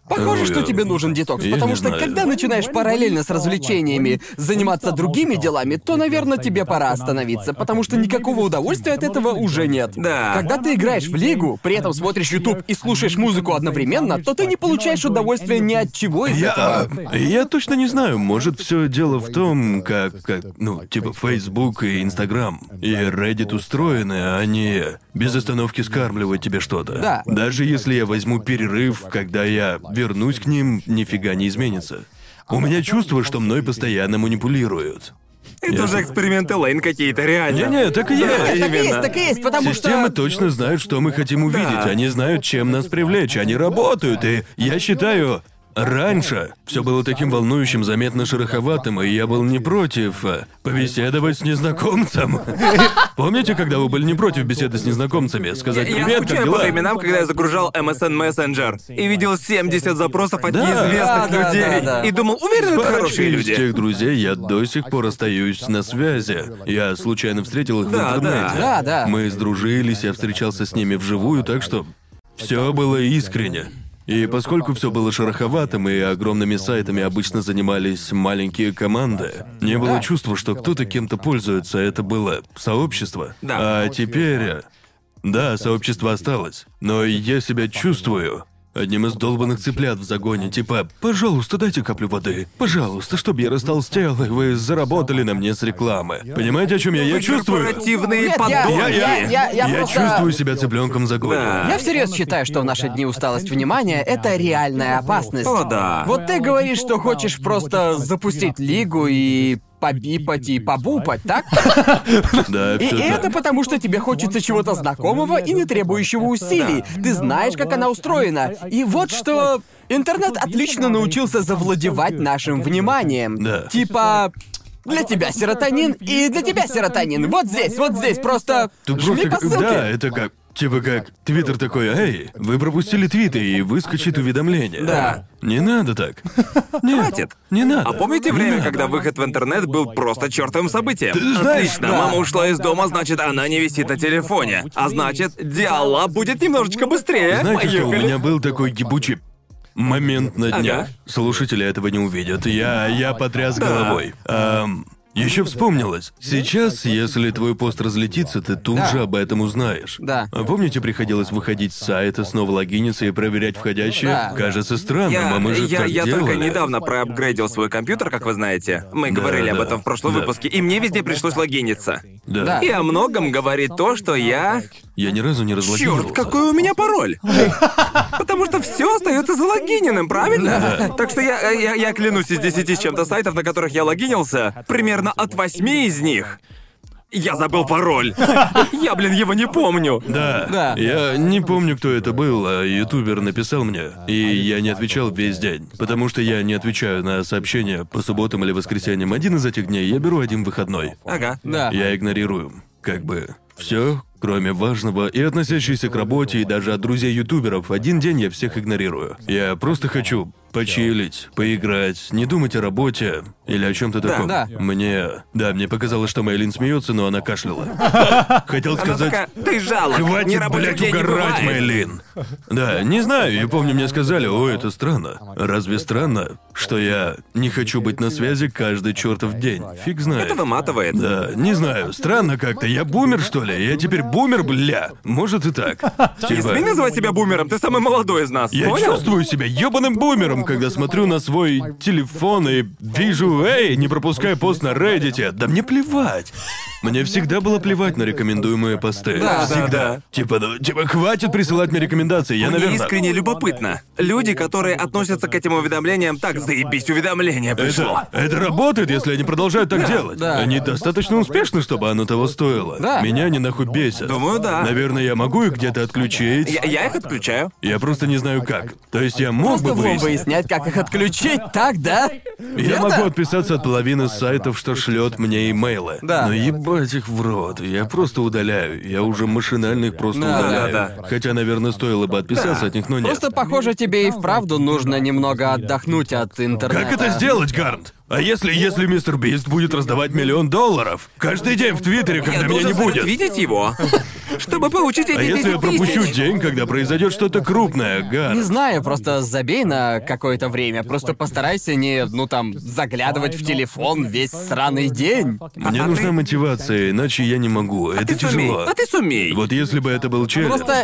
Похоже, что тебе нужен детокс, Я потому не что знаю. когда начинаешь параллельно с развлечениями заниматься другими делами, то, наверное, тебе пора остановиться, потому что никакого удовольствия от этого уже нет. Да. Когда ты играешь в лигу, при этом смотришь YouTube и слушаешь музыку одновременно, то ты не получаешь удовольствия ни от чего из этого. Я точно не знаю, может, все дело в том, как, типа Facebook и Instagram и Reddit устроены, а они без остановки скармливают тебе что-то. Да. Даже если я возьму перерыв, когда я вернусь к ним, нифига не изменится. У меня чувство, что мной постоянно манипулируют. Это же эксперименты Лейн какие-то, реально. Не-не, так и Да, есть. Так и есть, именно. так и есть, потому Системы что... точно знают, что мы хотим увидеть. Да. Они знают, чем нас привлечь. Они работают. И я считаю, раньше все было таким волнующим, заметно шероховатым, и я был не против побеседовать с незнакомцем. Помните, когда вы были не против беседы с незнакомцами? Сказать Я привет, как скучаю по дела? временам, когда я загружал MSN Messenger и видел 70 запросов от Да. неизвестных Да, людей. да. И думал, уверен, это хорошие Парочкой из люди. тех друзей я до сих пор остаюсь на связи. Я случайно встретил их в Да, интернете. да. Да. Мы сдружились, я встречался с ними вживую, так что все было искренне. И поскольку все было шероховатым и огромными сайтами обычно занимались маленькие команды, не было Да. чувства, что кто-то кем-то пользуется, это было сообщество. Да. А теперь... Да, сообщество осталось, но я себя чувствую одним из долбанных цыплят в загоне, типа «Пожалуйста, дайте каплю воды. Пожалуйста, чтобы я растолстел, и вы заработали на мне с рекламы». Понимаете, о чем я? Я чувствую... Корпоративные Нет, подонки. я Я просто- чувствую себя цыпленком в загоне. Да. Я всерьез считаю, что в наши дни усталость внимания — это реальная опасность. О, да. Вот ты говоришь, что хочешь просто запустить лигу и побипать и побупать, так? Да, И все это так. потому, что тебе хочется чего-то знакомого и не требующего усилий. Ты знаешь, как она устроена. И вот что... Интернет отлично научился завладевать нашим вниманием. Да. Типа... Для тебя серотонин и для тебя серотонин. Вот здесь, просто... Тут жми просто... по ссылке. Да, это как... Типа как Твиттер такой, эй, вы пропустили твиты, и выскочит уведомление. Да. Не надо так. Нет, Хватит. не надо. А помните Не время, надо. когда выход в интернет был просто чертовым событием? Ты знаешь, Отлично, да. мама ушла из дома, значит, она не висит на телефоне. А значит, диалог будет немножечко быстрее. Знаете, что у Поехали. меня был такой ебучий момент на днях? Ага. Слушатели этого не увидят. Я потряс головой. Еще вспомнилось. Сейчас, если твой пост разлетится, ты тут Да. же об этом узнаешь. Да. А помните, приходилось выходить с сайта, снова логиниться и проверять входящие? Да. Кажется странным, а мы же так Я делали. только недавно проапгрейдил свой компьютер, как вы знаете. Мы говорили об да. этом в прошлом Да. выпуске, и мне везде пришлось логиниться. Да. Да. И о многом говорит то, что я... Я ни разу не разлогинировался. Черт, какой у меня пароль! Потому что все остается залогиненным, правильно? Так что я клянусь, из 10 с чем-то сайтов, на которых я логинился, примерно от 8 из них я забыл пароль. Я, его не помню. Да. Да. Я не помню, кто это был, а ютубер написал мне, и я не отвечал весь день, потому что я не отвечаю на сообщения по субботам или воскресеньям. Один из этих дней я беру один выходной. Ага. Да. Я игнорирую, все, кроме важного и относящегося к работе, и даже от друзей ютуберов. Один день я всех игнорирую. Я просто хочу почилить, поиграть, не думать о работе или о чем-то таком. да. Мне показалось, что Мэйлин смеется, но она кашляла. Хотел Она сказать... такая, ты жалок, не Хватит, рабочий блядь, день не угорать, бывает». Мэйлин. Да, не знаю, я помню, мне сказали, о, это странно. Разве странно, что я не хочу быть на связи каждый чертов день? Фиг знает. Это выматывает. Да, не знаю, странно как-то. Я бумер, что ли? Я теперь бумер, бля. Может и так. Не смей называть себя бумером, ты самый молодой из нас, Я понял? чувствую себя ёбаным бумером, когда смотрю на свой телефон и вижу, эй, не пропускай пост на Reddit. Да мне плевать. Мне всегда было плевать на рекомендуемые посты. Да, да, всегда. Типа, хватит присылать мне рекомендации, я, Мне наверное... искренне любопытно. Люди, которые относятся к этим уведомлениям так, заебись, уведомление пришло. Это работает, если они продолжают так делать. да. Они достаточно успешны, чтобы оно того стоило. Да. Меня они нахуй бесят. Думаю, да. Наверное, я могу их где-то отключить. Я их отключаю. Я просто не знаю как. То есть я мог Просто бы влом выяснить. выяснять, как их отключить, так, да? Я могу отписаться от половины сайтов, что шлет мне имейлы. Да. Но ебать их в рот. Я просто удаляю. Я уже машинально их просто Да, удаляю. да. Хотя, наверное, стоило бы отписаться от них, но нет. Просто, похоже, тебе и вправду нужно немного отдохнуть от интернета. Как это сделать, Гарнт? А если мистер Бист будет раздавать $1 миллион каждый день в Твиттере, когда Я меня не должен будет? видеть его, чтобы получить эти А если я 10 000? пропущу день, когда произойдет что-то крупное, Не Гар? знаю, просто забей на какое-то время. Просто постарайся не, заглядывать в телефон весь сраный день. Мне А нужна ты- мотивация, иначе я не могу. Это Ты сумей. тяжело. А ты сумей. Вот если бы это был челлендж. Просто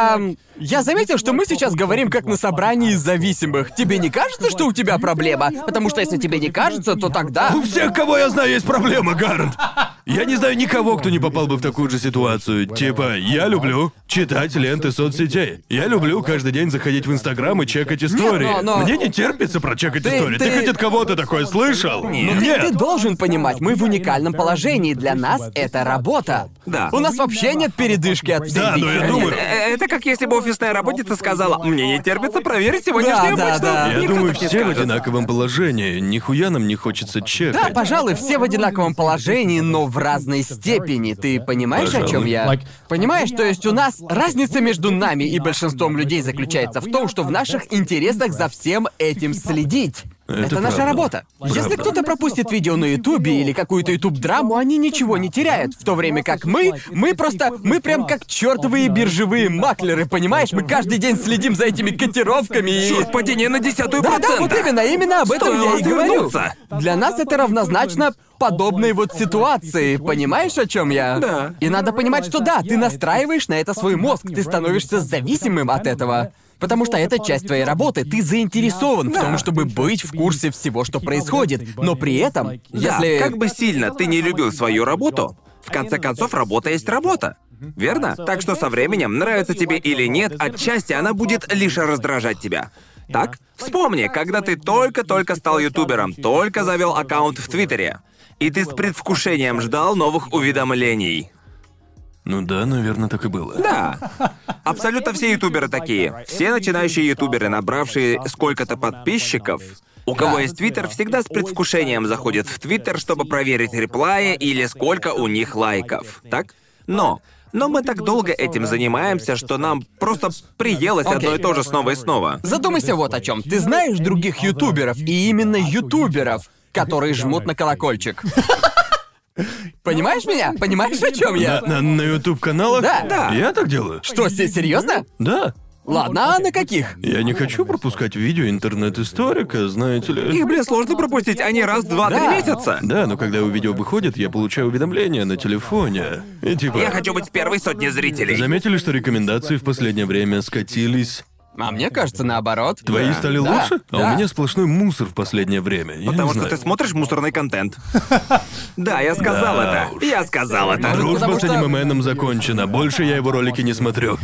я заметил, что мы сейчас говорим как на собрании зависимых. Тебе не кажется, что у тебя проблема? Потому что если тебе не кажется, то тогда... У всех, кого я знаю, есть проблема, Гарнт. Я не знаю никого, кто не попал бы в такую же ситуацию. Типа, я люблю читать ленты соцсетей. Я люблю каждый день заходить в Инстаграм и чекать истории. но- Мне не терпится прочекать истории. Ты хоть от кого-то такое слышал? Ты должен понимать, мы в уникальном положении. Для нас это работа. Да. У нас вообще нет передышки от всей Да, но я херни. думаю- Это как если бы офисная работница сказала: «Мне не терпится проверить сегодняшнюю Да, почту». да. Я Никто думаю, так не все в скажет. одинаковом положении. Нихуя нам не хочется Да, чекать. пожалуй, все в одинаковом положении, но в разной степени. Ты понимаешь, о чем Пожалуй. я? Понимаешь, то есть у нас разница между нами и большинством людей заключается в том, что в наших интересах за всем этим следить. Это наша правда. работа. Если кто-то пропустит видео на Ютубе или какую-то Ютуб-драму, они ничего не теряют. В то время как мы прям как чертовые биржевые маклеры, понимаешь? Мы каждый день следим за этими котировками и... Чёрт, падение на 0,1%. Да, вот именно об этом Стоило я и говорю. отвернуться. Для нас это равнозначно подобной вот ситуации. Понимаешь, о чем я? Да. И надо понимать, что да, ты настраиваешь на это свой мозг, ты становишься зависимым от этого. Потому что это часть твоей работы. Ты заинтересован в том, чтобы быть в курсе всего, что происходит. Но при этом, Да, если... как бы сильно ты не любил свою работу, в конце концов, работа есть работа. Верно? Так что со временем, нравится тебе или нет, отчасти она будет лишь раздражать тебя. Так? Вспомни, когда ты только-только стал ютубером, только завел аккаунт в Твиттере, и ты с предвкушением ждал новых уведомлений. Ну да, наверное, так и было. Да. Абсолютно все ютуберы такие. Все начинающие ютуберы, набравшие сколько-то подписчиков, у кого есть Твиттер, всегда с предвкушением заходят в Твиттер, чтобы проверить реплаи или сколько у них лайков. Так? Но мы так долго этим занимаемся, что нам просто приелось одно и то же снова и снова. Задумайся вот о чем. Ты знаешь других ютуберов, и именно ютуберов, которые жмут на колокольчик. Понимаешь меня? Понимаешь, о чем я? На YouTube-каналах? Да. Я так делаю? Что, серьезно? Да. Ладно, а на каких? Я не хочу пропускать видео интернет-историка, знаете ли. Их, сложно пропустить, они раз, два, Да. 3 месяца. Да, но когда видео выходит, я получаю уведомления на телефоне. И типа... Я хочу быть в первой сотне зрителей. Заметили, что рекомендации в последнее время скатились? А мне кажется, наоборот. Твои Да. стали Да, лучше? А да. у меня сплошной мусор в последнее время. Я Потому не что знаю. ты смотришь мусорный контент. Да, я сказал Да это. уж. Я сказал это. Может, Дружба потому с что- аниме-меном закончена. Больше я его ролики не смотрю.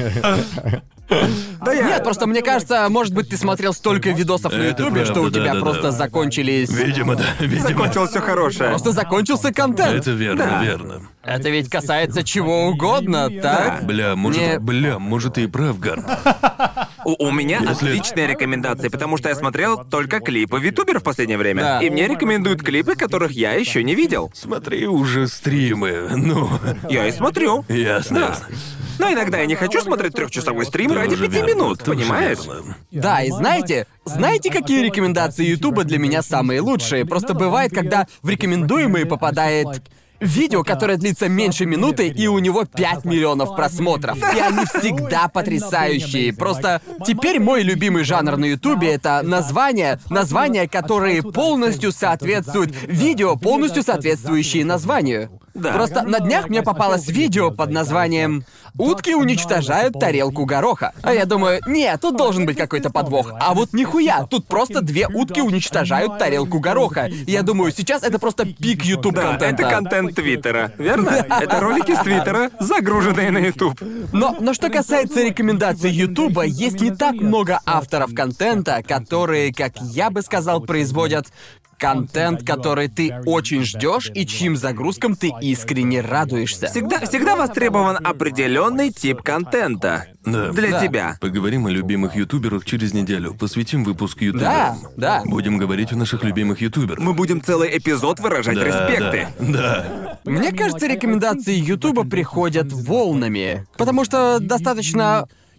Да я... Нет, просто мне кажется, может быть, ты смотрел столько видосов на Это Ютубе, что у правда, тебя да-да-да. просто закончились... Видимо, да. Видимо. Закончил все хорошее. Просто закончился контент. Это верно, Да. верно. Это ведь касается чего угодно, так? Бля, может ты и прав, Гарн. У меня Если- отличные рекомендации, потому что я смотрел только клипы ютуберов в последнее время. Да. И мне рекомендуют клипы, которых я еще не видел. Смотри уже стримы. Ну, Я и смотрю. ясно, Да. ясно. Но иногда я не хочу смотреть 3-часовой стрим ради Тоже 5 верно, минут, тоже понимаешь? верно. Да, и знаете, какие рекомендации Ютуба для меня самые лучшие? Просто бывает, когда в рекомендуемые попадает видео, которое длится меньше минуты, и у него 5 миллионов просмотров. И они всегда потрясающие. Просто теперь мой любимый жанр на Ютубе — это названия, которые полностью соответствуют видео, полностью соответствующие названию. Да. Просто на днях мне попалось видео под названием «Утки уничтожают тарелку гороха». А я думаю, нет, тут должен быть какой-то подвох. А вот нихуя, тут просто 2 утки уничтожают тарелку гороха. И я думаю, сейчас это просто пик YouTube Да, контента. это контент Твиттера, верно? Это ролики с Твиттера, загруженные на Ютуб. Но что касается рекомендаций Ютуба, есть не так много авторов контента, которые, как я бы сказал, производят контент, который ты очень ждешь и чьим загрузкам ты искренне радуешься. Всегда востребован определенный тип контента. Да. Для Да. тебя. Поговорим о любимых ютуберах через неделю. Посвятим выпуск ютуберам. Да. Будем говорить о наших любимых ютуберах. Мы будем целый эпизод выражать Да, респекты. да. Мне кажется, рекомендации Ютуба приходят волнами, потому что достаточно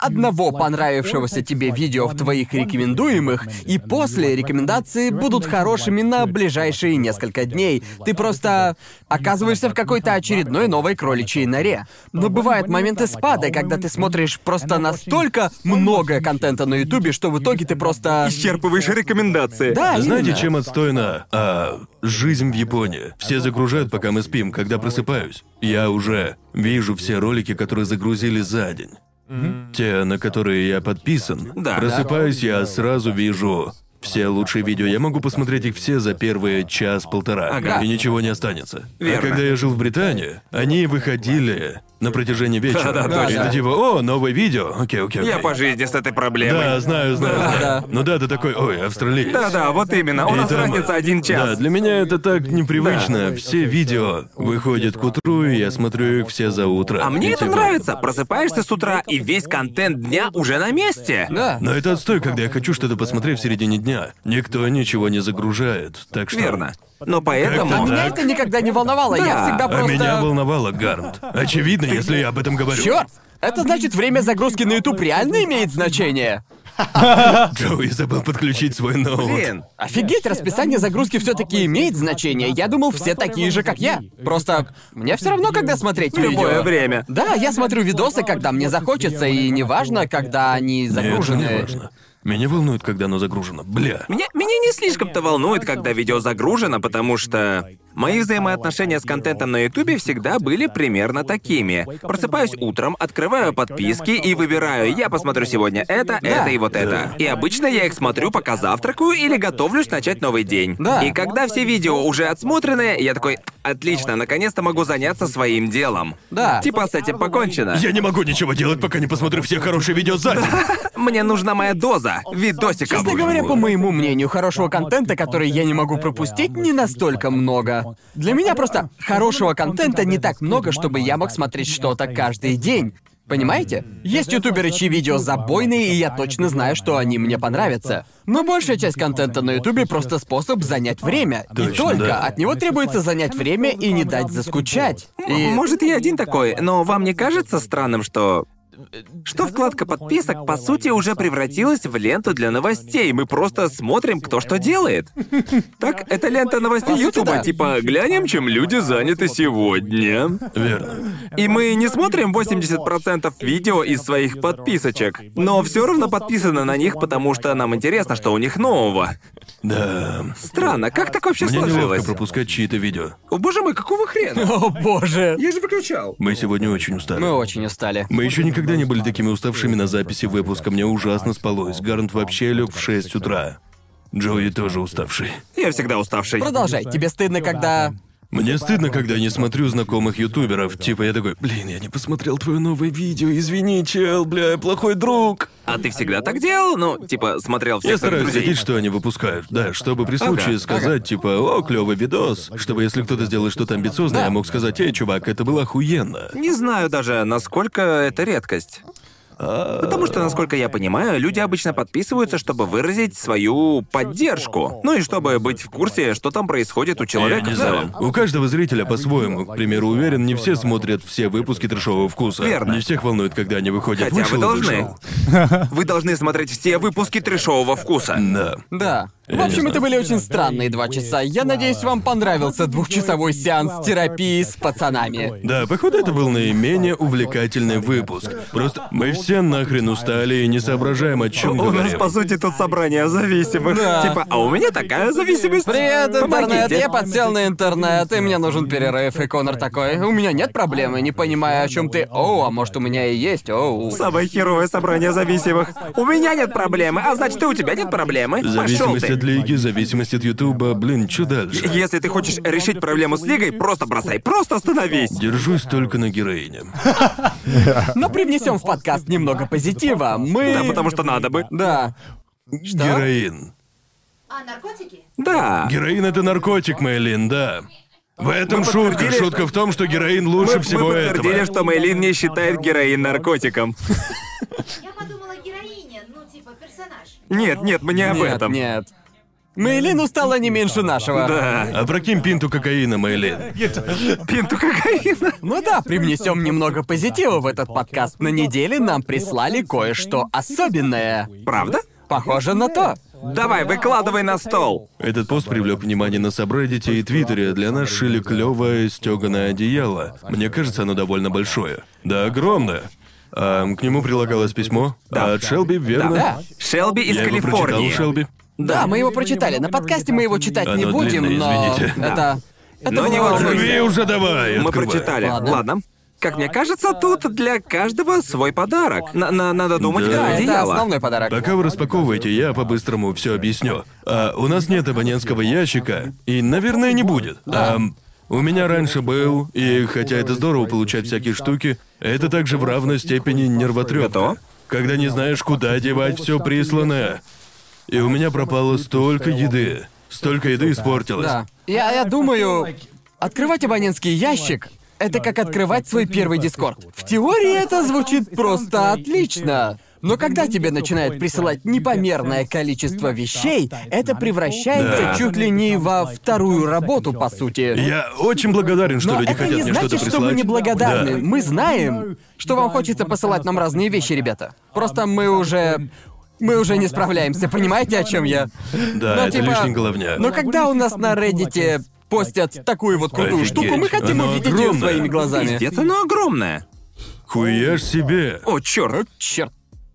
одного понравившегося тебе видео в твоих рекомендуемых, и после рекомендации будут хорошими на ближайшие несколько дней. Ты просто оказываешься в какой-то очередной новой кроличьей норе. Но бывают моменты спада, когда ты смотришь просто настолько много контента на Ютубе, что в итоге ты просто... Исчерпываешь рекомендации. Да, Знаете, именно. чем отстойна? Жизнь в Японии. Все загружают, пока мы спим. Когда просыпаюсь, я уже вижу все ролики, которые загрузили за день. Те, на которые я подписан. Да. Просыпаюсь, я сразу вижу все лучшие видео. Я могу посмотреть их все за первые час-полтора. Ага. И ничего не останется. Верно. А когда я жил в Британии, они выходили на протяжении вечера. Да, И точно. ты типа, о, новое видео. Окей. Я по жизни с этой проблемой. Да, знаю. Да. Ну да, ты такой, ой, австралиец. Да, вот именно. У И нас там- разница 1 час. Да, для меня это так непривычно. Все видео выходят к утру, и я смотрю их все за утро. А мне И это типа- нравится. Просыпаешься с утра, и весь контент дня уже на месте. Да. Но это отстой, когда я хочу что-то посмотреть в середине дня. Никто ничего не загружает, так что... Верно. Но поэтому... Как-то Меня так. это никогда не волновало, я Да. всегда А просто... меня волновало, Гарнт. Очевидно, если я об этом говорю. Чёрт! Это значит, время загрузки на YouTube реально имеет значение? Джоуи забыл подключить свой ноут. Блин. Офигеть, расписание загрузки все-таки имеет значение. Я думал, все такие же, как я. Просто мне все равно, когда смотреть В любое видео. время. Да, я смотрю видосы, когда мне захочется, и неважно, когда они Нет, это загружены. не важно. Меня волнует, когда оно загружено. Бля. Меня не слишком-то волнует, когда видео загружено, потому что мои взаимоотношения с контентом на Ютубе всегда были примерно такими. Просыпаюсь утром, открываю подписки и выбираю, я посмотрю сегодня это и вот это. И обычно я их смотрю, пока завтракаю или готовлюсь начать новый день. Да. И когда все видео уже отсмотрены, я такой, отлично, наконец-то могу заняться своим делом. Да. Типа с этим покончено. Я не могу ничего делать, пока не посмотрю все хорошие видео за день. Мне нужна моя доза видосиков. Честно говоря, по моему мнению, хорошего контента, который я не могу пропустить, не настолько много. Для меня просто хорошего контента не так много, чтобы я мог смотреть что-то каждый день. Понимаете? Есть ютуберы, чьи видео забойные, и я точно знаю, что они мне понравятся. Но большая часть контента на ютубе просто способ занять время. И Точно, только. да. От него требуется занять время и не дать заскучать. И... Может, я один такой, но вам не кажется странным, что вкладка подписок, по сути, уже превратилась в ленту для новостей. Мы просто смотрим, кто что делает. Так, это лента новостей По сути, Ютуба, да. типа глянем, чем люди заняты сегодня. Верно. И мы не смотрим 80% видео из своих подписочек, но все равно подписаны на них, потому что нам интересно, что у них нового. Да. Странно, как так вообще Мне неловко сложилось? пропускать чьи-то видео. О, боже мой, какого хрена? О боже. Я же выключал. Мы сегодня очень устали. Мы очень устали. Мы еще никогда не были такими уставшими на записи выпуска. Мне ужасно спалось. Гарнт вообще лег в 6 утра. Джоуи тоже уставший. Я всегда уставший. Продолжай. Тебе стыдно, когда... Мне стыдно, когда я не смотрю знакомых ютуберов. Типа я такой, блин, я не посмотрел твое новое видео, извини, чел, бля, я плохой друг. А ты всегда так делал? Ну, типа, смотрел всех Я своих стараюсь друзей? следить, что они выпускают. Да, чтобы при случае сказать, типа, о, клевый видос. Чтобы если кто-то сделает что-то амбициозное, Да. я мог сказать, эй, чувак, это было охуенно. Не знаю даже, насколько это редкость. Потому что, насколько я понимаю, люди обычно подписываются, чтобы выразить свою поддержку. Ну и чтобы быть в курсе, что там происходит у Я человека не в целом. знаю. У каждого зрителя по-своему. К примеру, уверен, не все смотрят все выпуски трэшового вкуса. Верно. Не всех волнует, когда они выходят. Хотя вы Вышел и должны. вышел. Вы должны смотреть все выпуски трэшового вкуса. Да. Да. В не общем, знаю. это были очень странные 2 часа. Я надеюсь, вам понравился двухчасовой сеанс терапии с пацанами. Да, походу, это был наименее увлекательный выпуск. Просто мы все нахрен устали и не соображаем, о чем У нас, говорим. по сути, тут собрание зависимых. Да. Типа, а у меня такая зависимость. Привет, интернет, Помогите. я подсел на интернет, и мне нужен перерыв, и Конор такой, у меня нет проблемы, не понимаю, о чем ты, оу, а может у меня и есть, оу. Самое херовое собрание зависимых. У меня нет проблемы, а значит, и у тебя нет проблемы. Пошел Зависимость ты. от лиги, зависимость от Ютуба, блин, что дальше? Если ты хочешь решить проблему с лигой, просто бросай, просто остановись. Держусь только на героине. Но привнесем в подкаст немного позитива. Мы... Да, потому что надо бы. Да. Героин. А наркотики? Да. Героин — это наркотик, Мэйлин, да. В этом Мы шутка. подтвердили, Шутка в том, что героин лучше всего мы подтвердили, этого. что Мэйлин не считает героин наркотиком. Я подумала героиня, ну типа персонаж. Нет, мы не об Нет, этом. нет. Мэйлин стало не меньше нашего. Да. Опрокинь пинту кокаина, Мэйлин. Пинту кокаина. Ну да, привнесем немного позитива в этот подкаст. На неделе нам прислали кое-что особенное. Правда? Похоже на то. Давай, выкладывай на стол. Этот пост привлек внимание на Сабреддите и Твиттере. Для нас шили клевое стёганое одеяло. Мне кажется, оно довольно большое. Да, огромное. К нему прилагалось письмо от Шелби, верно? Да. Шелби из Я его Калифорнии. прочитал, Шелби. Да, мы его прочитали. На подкасте мы его читать не Оно будем, длинное, но... извините. Это Но не было важно. очень- Рви уже давай, Мы открывай. прочитали. Ладно. Ладно. Как мне кажется, тут для каждого свой подарок. Надо думать, Да. как Да, это одеяло. основной подарок. Пока вы распаковываете, я по-быстрому все объясню. У нас нет абонентского ящика, и, наверное, не будет. У меня раньше был, и хотя это здорово получать всякие штуки, это также в равной степени нервотрепка. Готово? Когда не знаешь, куда девать все присланное. И у меня пропало столько еды. Столько еды испортилось. Да. Я думаю, открывать абонентский ящик — это как открывать свой первый Дискорд. В теории это звучит просто отлично. Но когда тебе начинают присылать непомерное количество вещей, это превращается Да. чуть ли не во вторую работу, по сути. Я очень благодарен, что Но люди это хотят не мне что-то значит, прислать. что вы не благодарны. Да. Мы знаем, что вам хочется посылать нам разные вещи, ребята. Просто мы уже не справляемся, понимаете, о чем я? Да, Ну, это типа, лишний головня. Но когда у нас на Реддите постят такую вот крутую Офигеть, штуку, мы хотим оно увидеть ее огромное. своими глазами. Пиздец, оно огромное. Хуяж себе. О, черт. Черт.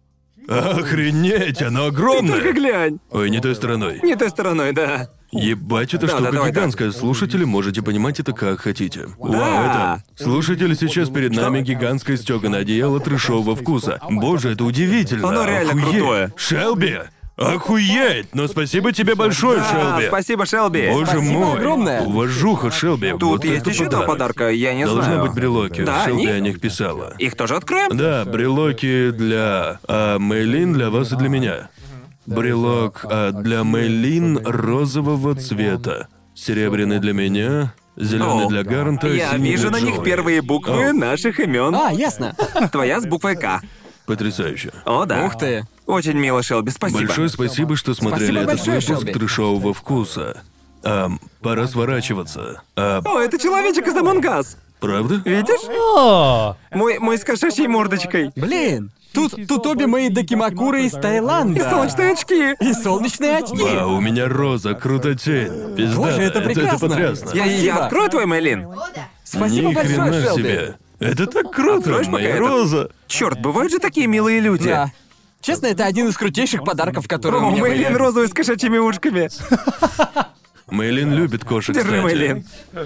Охренеть, оно Только огромное. глянь. Ой, не той стороной. Не той стороной, да. Ебать, эта Да, штука давай, гигантская. Слушатели, можете понимать это как хотите. Вау, Да. это... Слушатели, сейчас перед нами гигантское стёганое одеяло трешового вкуса. Боже, это удивительно. Оно реально Охуеть. крутое. Шелби! Охуеть! Но спасибо тебе большое, Шелби. Спасибо, Шелби. Боже Спасибо мой. огромное. Уважуха, Шелби. Тут вот есть это еще два подарок. подарка, я не Должны знаю. быть брелоки. Да, Шелби они? о них писала. Их тоже откроем? Да, брелоки для Мэйлин, для вас и для меня. Брелок для Мэйлин розового цвета. Серебряный для меня, зеленый О, для Гарнта, Я синий вижу для на них Джои. первые буквы О, наших имен. Ясно. Твоя с буквой К. потрясающе. О, да. Ух ты. Очень мило, Шелби, спасибо. Большое спасибо, что смотрели Спасибо этот большое, выпуск Шелби. трешового вкуса. Пора сворачиваться. О, это человечек из Among Us. Правда? Видишь? Мой с кошачьей мордочкой. Блин, тут обе мои докимакуры из Таиланда. И солнечные очки. И солнечные очки. Вау, у меня роза, крутотень. Пиздато. Боже, это прекрасно. потрясно. Я Спасибо. открою твой Мэйлин? Спасибо Ни большое, хрена Шелби. себе. Это так круто, Откроешь пока моя этот? роза. Черт, бывают же такие милые люди. Да. Честно, это один из крутейших подарков, которые у О, меня Мэйлин были. розовый с кошачьими ушками. Мэйлин любит кошек, Держи, кстати. Мэйлин.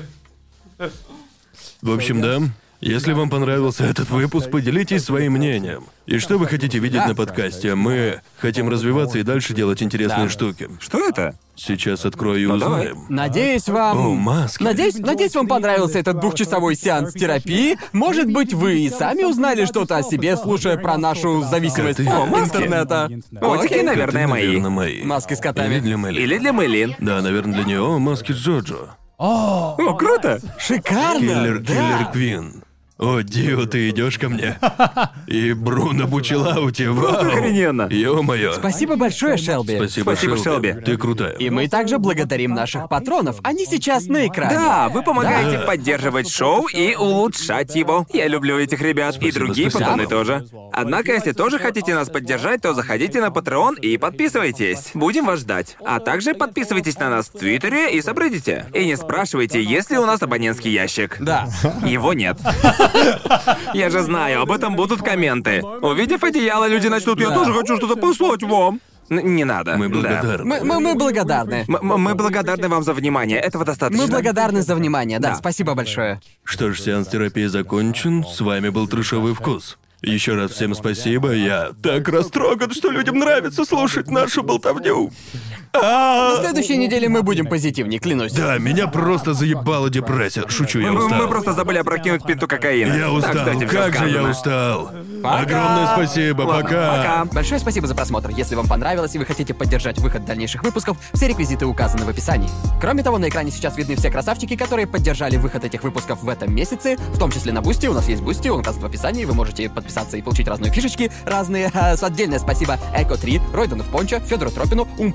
В общем, да. Если вам понравился этот выпуск, поделитесь своим мнением. И что вы хотите видеть на подкасте? Мы хотим развиваться и дальше делать интересные штуки. Что это? Сейчас открою и давай. узнаем. Надеюсь, вам... О, маски. Надеюсь, вам понравился этот двухчасовой сеанс терапии. Может быть, вы и сами узнали что-то о себе, слушая про нашу зависимость Коты. от маски. интернета. Котики, Окей. наверное, мои. Наверное, мои. Маски с котами. Или для Мэйлин. Или для Мэйлин. Да, наверное, для нее. О, маски Джоджо. О, круто. Шикарно! Киллер да. Квин. О, Дио, ты идешь ко мне? И Бруно Бучелаути, вау! охрененно. Ё-моё. Спасибо большое, Шелби. Спасибо, Спасибо, Шелби. Ты крутая. И мы также благодарим наших патронов. Они сейчас на экране. Да, вы помогаете Да. поддерживать шоу и улучшать его. Я люблю этих ребят и другие спасибо. пацаны тоже. Однако, если тоже хотите нас поддержать, то заходите на Patreon и подписывайтесь. Будем вас ждать. А также подписывайтесь на нас в Твиттере и Сабреддите. И не спрашивайте, есть ли у нас абонентский ящик. Да. Его нет. Я же знаю, об этом будут комменты. Увидев одеяло, люди начнут, я Да. тоже хочу что-то послать вам. Не надо. Мы Да. благодарны. Мы благодарны. Мы благодарны вам за внимание. Этого достаточно. Мы благодарны за внимание, да. Да. Спасибо большое. Что ж, сеанс терапии закончен. С вами был Трешовый вкус. Еще раз всем спасибо. Я так растроган, что людям нравится слушать нашу болтовню. На следующей неделе мы будем позитивней, клянусь. Да, меня просто заебала депрессия. Шучу, я устал. Мы просто забыли опрокинуть пинту кокаина. Я Так, устал. кстати, всё Как же я сказано. устал. Пока. Огромное спасибо. Ладно, Пока. пока. Большое спасибо за просмотр. Если вам понравилось и вы хотите поддержать выход дальнейших выпусков, все реквизиты указаны в описании. Кроме того, на экране сейчас видны все красавчики, которые поддержали выход этих выпусков в этом месяце, в том числе на Бусти. У нас есть Бусти, он указан в описании, вы можете подписаться и получить разные фишечки, разные. Отдельное спасибо Эко 3, Ройдану в Пончо, Федору Тропину, Умпа-Лумпа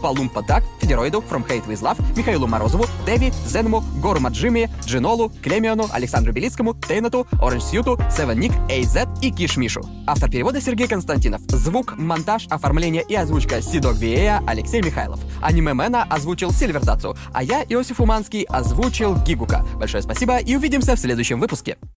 Даг, Федероиду, From Hate With Love, Михаилу Морозову, Деви, Зеному, Гору Маджими, Джинолу, Клемиону, Александру Белицкому, Тейнату, Оранж Сьюту, Севен Ник, AZ и Киш Мишу. Автор перевода Сергей Константинов. Звук, монтаж, оформление и озвучка Сидог Виея Алексей Михайлов. Аниме-мена озвучил Сильвердацу, а я, Иосиф Уманский, озвучил Гигука. Большое спасибо и увидимся в следующем выпуске.